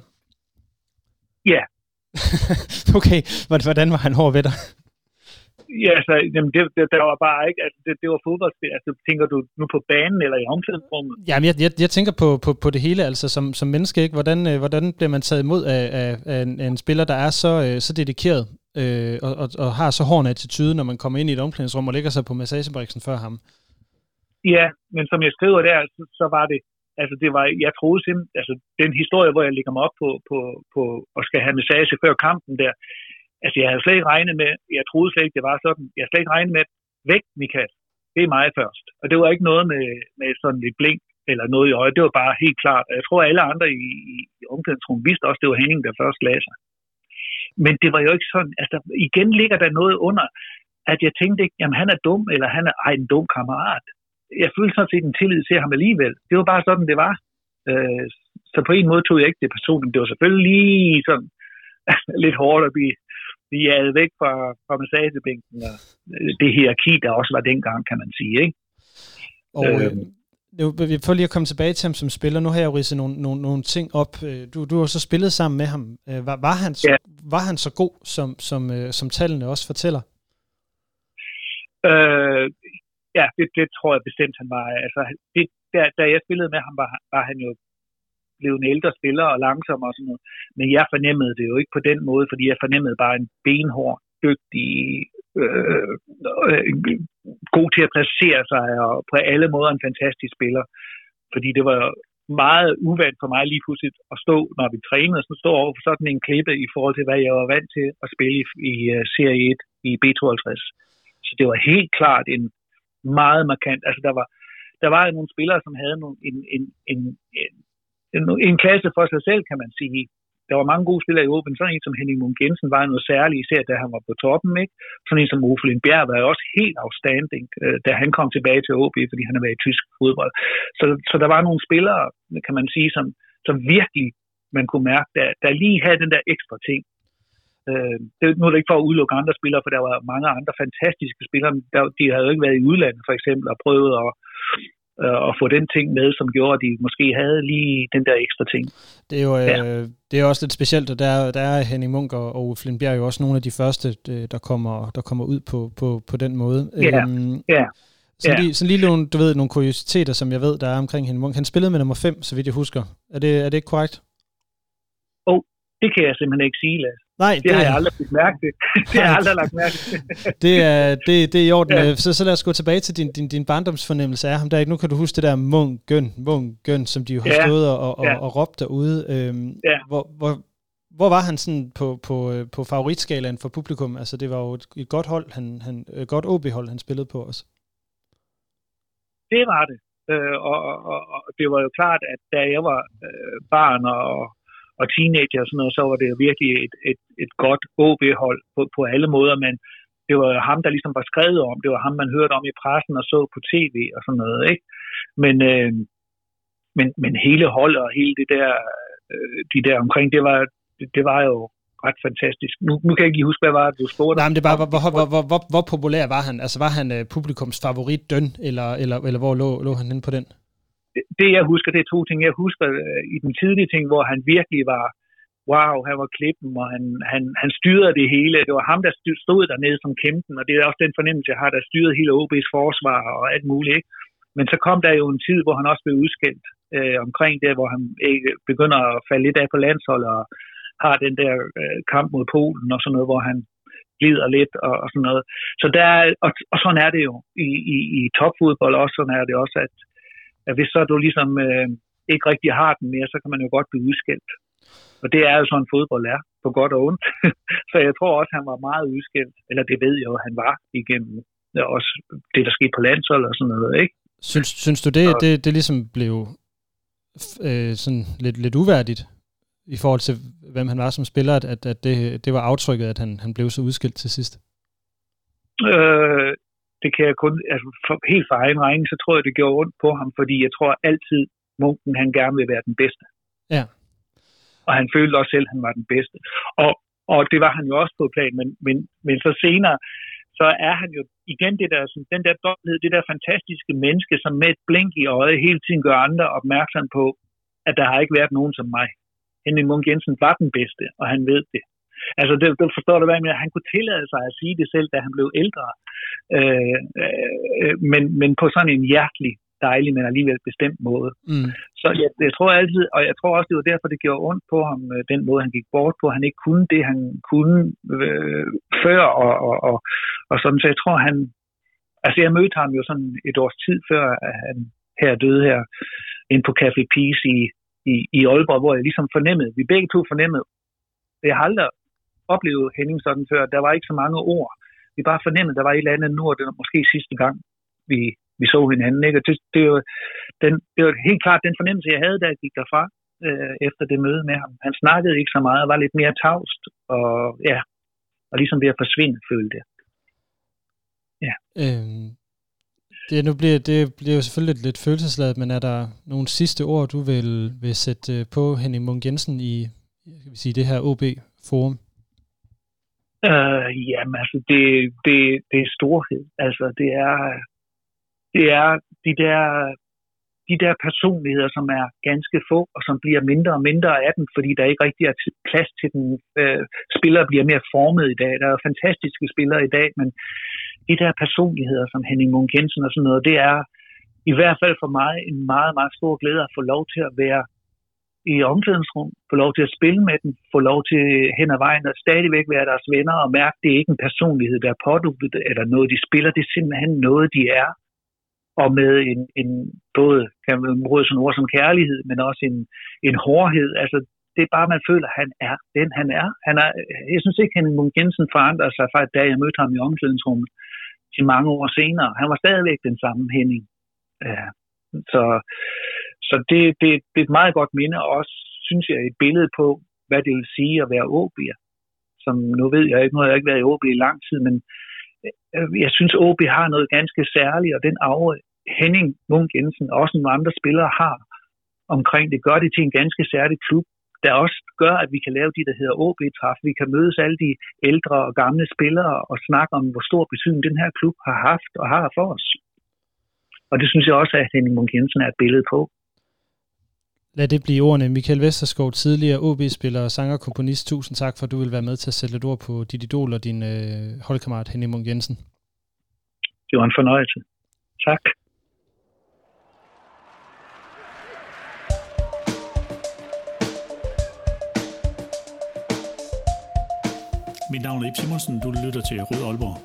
Speaker 8: Ja.
Speaker 1: Okay, hvordan var han hård ved dig?
Speaker 8: Ja, altså, der var bare ikke, altså, det var fodboldspil. Altså, tænker du nu på banen eller i omklædningsrummet?
Speaker 1: Jamen, jeg tænker på det hele, altså, som menneske, ikke? Hvordan bliver man taget imod af en spiller, der er så dedikeret, og har så hård en attitude, når man kommer ind i et omklædningsrum og lægger sig på massagebriksen før ham?
Speaker 8: Ja, men som jeg skriver der, så var det, altså det var, jeg troede simpelthen, altså den historie, hvor jeg lægger mig op på og skal have massage før kampen der, altså jeg havde slet ikke regnet med, jeg troede slet ikke, det var sådan, jeg havde slet ikke regnet med, væk Michael, det er mig først. Og det var ikke noget med sådan lidt blink eller noget i øjet, det var bare helt klart. Og jeg tror, alle andre i omklædningsrummet vidste også, det var Henning, der først lagde sig. Men det var jo ikke sådan, altså igen ligger der noget under, at jeg tænkte ikke, jamen han er dum, eller han er en dum kammerat. Jeg følte sådan set en tillid til ham alligevel. Det var bare sådan, det var. Så på en måde tog jeg ikke det personligt. Det var selvfølgelig lige sådan lidt hårdt at blive jaget væk fra massagebænken, og det hierarki, der også var dengang, kan man sige, ikke?
Speaker 1: Og vi får lige at komme tilbage til ham som spiller. Nu har jeg jo ridset nogle ting op. Du har så spillet sammen med ham. Var han så god, som tallene også fortæller?
Speaker 8: Ja, det tror jeg bestemt, han var. Altså, da jeg spillede med ham, var han jo blevet en ældre spiller og langsom og sådan noget. Men jeg fornemmede det jo ikke på den måde, fordi jeg fornemmede bare en benhård, dygtig, god til at placere sig, og på alle måder en fantastisk spiller. Fordi det var meget uvant for mig lige pludselig at stå, når vi trænede, og stå over for sådan en klippe i forhold til, hvad jeg var vant til at spille i Serie 1 i B52. Så det var helt klart en meget markant, altså der var nogle spillere, som havde en klasse for sig selv, kan man sige. Der var mange gode spillere i Åben. Sådan en som Henning Munk Jensen var noget særligt, især da han var på toppen, ikke? Sådan en som Uffe Lindbjerg var også helt outstanding, da han kom tilbage til OB, fordi han har været i tysk fodbold. Så der var nogle spillere, kan man sige, som virkelig man kunne mærke, der lige havde den der ekstra ting. Nu er det ikke for at udelukke andre spillere, for der var mange andre fantastiske spillere. De havde jo ikke været i udlandet, for eksempel, og prøvet at få den ting med, som gjorde, at de måske havde lige den der ekstra ting.
Speaker 1: Det er jo det er også lidt specielt, og der er Henning Munk og Uffe Lindbjerg jo også nogle af de første, der kommer ud på den måde. Sådan lige nogle kuriositeter, som jeg ved, der er omkring Henning Munk. Han spillede med nummer 5, så vidt jeg husker. Er det ikke korrekt?
Speaker 8: Det kan jeg simpelthen ikke sige, Lars.
Speaker 1: Nej,
Speaker 8: det har jeg aldrig lagt mærke til. Det har jeg aldrig lagt mærke til.
Speaker 1: det er i orden. Ja. Så lad os gå tilbage til din barndomsfornemmelse af ham. Der, nu kan du huske det der Munk-Gøn, som de jo har stået og råbt derude. Hvor var han sådan på favoritskalaen for publikum? Altså, det var jo et godt hold, et godt OB-hold, han spillede på også.
Speaker 8: Det var det. Og det var jo klart, at da jeg var barn og teenager og sådan noget, så var det jo virkelig et godt OB-hold på alle måder, men det var ham, der ligesom var skrevet om, det var ham, man hørte om i pressen og så på tv og sådan noget, ikke? Men hele holdet og hele det der, de der omkring, det var jo ret fantastisk. Nu kan jeg ikke lige huske, hvad var det, du spurgte?
Speaker 1: Nej, men det er bare, hvor populær var han? Altså, var han publikums favorit eller hvor lå han henne på den?
Speaker 8: Det jeg husker, det er 2 ting. Jeg husker i den tidlige ting, hvor han virkelig var, wow, han var klippen, og han styrede det hele. Det var ham, der stod dernede som kæmpen, og det er også den fornemmelse, jeg har, der styrede hele OB's forsvar og alt muligt, ikke? Men så kom der jo en tid, hvor han også blev udskilt omkring det, hvor han begynder at falde lidt af på landshold, og har den der kamp mod Polen og sådan noget, hvor han glider lidt og sådan noget. Så der, og sådan er det jo i topfodbold også, sådan er det også, at hvis så du ligesom ikke rigtig har den mere, så kan man jo godt blive udskilt. Og det er jo sådan fodbold er, på godt og ondt. Så jeg tror også, han var meget udskilt, eller det ved jeg jo, han var igennem også det, der skete på landshold og sådan noget, ikke?
Speaker 1: Synes du det ligesom blev sådan lidt uværdigt i forhold til, hvem han var som spiller, at det var aftrykket, at han blev så udskilt til sidst?
Speaker 8: Det kan jeg kun, altså helt for egen regning, så tror jeg, det gjorde ondt på ham, fordi jeg tror altid, Munken, han gerne vil være den bedste.
Speaker 1: Ja.
Speaker 8: Og han følte også selv, at han var den bedste. Og det var han jo også på plan, men så senere, så er han jo igen det der, sådan, den der dobbelthed, det der fantastiske menneske, som med et blink i øjet hele tiden gør andre opmærksom på, at der har ikke været nogen som mig. Henning Munk Jensen var den bedste, og han ved det. Altså, det forstår du hvad med, at han kunne tillade sig at sige det selv, da han blev ældre. Men på sådan en hjertelig, dejlig, men alligevel bestemt måde. Mm. Så jeg tror altid, og jeg tror også, det var derfor, det gjorde ondt på ham, den måde, han gik bort på. Han ikke kunne det, han kunne før, og sådan. Så jeg tror, Altså, jeg mødte ham jo sådan et års tid før, at han her døde her, inde på Café Peace i Aalborg, hvor jeg ligesom fornemmede, vi begge to fornemmede, jeg har aldrig oplevet Henning sådan før, der var ikke så mange ord. Vi bare fornemmede, der var et eller andet nu, og det var måske sidste gang, vi så hinanden, ikke? Og det var helt klart den fornemmelse, jeg havde, da jeg gik derfra, efter det møde med ham. Han snakkede ikke så meget, var lidt mere tavst, og ligesom ved at forsvinde, følte jeg. Ja.
Speaker 1: Det bliver jo selvfølgelig lidt følelsesladet, men er der nogle sidste ord, du vil sætte på Henning Munk Jensen i det her OB-forum?
Speaker 8: Jamen, altså, det er storhed. Altså, det er de der personligheder, som er ganske få, og som bliver mindre og mindre af dem, fordi der ikke rigtig er plads til den. Spillere bliver mere formet i dag. Der er fantastiske spillere i dag, men de der personligheder, som Henning Munk Jensen og sådan noget, det er i hvert fald for mig en meget, meget stor glæde at få lov til at være i omklædningsrum, få lov til at spille med dem, få lov til hen ad vejen at stadigvæk være deres venner og mærke, det er ikke en personlighed, der er påduttet, eller noget, de spiller, det er simpelthen noget, de er. Og med en både, kan man bruge sådan ord som kærlighed, men også en hårdhed. Altså, det er bare, man føler, at han er den, han er. Jeg synes ikke, at Henning Munk Jensen forandrer sig fra da jeg mødte ham i omklædningsrummet til mange år senere. Han var stadigvæk den samme Henning. Så det er et meget godt minde, og også, synes jeg, et billede på, hvad det vil sige at være OB'er. Som nu ved jeg ikke, nu har jeg ikke været i OB i lang tid, men jeg synes, OB har noget ganske særligt, og den arve Henning Munk Jensen og også nogle andre spillere har omkring det, gør det til en ganske særlig klub, der også gør, at vi kan lave de, der hedder OB-træf. Vi kan mødes alle de ældre og gamle spillere og snakke om, hvor stor betydning den her klub har haft og har for os. Og det synes jeg også, at Henning Munk Jensen er et billede på.
Speaker 1: Lad det blive ordene. Michael Vesterskov, tidligere OB-spiller, sanger og komponist. Tusind tak, for at du vil være med til at sætte lidt ord på dit idol og din holdkammerat Henning Munk Jensen.
Speaker 8: Det var en fornøjelse. Tak.
Speaker 9: Mit navn er Ib Simonsen. Du lytter til Rød Aalborg.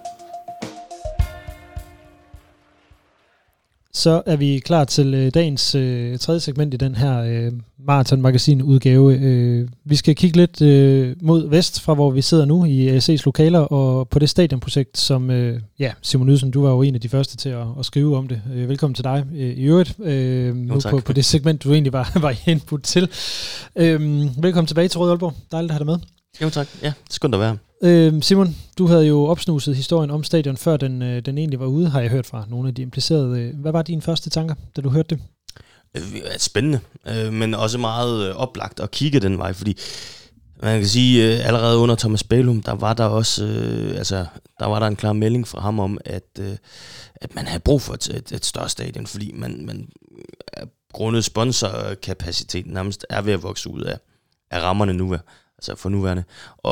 Speaker 1: Så er vi klar til dagens tredje segment i den her Marathon-magasin-udgave. Vi skal kigge lidt mod vest fra, hvor vi sidder nu i AC's lokaler, og på det stadionprojekt, som Simon Ydsen, du var jo en af de første til at skrive om det. Velkommen til dig i øvrigt, nu på det segment, du egentlig var input til. Velkommen tilbage til Rød Aalborg. Dejligt at have dig med.
Speaker 6: Jo tak, ja, det skulle da være.
Speaker 1: Simon, du havde jo opsnuset historien om stadion, før den egentlig var ude, har jeg hørt fra nogle af de implicerede. Hvad var dine første tanker, da du hørte det?
Speaker 6: Spændende, men også meget oplagt at kigge den vej, fordi man kan sige, allerede under Thomas Bælum, der var der også, der var der en klar melding fra ham om, at man havde brug for et større stadion, fordi man grundet sponsorkapaciteten nærmest er ved at vokse ud af rammerne nu, altså for nuværende.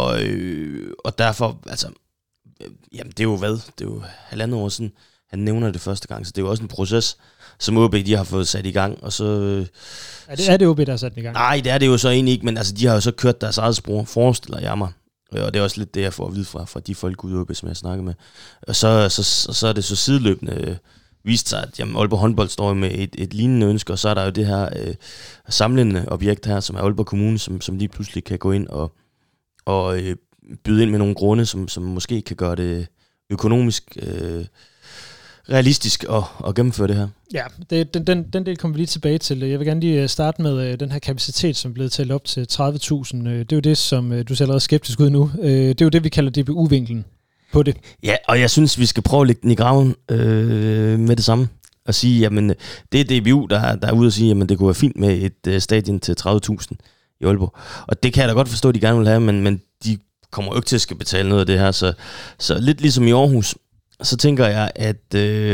Speaker 6: Og derfor, altså, jamen det er jo det er jo 1,5 år siden, han nævner det første gang, så det er jo også en proces, som OB de har fået sat i gang, og så...
Speaker 1: Er det OB, der har sat i gang?
Speaker 6: Nej, det er det jo så egentlig ikke, men altså, de har jo så kørt deres eget spor, forestiller jeg mig. Og det er også lidt det, jeg får at vide fra de folk ude i OB, som jeg snakker med. Og så er det så sideløbende vist sig, at jamen, Aalborg håndbold står med et lignende ønske, og så er der jo det her samlende objekt her, som er Aalborg Kommune, som lige pludselig kan gå ind og byde ind med nogle grunde, som måske kan gøre det økonomisk realistisk at gennemføre det her.
Speaker 1: Ja, den del kommer vi lige tilbage til. Jeg vil gerne lige starte med den her kapacitet, som er blevet talt op til 30.000. Det er jo det, som du ser allerede skeptisk ud nu. Det er jo det, vi kalder DBU-vinklen på det.
Speaker 6: Ja, og jeg synes, vi skal prøve at lægge den i graven med det samme. Og sige, jamen, det er DBU, der er ude og sige, jamen, det kunne være fint med et stadion til 30.000 i Aalborg. Og det kan jeg da godt forstå, at de gerne vil have, men de kommer jo ikke til at skal betale noget af det her. Så lidt ligesom i Aarhus, så tænker jeg, at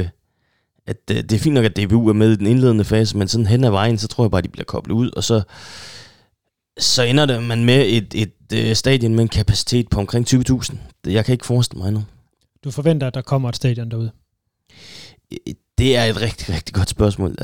Speaker 6: det er fint nok, at DBU er med i den indledende fase, men sådan hen ad vejen, så tror jeg bare, at de bliver koblet ud, og så ender det man med et stadion med en kapacitet på omkring 20.000. Jeg kan ikke forestille mig nu.
Speaker 1: Du forventer, at der kommer et stadion derude?
Speaker 6: Det er et rigtig, rigtig godt spørgsmål.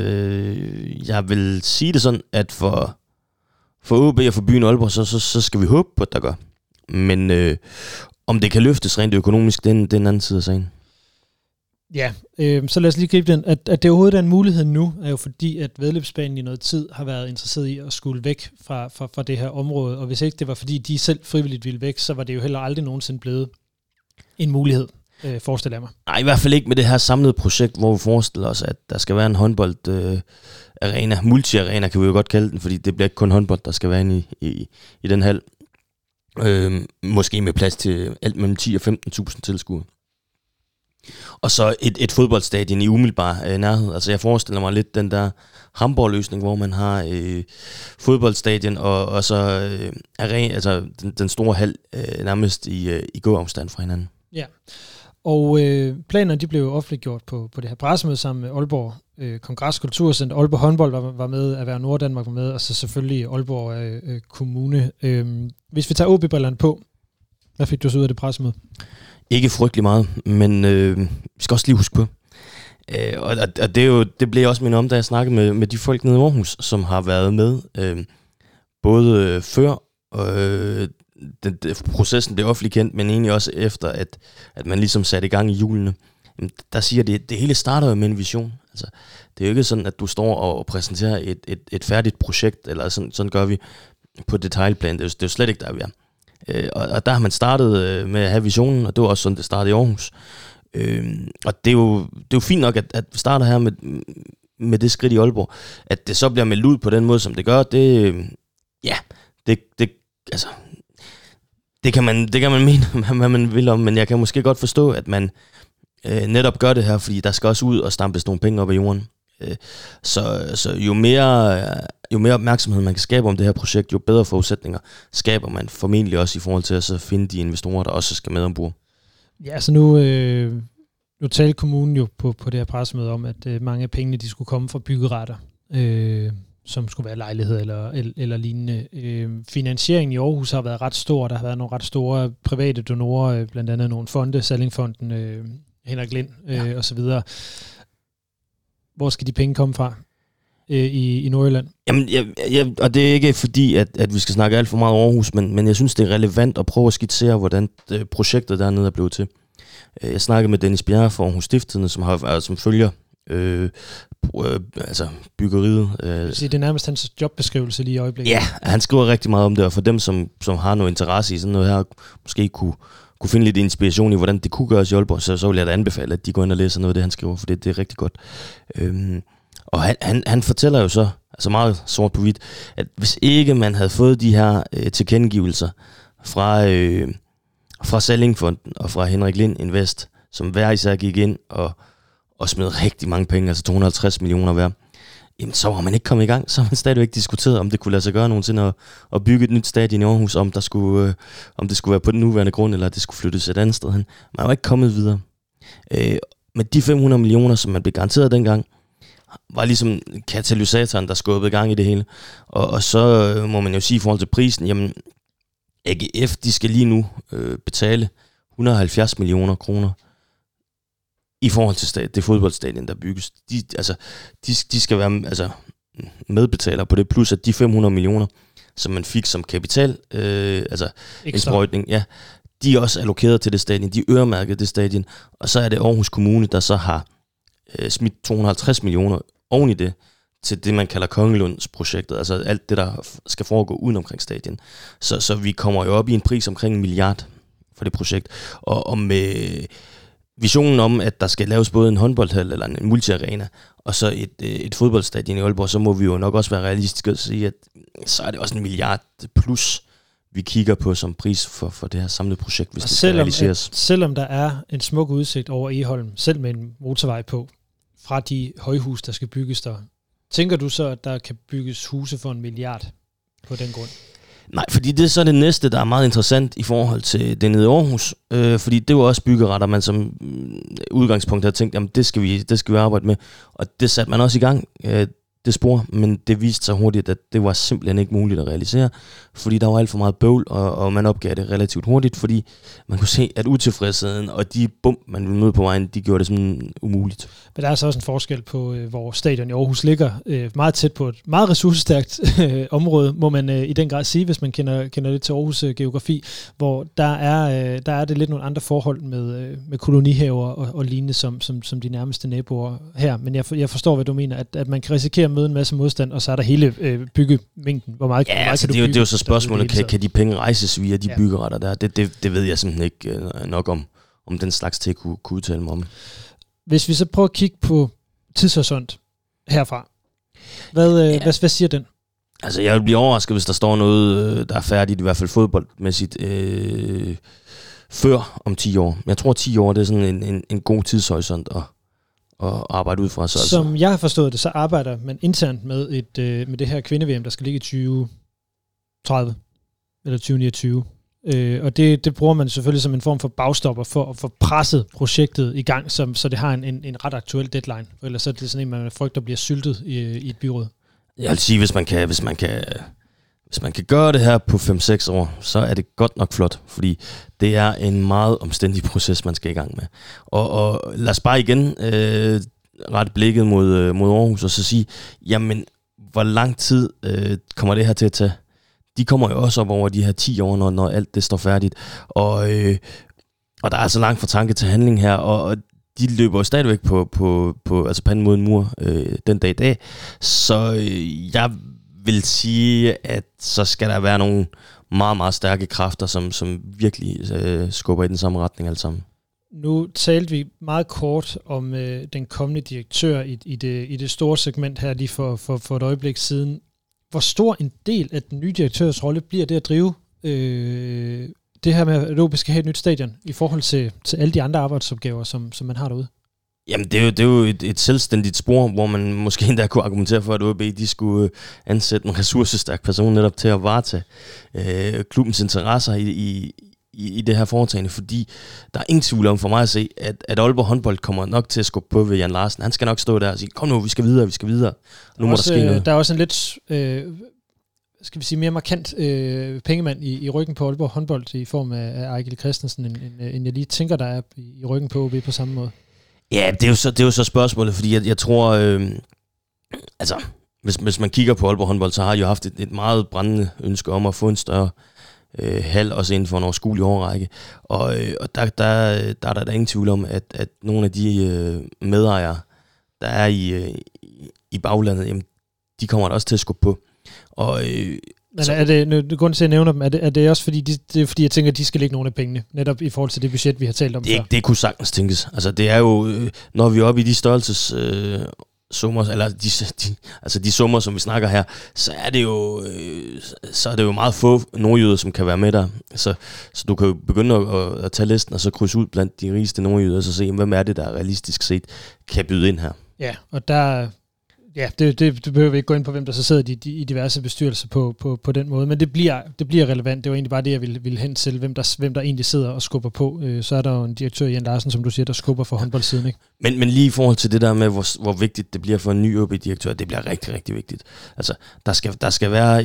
Speaker 6: Jeg vil sige det sådan, at for OB og for byen Aalborg, så skal vi håbe på, at der gør. Men om det kan løftes rent økonomisk, den anden side af sagen.
Speaker 1: Ja, så lad os lige gribe den. At det overhovedet er en mulighed nu, er jo fordi, at væddeløbsbanen i noget tid har været interesseret i at skulle væk fra det her område, og hvis ikke det var fordi, de selv frivilligt ville væk, så var det jo heller aldrig nogensinde blevet en mulighed, forestiller jeg mig.
Speaker 6: Nej, i hvert fald ikke med det her samlede projekt, hvor vi forestiller os, at der skal være en håndboldarena, multi-arena kan vi jo godt kalde den, fordi det bliver ikke kun håndbold, der skal være inde i den hal. Måske med plads til alt mellem 10 og 15.000 tilskuere. Og så et fodboldstadion i umiddelbar nærhed. Altså jeg forestiller mig lidt den der Hamburg-løsning, hvor man har fodboldstadion og så arena, altså den store hal nærmest i gåafstand fra hinanden.
Speaker 1: Ja, og planerne de blev jo offentliggjort på det her pressemøde sammen med Aalborg Kongres Kulturcenter. Aalborg håndbold var med, Erhverv Norddanmark var med, og så selvfølgelig Aalborg Kommune. Hvis vi tager OB-brillerne på, hvad fik du så ud af det pressemøde?
Speaker 6: Ikke frygtelig meget, men vi skal også lige huske på. Og det blev også min om, da jeg snakkede med de folk nede i Aarhus, som har været med både før processen blev offentligt kendt, men egentlig også efter, at man ligesom satte i gang i julene. Der siger det hele starter jo med en vision. Altså, det er jo ikke sådan, at du står og præsenterer et færdigt projekt, eller sådan gør vi på detaljplan. Det er jo slet ikke der, vi er. Og der har man startet med at have visionen, og det var også sådan, det startede i Aarhus. Og det er jo fint nok, at vi starter her med det skridt i Aalborg. At det så bliver meldt ud på den måde, som det gør, det kan man mene, hvad man vil om, men jeg kan måske godt forstå, at man netop gør det her, fordi der skal også ud og stampes nogle penge op af jorden. Så jo mere opmærksomhed man kan skabe om det her projekt, jo bedre forudsætninger skaber man formentlig også i forhold til at så finde de investorer, der også skal med ombord.
Speaker 1: Ja, så nu talte kommunen jo på det her pressemøde om, at mange af pengene de skulle komme fra byggeretter, som skulle være lejlighed eller lignende. Finansieringen i Aarhus har været ret stor. Der har været nogle ret store private donorer, blandt andet nogle fonde, Sallingfonden, Henrik Lind og så videre. Hvor skal de penge komme fra i Nordjylland?
Speaker 6: Jamen, og det er ikke fordi, at vi skal snakke alt for meget om Aarhus, men jeg synes, det er relevant at prøve at skitsere, hvordan projektet dernede er blevet til. Jeg snakkede med Dennis Bjerre fra Aarhus Stiftstidende, som følger byggeriet.
Speaker 1: Det er nærmest hans jobbeskrivelse lige i øjeblikket.
Speaker 6: Ja, han skriver rigtig meget om det, og for dem, som har noget interesse i sådan noget her, måske kunne finde lidt inspiration i, hvordan det kunne gøres i Aalborg, så vil jeg da anbefale, at de går ind og læser noget af det, han skriver, for det er rigtig godt. Og han fortæller jo så, altså meget sort på hvidt, at hvis ikke man havde fået de her tilkendegivelser fra Sallingfonden og fra Henrik Lind Invest, som hver især gik ind og smed rigtig mange penge, altså 250 millioner hver, jamen så var man ikke kommet i gang. Så har man stadigvæk diskuteret, om det kunne lade sig gøre nogensinde at bygge et nyt stadion i Aarhus, om det skulle være på den nuværende grund, eller det skulle flyttes et andet sted hen. Man var ikke kommet videre. Med de 500 millioner, som man blev garanteret dengang, var ligesom katalysatoren, der skubbede i gang i det hele. Og så må man jo sige i forhold til prisen, jamen AGF, de skal lige nu betale 170 millioner kroner i forhold til det fodboldstadion, der bygges. De skal være medbetaler på det, plus at de 500 millioner, som man fik som kapital, indsprøjtning, ja, de er også allokeret til det stadion, de øremærket det stadion, og så er det Aarhus Kommune, der så har smidt 250 millioner oven i det, til det, man kalder Kongelundsprojektet, altså alt det, der skal foregå uden omkring stadion. Så vi kommer jo op i en pris omkring 1 milliard for det projekt, og med visionen om, at der skal laves både en håndboldhal eller en multiarena, og så et fodboldstadion i Aalborg, så må vi jo nok også være realistiske og sige, at så er det også 1 milliard plus, vi kigger på som pris for det her samlede projekt, hvis det skal realiseres.
Speaker 1: Selvom der er en smuk udsigt over Egholm, selv med en motorvej på, fra de højhus, der skal bygges der, tænker du så, at der kan bygges huse for 1 milliard på den grund?
Speaker 6: Nej, fordi det er så det næste, der er meget interessant i forhold til det nede i Aarhus. Fordi det var også byggeretter, man som udgangspunkt havde tænkt, jamen det skal vi arbejde med. Og det satte man også i gang. det spor, men det viste sig hurtigt, at det var simpelthen ikke muligt at realisere, fordi der var alt for meget bøvl, og man opgav det relativt hurtigt, fordi man kunne se, at utilfredsheden og de bump, man ville møde på vejen, de gjorde det sådan umuligt.
Speaker 1: Men der er så også en forskel på, hvor stadion i Aarhus ligger meget tæt på et meget ressourcestærkt område, må man i den grad sige, hvis man kender lidt til Aarhus geografi, hvor der er det lidt nogle andre forhold med kolonihaver og lignende som de nærmeste naboer her. Men jeg forstår, hvad du mener, at man kan risikere at møde en masse modstand, og så er der hele byggemængden. Hvor meget,
Speaker 6: ja, altså det er jo så spørgsmålet, kan de penge rejses via de byggeretter der? Det ved jeg simpelthen ikke nok om den slags til kunne udtale mig om.
Speaker 1: Hvis vi så prøver at kigge på tidshorisont herfra, hvad siger den?
Speaker 6: Altså jeg vil blive overrasket, hvis der står noget, der er færdigt, i hvert fald fodboldmæssigt, før om 10 år. Jeg tror 10 år, det er sådan en god tidshorisont at arbejde ud fra. Så
Speaker 1: som jeg har forstået det, så arbejder man internt med det her kvinde-VM, der skal ligge i 2030 eller 2029. Og det bruger man selvfølgelig som en form for bagstopper for at få presset projektet i gang, så det har en ret aktuel deadline. Ellers så er det sådan en, man frygter bliver syltet i et byråd.
Speaker 6: Jeg vil sige, hvis man kan gøre det her på 5-6 år, så er det godt nok flot, fordi det er en meget omstændig proces, man skal i gang med. Og lad os bare igen rette blikket mod Aarhus og så sige, jamen, hvor lang tid kommer det her til at tage? De kommer jo også op over de her 10 år, når alt det står færdigt. Og der er så langt fra tanke til handling her, og de løber jo stadigvæk på altså panden mod en mur den dag i dag. Så jeg vil sige, at så skal der være nogle meget, meget stærke kræfter, som virkelig skubber i den samme retning alle sammen.
Speaker 1: Nu talte vi meget kort om den kommende direktør i det store segment her lige for et øjeblik siden. Hvor stor en del af den nye direktørs rolle bliver det at drive det her med, at OB skal have et nyt stadion i forhold til alle de andre arbejdsopgaver, som man har derude?
Speaker 6: Jamen, det er jo et selvstændigt spor, hvor man måske endda kunne argumentere for, at OB de skulle ansætte en ressourcestærk person netop til at varetage klubbens interesser i det her foretagende, fordi der er ingen tvivl om for mig at se, at Aalborg håndbold kommer nok til at skubbe på ved Jan Larsen. Han skal nok stå der og sige, kom nu, vi skal videre. Nu må der ske noget.
Speaker 1: Der er også en lidt, skal vi sige, mere markant pengemand i ryggen på Aalborg håndbold i form af Ejgil Christensen, end jeg lige tænker, der er i ryggen på OB på samme måde.
Speaker 6: Ja, det er jo så spørgsmålet, fordi jeg tror, altså, hvis man kigger på Aalborg håndbold, så har de jo haft et meget brændende ønske om at få en større hal, også inden for en overskuelig årrække. Og der er der ingen tvivl om, at nogle af de medejere, der er i baglandet, jamen, de kommer der også til at skubbe på. Og
Speaker 1: men er det grund til at nævne dem? Er det også fordi, det er fordi, jeg tænker, at de skal lægge nogle af pengene, netop i forhold til det budget, vi har talt om før?
Speaker 6: Det kunne sagtens tænkes. Altså, det er jo, når vi er oppe i de størrelses summer, eller de summer, som vi snakker her, så er det jo meget få nordjyder, som kan være med der. Så du kan jo begynde at tage listen, og så krydse ud blandt de rigeste nordjyder, og så se, hvem er det, der realistisk set kan byde ind her.
Speaker 1: Ja, og der... Ja, det behøver vi ikke gå ind på, hvem der så sidder i diverse bestyrelser på den måde, men det bliver relevant. Det var egentlig bare det, jeg ville hen til, hvem der egentlig sidder og skubber på. Så er der jo en direktør, Jan Larsen, som du siger, der skubber for håndboldsiden, ikke?
Speaker 6: Men lige i forhold til det der med, hvor vigtigt det bliver for en ny OB-direktør, det bliver rigtig, rigtig vigtigt. Altså, der skal være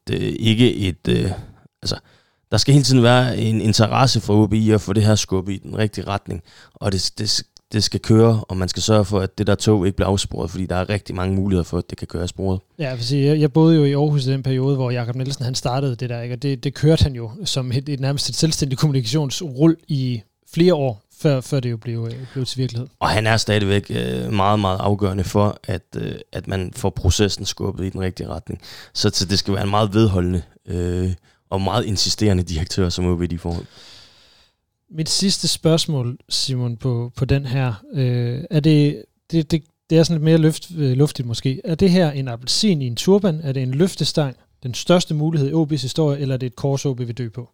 Speaker 6: der skal hele tiden være en interesse for OB i at få det her skub i den rigtige retning, og det skal køre, og man skal sørge for, at det der tog ikke bliver afsporet, fordi der er rigtig mange muligheder for, at det kan køre af sporet. Ja,
Speaker 1: jeg vil sige, jeg boede jo i Aarhus i den periode, hvor Jakob Nielsen han startede det der, ikke? Og det kørte han jo som et nærmest et selvstændigt kommunikationsrull i flere år, før det jo blev til virkelighed.
Speaker 6: Og han er stadigvæk meget, meget afgørende for, at man får processen skubbet i den rigtige retning. Så det skal være en meget vedholdende og meget insisterende direktør, som OB i forhold.
Speaker 1: Mit sidste spørgsmål, Simon, på den her, er det er sådan lidt mere luftigt måske. Er det her en appelsin i en turban? Er det en løftestang? Den største mulighed i OB's historie, eller er det et kors, OB vil dø på?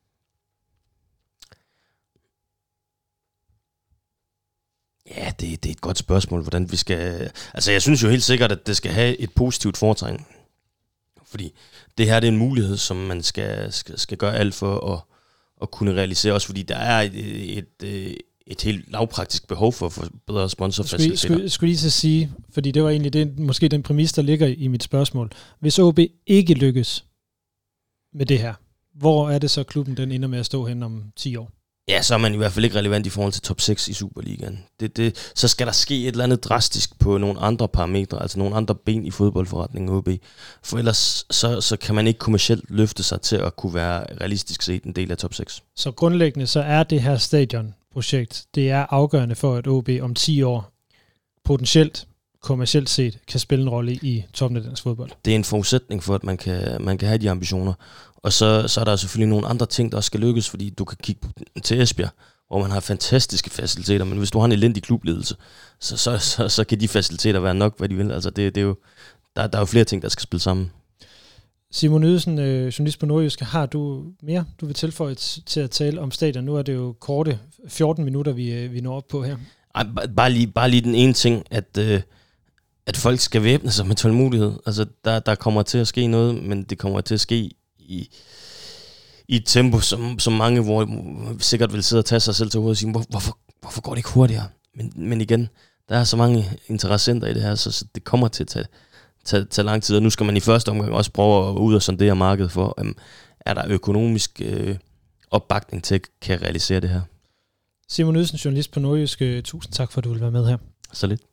Speaker 6: Ja, det er et godt spørgsmål, hvordan vi skal... Altså, jeg synes jo helt sikkert, at det skal have et positivt foretegn. Fordi det her det er en mulighed, som man skal gøre alt for at kunne realisere, også fordi der er et helt lavpraktisk behov for at få bedre sponsorfaciliteter.
Speaker 1: Skulle lige så sige, fordi det var egentlig måske den præmis, der ligger i mit spørgsmål. Hvis OB ikke lykkes med det her, hvor er det så klubben den ender med at stå hen om 10 år?
Speaker 6: Ja, så er man i hvert fald ikke relevant i forhold til top 6 i Superligaen. Så skal der ske et eller andet drastisk på nogle andre parametre, altså nogle andre ben i fodboldforretningen OB. For ellers så kan man ikke kommercielt løfte sig til at kunne være realistisk set en del af top 6.
Speaker 1: Så grundlæggende så er det her stadionprojekt, det er afgørende for, at OB om 10 år potentielt, kommercielt set, kan spille en rolle i toppen af dansk fodbold.
Speaker 6: Det er en forudsætning for, at man kan have de ambitioner. Og så er der selvfølgelig nogle andre ting, der også skal lykkes, fordi du kan kigge til Esbjerg, hvor man har fantastiske faciliteter, men hvis du har en elendig klubledelse, så kan de faciliteter være nok, hvad de vil. Altså det er jo, der er jo flere ting, der skal spille sammen.
Speaker 1: Simon Ydesen, journalist på Nordjyske, har du mere, du vil tilføje til at tale om stadion? Nu er det jo korte 14 minutter, vi når op på her.
Speaker 6: Ej, bare lige den ene ting, at folk skal væbne sig med tålmodighed. Altså der kommer til at ske noget, men det kommer til at ske i et tempo, som mange hvor sikkert vil sidde og tage sig selv til hovedet og sige, hvorfor går det ikke hurtigere? Men igen, der er så mange interessenter i det her, så det kommer til at tage lang tid, og nu skal man i første omgang også prøve at ud og sondere markedet for, er der økonomisk opbakning til at kan realisere det her.
Speaker 1: Simon Ydsen, journalist på Nordjyske, tusind tak for, at du vil være med her.
Speaker 6: Så lidt.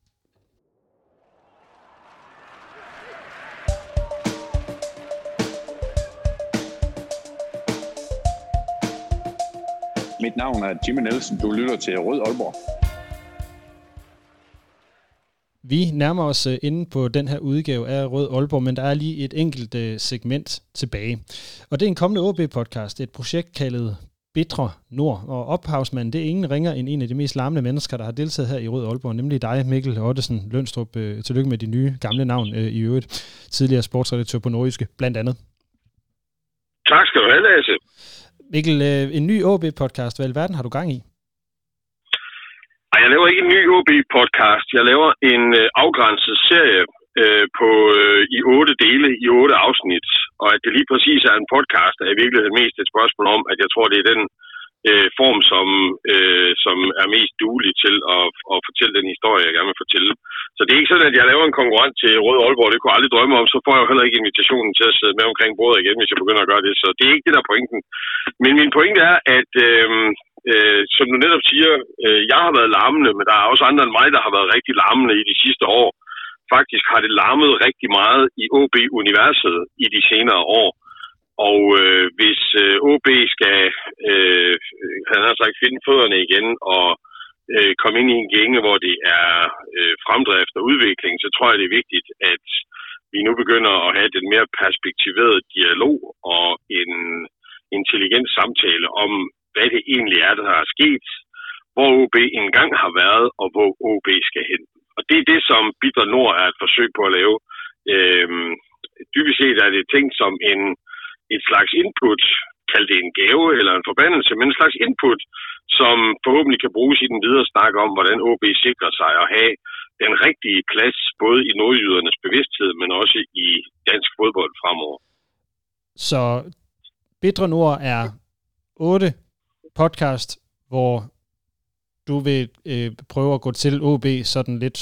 Speaker 10: Mit navn er Jimmy Nielsen. Du lytter til Rød Aalborg.
Speaker 1: Vi nærmer os inde på den her udgave af Rød Aalborg, men der er lige et enkelt segment tilbage. Og det er en kommende OB-podcast, et projekt kaldet Bitre Nord. Og ophavsmanden, det er ingen ringer end en af de mest larmende mennesker, der har deltaget her i Rød Aalborg, nemlig dig, Mikkel Ottesen Lønstrup. Tillykke med de nye gamle navn i øvrigt. Tidligere sportsredaktør på Nordjyske, blandt andet.
Speaker 11: Tak skal du have, Lasse.
Speaker 1: Mikkel, en ny OB-podcast, hvad i alverden har du gang i?
Speaker 11: Ej, jeg laver ikke en ny OB-podcast. Jeg laver en afgrænset serie i 8 dele, i 8 afsnit. Og at det lige præcis er en podcast, er i virkeligheden mest et spørgsmål om, at jeg tror, det er den form, som er mest duelig til at fortælle den historie, jeg gerne vil fortælle. Så det er ikke sådan, at jeg laver en konkurrent til Rød Aalborg, det kunne jeg aldrig drømme om, så får jeg jo heller ikke invitationen til at sidde med omkring bordet igen, hvis jeg begynder at gøre det. Så det er ikke det, der er pointen. Men min pointe er, at som du netop siger, jeg har været larmende, men der er også andre end mig, der har været rigtig larmende i de sidste år. Faktisk har det larmet rigtig meget i OB-universet i de senere år. Og hvis OB skal finde fødderne igen og komme ind i en gænge, hvor det er fremdrift og udvikling, så tror jeg, det er vigtigt, at vi nu begynder at have den mere perspektiverede dialog og en intelligent samtale om, hvad det egentlig er, der er sket, hvor OB engang har været, og hvor OB skal hen. Og det er det, som Bitre Nord er et forsøg på at lave. Dybest set er det tænkt som et slags input, kald det en gave eller en forbandelse, men en slags input, som forhåbentlig kan bruges i den videre snak om, hvordan OB sikrer sig at have den rigtige plads, både i nordjydernes bevidsthed, men også i dansk fodbold fremover.
Speaker 1: Så Bitre Nord er 8 podcast, hvor du vil prøve at gå til OB sådan lidt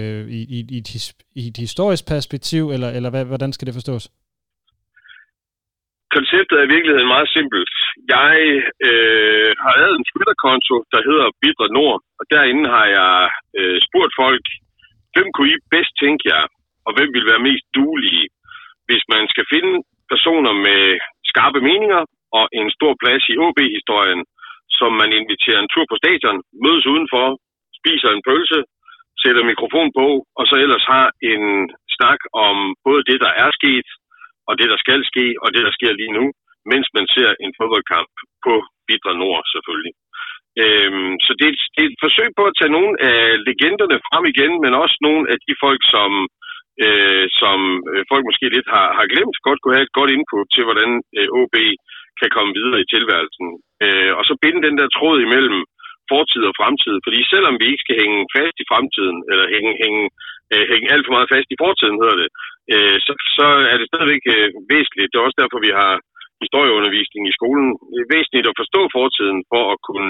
Speaker 1: i et historisk perspektiv, eller hvordan skal det forstås?
Speaker 11: Konceptet er i virkeligheden meget simpelt. Jeg har lavet en Twitter-konto, der hedder Bitre Nord, og derinde har jeg spurgt folk, hvem kunne I bedst tænke jer, og hvem vil være mest duelige, hvis man skal finde personer med skarpe meninger og en stor plads i OB-historien, som man inviterer en tur på stadion, mødes udenfor, spiser en pølse, sætter mikrofon på, og så ellers har en snak om både det, der er sket, og det, der skal ske, og det, der sker lige nu, mens man ser en fodboldkamp på Bitre Nord, selvfølgelig. Så det er et forsøg på at tage nogle af legenderne frem igen, men også nogle af de folk, som folk måske lidt har glemt, godt kunne have et godt input til, hvordan OB kan komme videre i tilværelsen. Og så binde den der tråd imellem fortid og fremtid, fordi selvom vi ikke skal hænge fast i fremtiden, eller hænge alt for meget fast i fortiden, hedder det, så er det stadigvæk væsentligt. Det er også derfor, vi har historieundervisning i skolen. Det er væsentligt at forstå fortiden for at kunne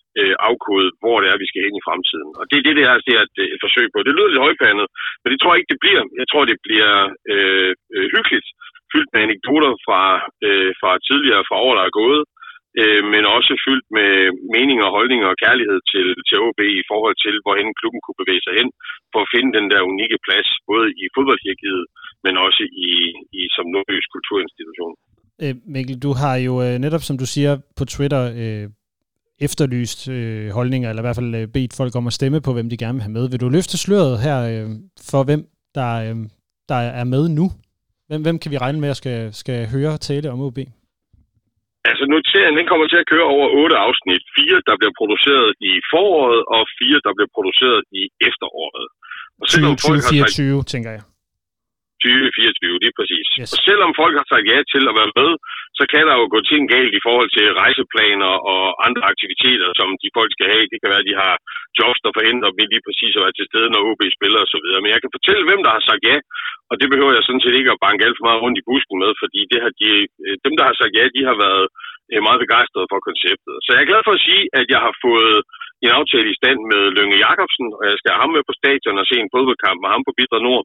Speaker 11: afkode, hvor det er, vi skal hen i fremtiden. Og det er det her, det er et forsøg på. Det lyder lidt højpandet, men det tror jeg ikke, det bliver. Jeg tror, det bliver hyggeligt, fyldt med anekdoter fra tidligere, fra år, der er gået, men også fyldt med meninger, holdninger og kærlighed til OB i forhold til, hvorhen klubben kunne bevæge sig hen, for at finde den der unikke plads, både i fodboldhierarkiet, men også i som nordjysk kulturinstitution.
Speaker 1: Mikkel, du har jo netop, som du siger, på Twitter efterlyst holdninger, eller i hvert fald bedt folk om at stemme på, hvem de gerne vil have med. Vil du løfte sløret her for, hvem der er med nu? Hvem kan vi regne med at skal høre tale om OB?
Speaker 11: Altså nu den kommer til at køre over 8 afsnit. 4, der bliver produceret i foråret, og 4, der bliver produceret i efteråret. Og
Speaker 1: 2024, tænker jeg.
Speaker 11: 2024, det er præcis. Yes. Og selvom folk har sagt ja til at være med, så kan der jo gå ting galt i forhold til rejseplaner og andre aktiviteter, som de folk skal have. Det kan være, at de har jobs, der forhindrer dem lige præcis at være til stede, når OB spiller osv. Men jeg kan fortælle, hvem der har sagt ja, og det behøver jeg sådan set ikke at banke alt for meget rundt i busken med, fordi det har dem, der har sagt ja, de har været meget begejstrede for konceptet. Så jeg er glad for at sige, at jeg har fået en aftale i stand med Lynge Jacobsen, og jeg skal have ham med på stadion og se en fodboldkamp med ham på Bitre Nord.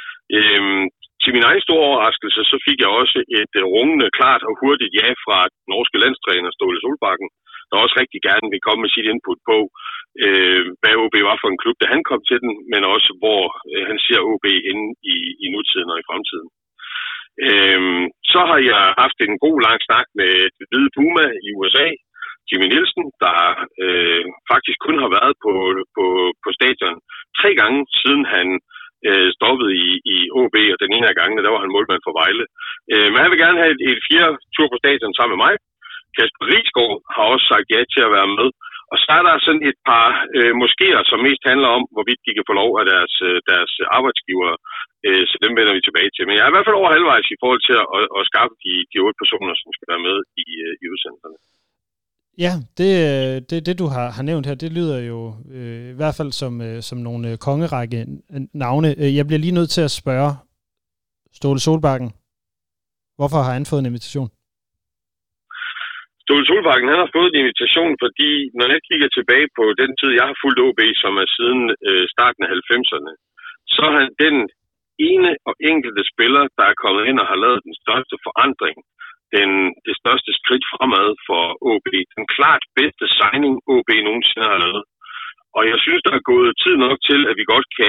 Speaker 11: Til min egen store overraskelse, så fik jeg også et rungende, klart og hurtigt ja fra den norske landstræner Ståle Solbakken, der også rigtig gerne vil komme med sit input på, hvad OB var for en klub, da han kom til den, men også hvor han ser OB inde i nutiden og i fremtiden. Så har jeg haft en god lang snak med det hvide Puma i USA, Jimmy Nielsen, der faktisk kun har været på stadion 3 gange, siden han stoppet i OB, og den ene af gangene, der var han målmand for Vejle. Men han vil gerne have et 4. tur på stadion sammen med mig. Kasper Rigsgaard har også sagt ja til at være med. Og så er der sådan et par moskéer, som mest handler om, hvorvidt de kan få lov af deres arbejdsgivere. Så dem vender vi tilbage til. Men jeg er i hvert fald over halvvejs i forhold til at skaffe de 8 personer, som skal være med i udsendelserne.
Speaker 1: Ja, det du har nævnt her, det lyder jo i hvert fald som nogle kongerække navne. Jeg bliver lige nødt til at spørge Ståle Solbakken, hvorfor har han fået en invitation?
Speaker 11: Ståle Solbakken, han har fået en invitation, fordi når jeg kigger tilbage på den tid, jeg har fulgt OB, som er siden starten af 90'erne, så er han den ene og enkelte spiller, der er kommet ind og har lavet den største forandring, det største skridt fremad for OB. Den klart bedste signing, OB nogensinde har lavet. Og jeg synes, der er gået tid nok til, at vi godt kan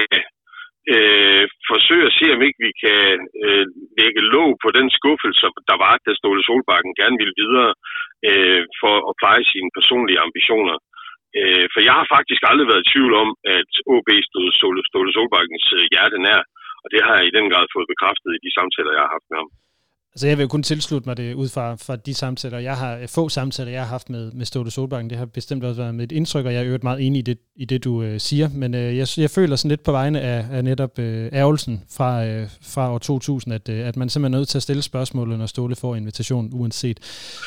Speaker 11: forsøge at se, om ikke vi kan lægge låg på den skuffelse, der var, da Ståle Solbakken gerne ville videre for at pleje sine personlige ambitioner. For jeg har faktisk aldrig været i tvivl om, at OB stod Ståle Solbakkens hjerte nær, og det har jeg i den grad fået bekræftet i de samtaler, jeg har haft med ham.
Speaker 1: Altså jeg vil kun tilslutte mig det ud fra de samtaler, få samtaler, jeg har haft med Ståle Solbakken. Det har bestemt også været med et indtryk, og jeg er øvrigt meget enig i det du siger. Men jeg føler sådan lidt på vegne af netop ærgelsen fra år 2000, at man simpelthen er nødt til at stille spørgsmålet, når Ståle får invitationen, uanset.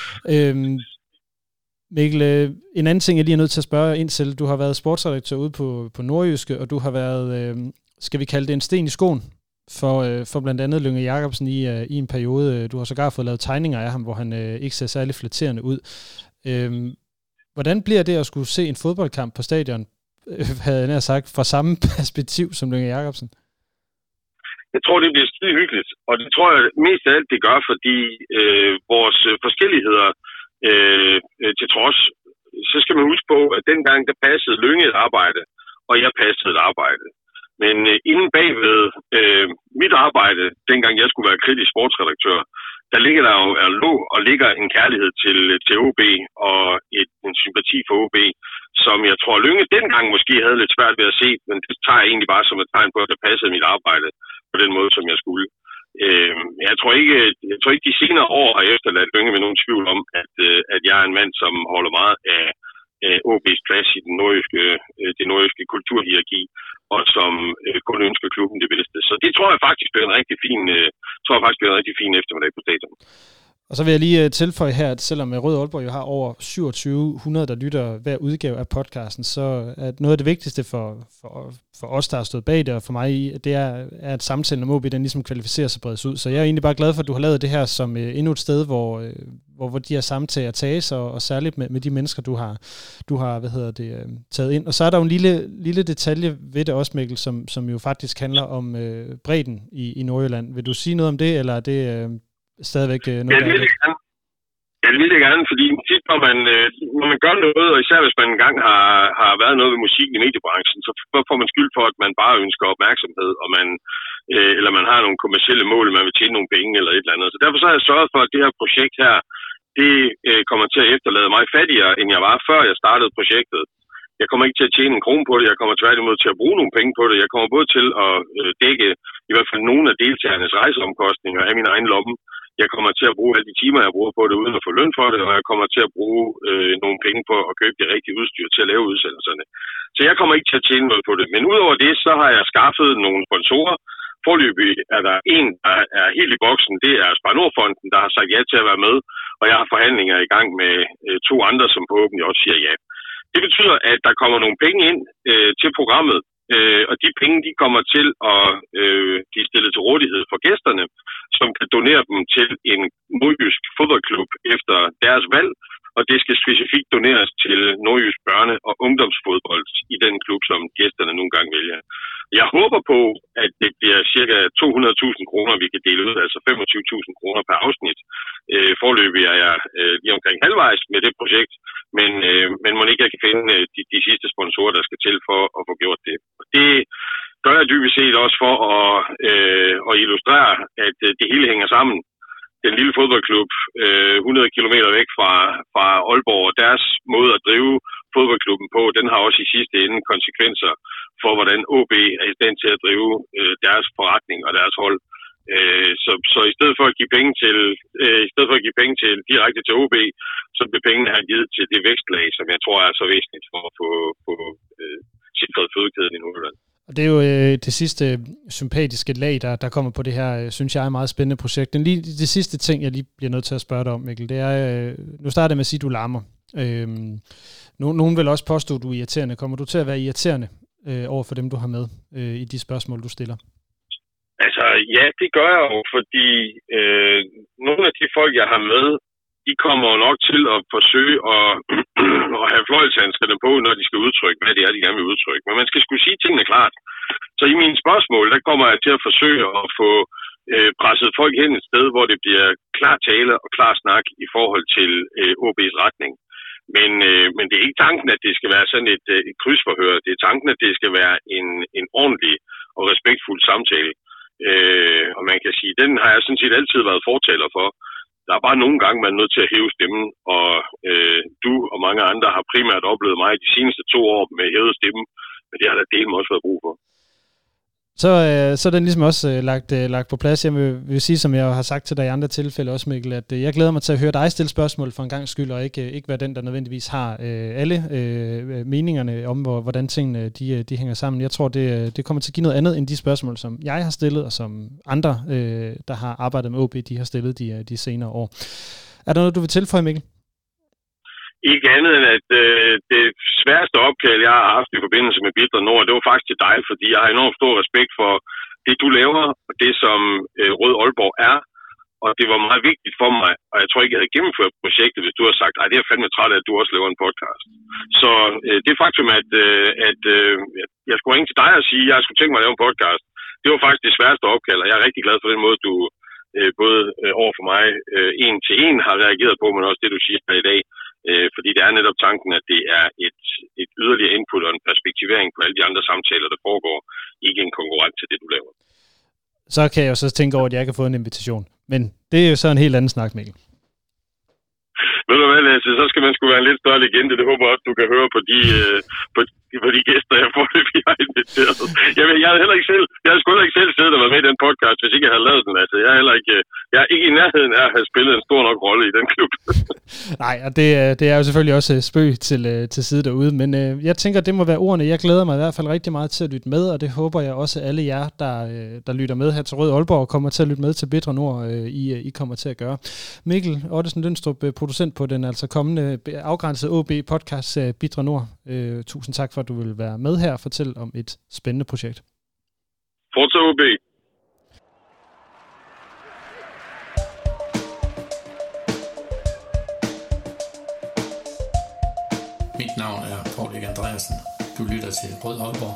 Speaker 1: Mikkel, en anden ting, jeg lige er nødt til at spørge ind til. Du har været sportsredaktør ude på Nordjyske, og du har været, skal vi kalde det en sten i skoen, for blandt andet Lynge Jacobsen i en periode. Du har sågar fået lavet tegninger af ham, hvor han ikke ser særlig flatterende ud. Hvordan bliver det at skulle se en fodboldkamp på stadion, havde jeg nær sagt, fra samme perspektiv som Lynge Jacobsen?
Speaker 11: Jeg tror, det bliver skide hyggeligt, og det tror jeg mest af alt, det gør, fordi vores forskelligheder til trods, så skal man huske på, at dengang der passede Lynge et arbejde, og jeg passede et arbejde. Men inden bagved mit arbejde, dengang jeg skulle være kritisk sportsredaktør, der ligger der jo ligger en kærlighed til OB og en sympati for OB, som jeg tror Lynge dengang måske havde lidt svært ved at se, men det tager jeg egentlig bare som et tegn på, at det passede mit arbejde på den måde, som jeg skulle. Jeg tror ikke de senere år har efterladt Lynge med nogen tvivl om, at jeg er en mand, som holder meget af OB's plads i det nordjyske kulturhierarki, og som kun ønsker klubben det bedste. Så det tror jeg faktisk bliver en rigtig fin eftermiddag på stadion.
Speaker 1: Og så vil jeg lige tilføje her, at selvom Rød Aalborg jo har over 2700, der lytter hver udgave af podcasten, så er noget af det vigtigste for os, der har stået bag det, og for mig, det er at samtalen om OB, den ligesom kvalificerer sig bredes ud. Så jeg er egentlig bare glad for, at du har lavet det her som endnu et sted, hvor de her samtaler tages, og særligt med de mennesker, du har taget ind. Og så er der jo en lille detalje ved det også, Mikkel, som jo faktisk handler om bredden i Nordjylland. Vil du sige noget om det, eller er det stadigvæk noget, der er det?
Speaker 11: Ja, det vil jeg gerne, fordi tit, når man gør noget, og især hvis man engang har været noget ved musikken i mediebranchen, så får man skyld for, at man bare ønsker opmærksomhed, og eller man har nogle kommercielle mål, man vil tjene nogle penge eller et eller andet. Så derfor så har jeg sørget for, at det her projekt her, det kommer til at efterlade mig fattigere, end jeg var, før jeg startede projektet. Jeg kommer ikke til at tjene en krone på det, jeg kommer tværtimod til at bruge nogle penge på det. Jeg kommer både til at dække i hvert fald nogle af deltagernes rejseomkostninger af min egen lomme. Jeg kommer til at bruge alle de timer, jeg bruger på det, uden at få løn for det, og jeg kommer til at bruge nogle penge på at købe det rigtige udstyr til at lave udsendelserne. Så jeg kommer ikke til at tjene noget på det. Men udover det, så har jeg skaffet nogle sponsorer. Foreløbig er der en, der er helt i boksen. Det er Spar Nord-fonden, der har sagt ja til at være med, og jeg har forhandlinger i gang med 2 andre, som forhåbentlig også siger ja. Det betyder, at der kommer nogle penge ind til programmet, og de penge, de kommer til at blive stillet til rådighed for gæsterne, som kan donere dem til en nordjysk fodboldklub efter deres valg, og det skal specifikt doneres til nordjysk børne- og ungdomsfodbold i den klub, som gæsterne nogle gange vælger. Jeg håber på, at det bliver ca. 200.000 kroner, vi kan dele ud, altså 25.000 kroner per afsnit. Foreløbig er jeg lige omkring halvvejs med det projekt, men må ikke jeg kan finde de sidste sponsorer, der skal til for at få gjort det. Og det gør jeg dybest set også for at illustrere, at det hele hænger sammen. Den lille fodboldklub 100 km væk fra Aalborg, og deres måde at drive fodboldklubben på, den har også i sidste ende konsekvenser for, hvordan OB er i stand til at drive deres forretning og deres hold. Så i stedet for at give penge til direkte til OB, så bliver pengene her givet til det vækstlag, som jeg tror er så væsentligt for at få sikret fødekæden i Nordjylland. Og
Speaker 1: det er jo det sidste sympatiske lag, der kommer på det her, synes jeg er meget spændende projekt. Den lige det sidste ting, jeg lige bliver nødt til at spørge dig om, Mikkel, det er, nu starter jeg med at sige, at du larmer. Nogen vil også påstå, at du er irriterende. Kommer du til at være irriterende over for dem, du har med i de spørgsmål, du stiller?
Speaker 11: Altså, ja, det gør jeg jo, fordi nogle af de folk, jeg har med, de kommer jo nok til at forsøge at have fløjlshandskerne på, når de skal udtrykke, hvad det er, de gerne vil udtrykke. Men man skal sgu sige tingene klart. Så i mine spørgsmål, der kommer jeg til at forsøge at få presset folk hen et sted, hvor det bliver klar tale og klar snak i forhold til OB's retning. Men det er ikke tanken, at det skal være sådan et krydsforhør. Det er tanken, at det skal være en ordentlig og respektfuld samtale. Og man kan sige, den har jeg sådan set altid været fortaler for. Der er bare nogle gange, man er nødt til at hæve stemmen, og du og mange andre har primært oplevet mig de seneste 2 år med hævet stemmen, men det har der delt også været brug for.
Speaker 1: Så er den ligesom også lagt på plads. Jeg vil sige, som jeg har sagt til dig i andre tilfælde også, Mikkel, at jeg glæder mig til at høre dig stille spørgsmål for en gangs skyld, og ikke være den, der nødvendigvis har alle meningerne om, hvordan tingene de hænger sammen. Jeg tror, det kommer til at give noget andet end de spørgsmål, som jeg har stillet, og som andre, der har arbejdet med OB, de har stillet de senere år. Er der noget, du vil tilføje, Mikkel?
Speaker 11: Ikke andet end, at det sværeste opkald, jeg har haft i forbindelse med Bitre Nord, det var faktisk til dig, fordi jeg har enormt stor respekt for det, du laver, og det, som Rød Aalborg er. Og det var meget vigtigt for mig, og jeg tror ikke, jeg havde gennemført projektet, hvis du havde sagt, det er fandme træt af, at du også laver en podcast. Så det faktum, at jeg skulle ringe til dig og sige, at jeg skulle tænke mig at lave en podcast, det var faktisk det sværeste opkald, og jeg er rigtig glad for den måde, du både over for mig en til en har reageret på, men også det, du siger her i dag. Fordi det er netop tanken, at det er et yderligere input og en perspektivering på alle de andre samtaler, der foregår, ikke en konkurrent til det, du laver.
Speaker 1: Så kan jeg jo så tænke over, at jeg kan få en invitation. Men det er jo så en helt anden snak, Mikkel.
Speaker 11: Ved du hvad, Lasse, så skal man sgu være en lidt større legende. Det håber jeg også, du kan høre for de gæster, jeg får det, vi har inviteret. Jeg havde heller ikke selv, jeg havde sgu heller ikke selv siddet og været med i den podcast, hvis ikke jeg havde lavet den. Altså, jeg er ikke i nærheden af at have spillet en stor nok rolle i den klub.
Speaker 1: Nej, og det er jo selvfølgelig også spøg til side derude, men jeg tænker, det må være ordene. Jeg glæder mig i hvert fald rigtig meget til at lytte med, og det håber jeg også alle jer, der lytter med her til Rød Aalborg, kommer til at lytte med til Bitre Nord, I kommer til at gøre. Mikkel Ottesen Lønstrup, producent på den altså kommende afgrænsede OB podcast Bitre Nord. Tusind tak for, at du vil være med her og fortælle om et spændende projekt.
Speaker 11: Fortsæt OB.
Speaker 9: Mit navn er Paul Erik Andreasen. Du lytter til Rød Aalborg.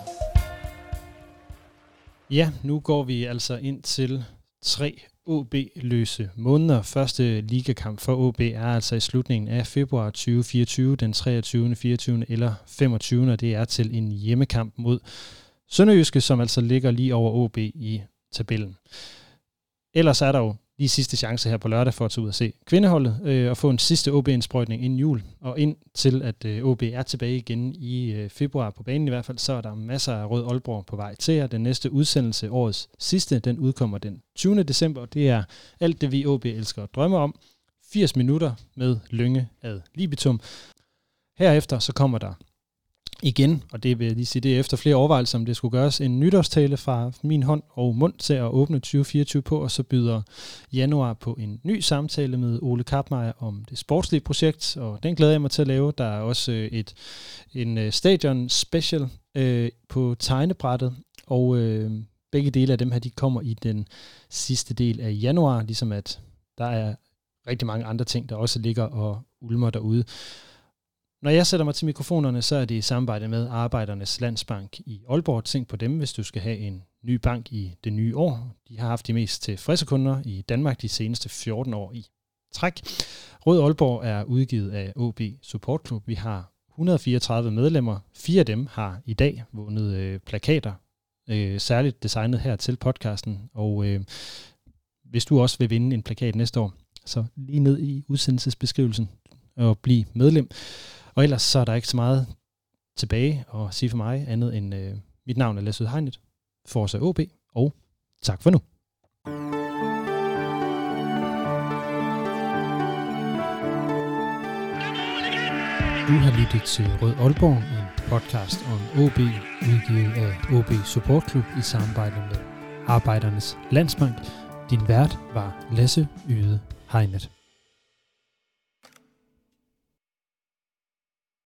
Speaker 1: Ja, nu går vi altså ind til 3 OB-løse måneder. Første ligakamp for OB er altså i slutningen af februar 2024, den 23., 24. eller 25. Og det er til en hjemmekamp mod Sønderjyske, som altså ligger lige over OB i tabellen. Ellers er der jo lige sidste chance her på lørdag for at tage ud og se kvindeholdet og få en sidste OB-indsprøjtning inden jul. Og indtil at OB er tilbage igen i februar på banen i hvert fald, så er der masser af Rød Aalborg på vej til jer. Den næste udsendelse, årets sidste, den udkommer den 20. december, og det er alt det, vi OB elsker og drømmer om. 80 minutter med Lynge ad libitum. Herefter så kommer der igen, og det vil jeg lige sige, det er efter flere overvejelser, om det skulle gøres, en nytårstale fra min hånd og mund til at åbne 2024 på, og så byder januar på en ny samtale med Ole Kappmeier om det sportslige projekt, og den glæder jeg mig til at lave. Der er også en stadion special på tegnebrættet, og begge dele af dem her, de kommer i den sidste del af januar, ligesom at der er rigtig mange andre ting, der også ligger og ulmer derude. Når jeg sætter mig til mikrofonerne, så er det i samarbejde med Arbejdernes Landsbank i Aalborg. Tænk på dem, hvis du skal have en ny bank i det nye år. De har haft de mest tilfredse kunder i Danmark de seneste 14 år i træk. Rød Aalborg er udgivet af OB Support Club. Vi har 134 medlemmer. 4 af dem har i dag vundet plakater, særligt designet her til podcasten. Og hvis du også vil vinde en plakat næste år, så lige ned i udsendelsesbeskrivelsen og blive medlem. Og ellers så er der ikke så meget tilbage at sige for mig, andet end mit navn er Lasse Udhegnet, Forza OB, og tak for nu. Du har lyttet til Rød Aalborg, en podcast om OB, udgivet af OB Support Club i samarbejde med Arbejdernes Landsbank. Din vært var Lasse Yde Hegnet.